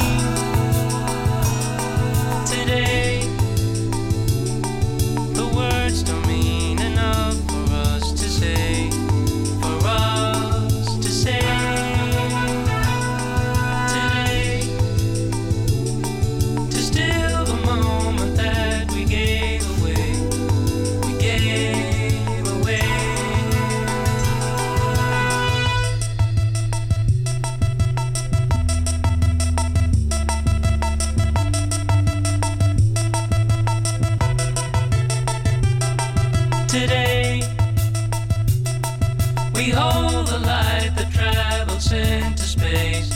S17: today. The words don't mean enough for us to say, for us to say today, to still the moment that we gave away, we gave away. Today, we hold the light that travels into space,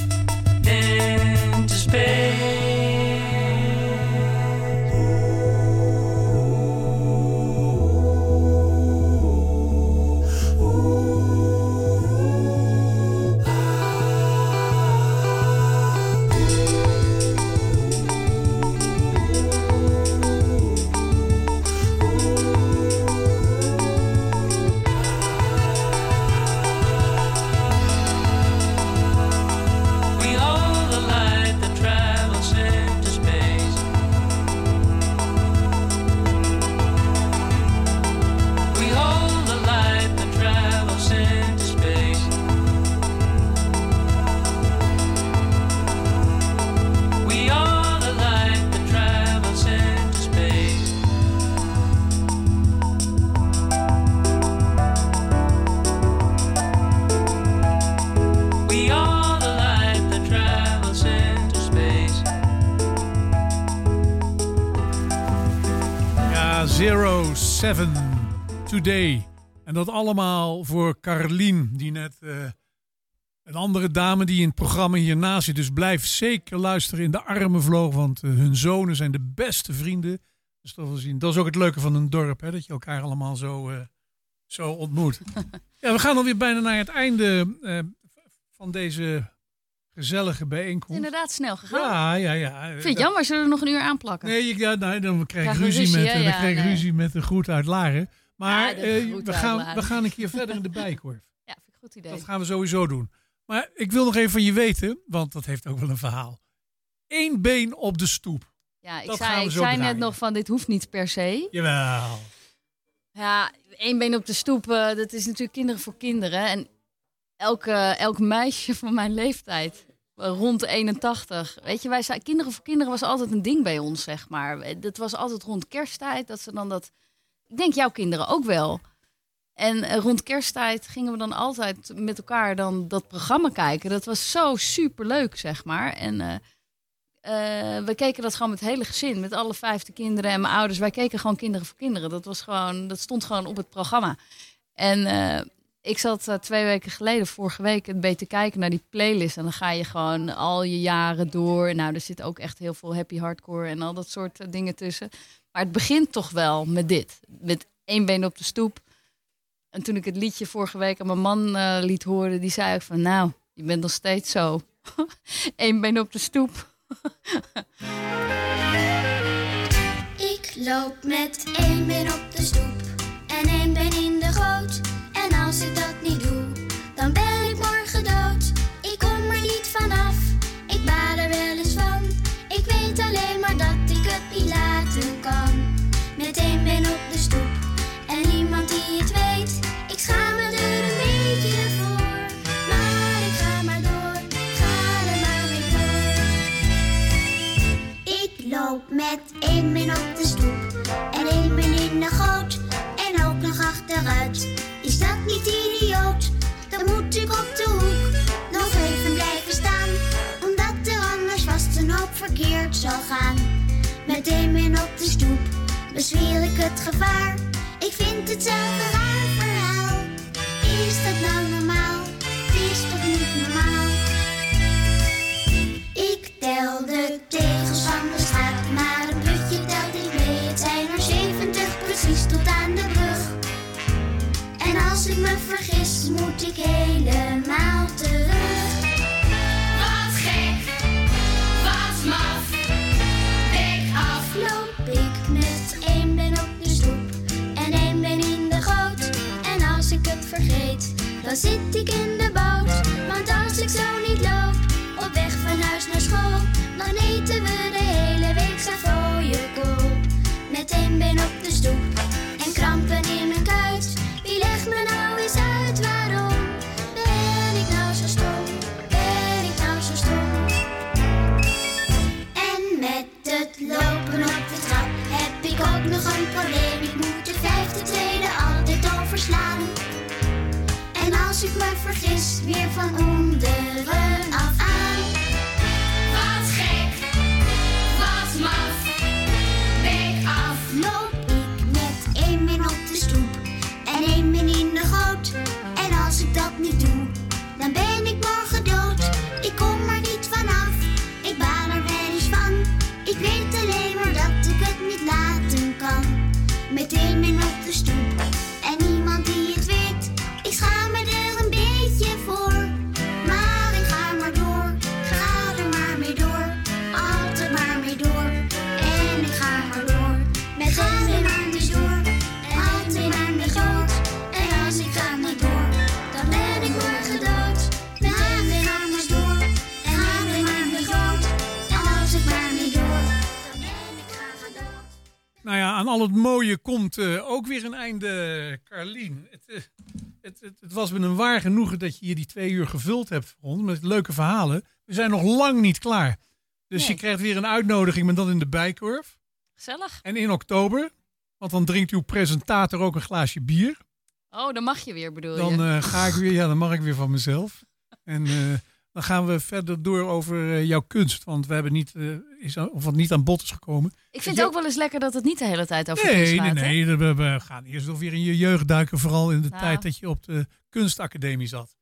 S17: into space. We hold the light that travels into space. We hold the light that travels into space. We are the light that travels into space. We are the light that travels into space.
S3: Ja, zero seven Today. En dat allemaal voor Carlien, die net eh, een andere dame die in het programma hiernaast zit. Dus blijf zeker luisteren in de armen vloog, want eh, hun zonen zijn de beste vrienden. Dus dat, wil zien. Dat is ook het leuke van een dorp, hè, dat je elkaar allemaal zo, eh, zo ontmoet. Ja, we gaan alweer bijna naar het einde eh, van deze gezellige bijeenkomst.
S4: Inderdaad snel gegaan.
S3: Ja, ja, ja.
S4: Ik vind het jammer, zullen we er nog een uur aanplakken?
S3: Nee, ik, ja, nee dan krijg ik
S4: Krijgen we
S3: ruzie,
S4: ruzie,
S3: met,
S4: hè?
S3: eh, dan
S4: Ja,
S3: krijg ik
S4: nee.
S3: ruzie met de groet uit Laren. Maar
S4: Ja, de
S3: eh,
S4: groet
S3: we,
S4: uit
S3: gaan,
S4: Laren.
S3: we gaan een keer verder in de Bijenkorf.
S4: Ja, vind ik een goed idee.
S3: Dat gaan we sowieso doen. Maar ik wil nog even van je weten, want dat heeft ook wel een verhaal. Eén been op de stoep.
S4: Ja, ik
S3: Dat gaan
S4: zei,
S3: we
S4: ik
S3: zo
S4: zei net
S3: draaien.
S4: nog van dit hoeft niet per se.
S3: Jawel.
S4: Ja, één been op de stoep, eh, dat is natuurlijk kinderen voor kinderen. En elke, elk meisje van mijn leeftijd, eh, rond de eenentachtig. Weet je, wij zei, kinderen voor kinderen was altijd een ding bij ons, zeg maar. Dat was altijd rond kersttijd, dat ze dan dat... Ik denk jouw kinderen ook wel. En eh, rond kersttijd gingen we dan altijd met elkaar dan dat programma kijken. Dat was zo superleuk, zeg maar. En eh, eh, we keken dat gewoon met het hele gezin, met alle vijfde kinderen en mijn ouders. Wij keken gewoon kinderen voor kinderen. Dat was gewoon, dat stond gewoon op het programma. En eh, ik zat uh, twee weken geleden, vorige week, een beetje te kijken naar die playlist. En dan ga je gewoon al je jaren door. Nou, er zit ook echt heel veel happy hardcore en al dat soort uh, dingen tussen. Maar het begint toch wel met dit. Met één been op de stoep. En toen ik het liedje vorige week aan mijn man uh, liet horen, die zei ook van, nou, je bent nog steeds zo. Eén been op de stoep.
S18: Ik loop met één been op de stoep en één been in de goot. En als ik dat niet doe, dan ben ik morgen dood. Ik kom er niet vanaf, ik baal er wel eens van. Ik weet alleen maar dat ik het niet laten kan. Met één been op de stoep en niemand die het weet. Ik schaam me er een beetje voor, maar ik ga maar door, ga er maar mee door. Ik loop met één been op de stoep en één been in de goot. En ook nog achteruit, is dat niet idioot? Dan moet ik op de hoek nog even blijven staan, omdat er anders vast een hoop verkeerd zal gaan. Met één been op de stoep bezweer ik het gevaar. Ik vind het zelf een raar verhaal. Is dat nou normaal? Het is toch niet normaal? Ik tel de tegels van de straat, maar een putje telt niet mee. Het zijn er zeventig precies tot aan de brug. En als ik me vergis, moet ik helemaal terug. Wat gek, wat maf, dek af. Loop ik met één been op de stoep en één been in de dan zit ik in de boot. Want als ik zo niet loop, op weg van huis naar school, dan eten we de hele week Savoie-kool. Met één been op de stoep en krampen in mijn kuit. Wie legt me nou eens uit waarom? Ben ik nou zo stom? Ben ik nou zo stom? En met het lopen op de trap heb ik ook nog een probleem. Ik moet de vijfde tweede altijd overslaan. En als ik me vergis, weer van onderen af aan. Wat gek, wat maf, bek af. Loop ik met één been op de stoep en één been in de goot. En als ik dat niet doe, dan ben ik morgen dood. Ik kom er niet vanaf, ik baal er wel eens van. Ik weet alleen maar dat ik het niet laten kan. Met één been op de stoep en niemand die het weet. Ik schaam me er een beetje voor, maar ik ga maar door. Ga er maar mee door, altijd maar mee door. En ik ga maar door, met één been maar mee door. En altijd maar mee dood. En als ik ga niet door, dan ben ik morgen dood. Met één been maar mee door, en altijd maar mee dood. En als ik maar niet door, dan ben ik graag dood.
S3: Nou ja, aan al het mooie komt uh, ook weer een einde, Carlien. Het, uh, het, het, het was me een waar genoegen dat je hier die twee uur gevuld hebt voor ons met leuke verhalen. We zijn nog lang niet klaar. Dus
S4: Nee.
S3: je krijgt weer een uitnodiging, maar dan in de Bijkorf.
S4: Gezellig.
S3: En in oktober, want dan drinkt uw presentator ook een glaasje bier.
S4: Oh, dan mag je weer, bedoel je?
S3: Dan uh, ga ik weer, ja, dan mag ik weer van mezelf. En uh, dan gaan we verder door over uh, jouw kunst. Want we hebben niet, uh, is, of wat niet aan bod is gekomen.
S4: Ik vind het ook wel eens lekker dat het niet de hele tijd over kunst
S3: Nee, nee,
S4: gaat. hè?
S3: nee. We, we gaan eerst nog weer in je jeugd duiken. Vooral in de
S4: Nou.
S3: tijd dat je op de kunstacademie zat.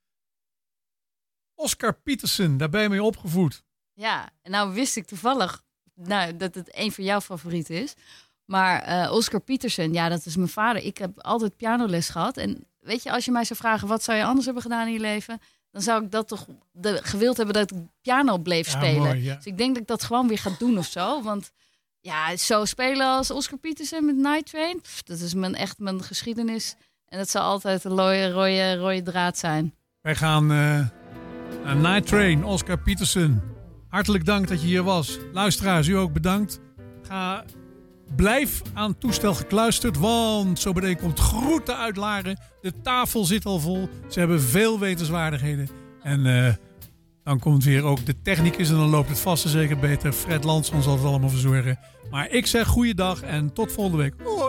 S3: Oscar Peterson, daar ben je mee opgevoed.
S4: Ja, en nou wist ik toevallig nou, dat het een van jouw favorieten is. Maar eh, Oscar Peterson, ja, dat is mijn vader. Ik heb altijd pianoles gehad. En weet je, als je mij zou vragen, wat zou je anders hebben gedaan in je leven? Dan zou ik dat toch de, gewild hebben dat ik piano bleef
S3: Ja,
S4: spelen.
S3: mooi, ja.
S4: Dus ik denk dat ik dat gewoon weer ga doen of zo. Want ja, zo spelen als Oscar Peterson met Night Train, pff, dat is mijn, echt mijn geschiedenis. En dat zal altijd een rode, rode, rode draad zijn.
S3: Wij gaan uh, naar Night Train, Oscar Peterson. Hartelijk dank dat je hier was. Luisteraars, u ook bedankt. Ga, blijf aan het toestel gekluisterd, want zo meteen komt groeten uit Laren. De tafel zit al vol. Ze hebben veel wetenswaardigheden. En uh, dan komt weer ook de technicus en dan loopt het vast en zeker beter. Fred Lansson zal het allemaal verzorgen. Maar ik zeg goeiedag en tot volgende week. Hoi!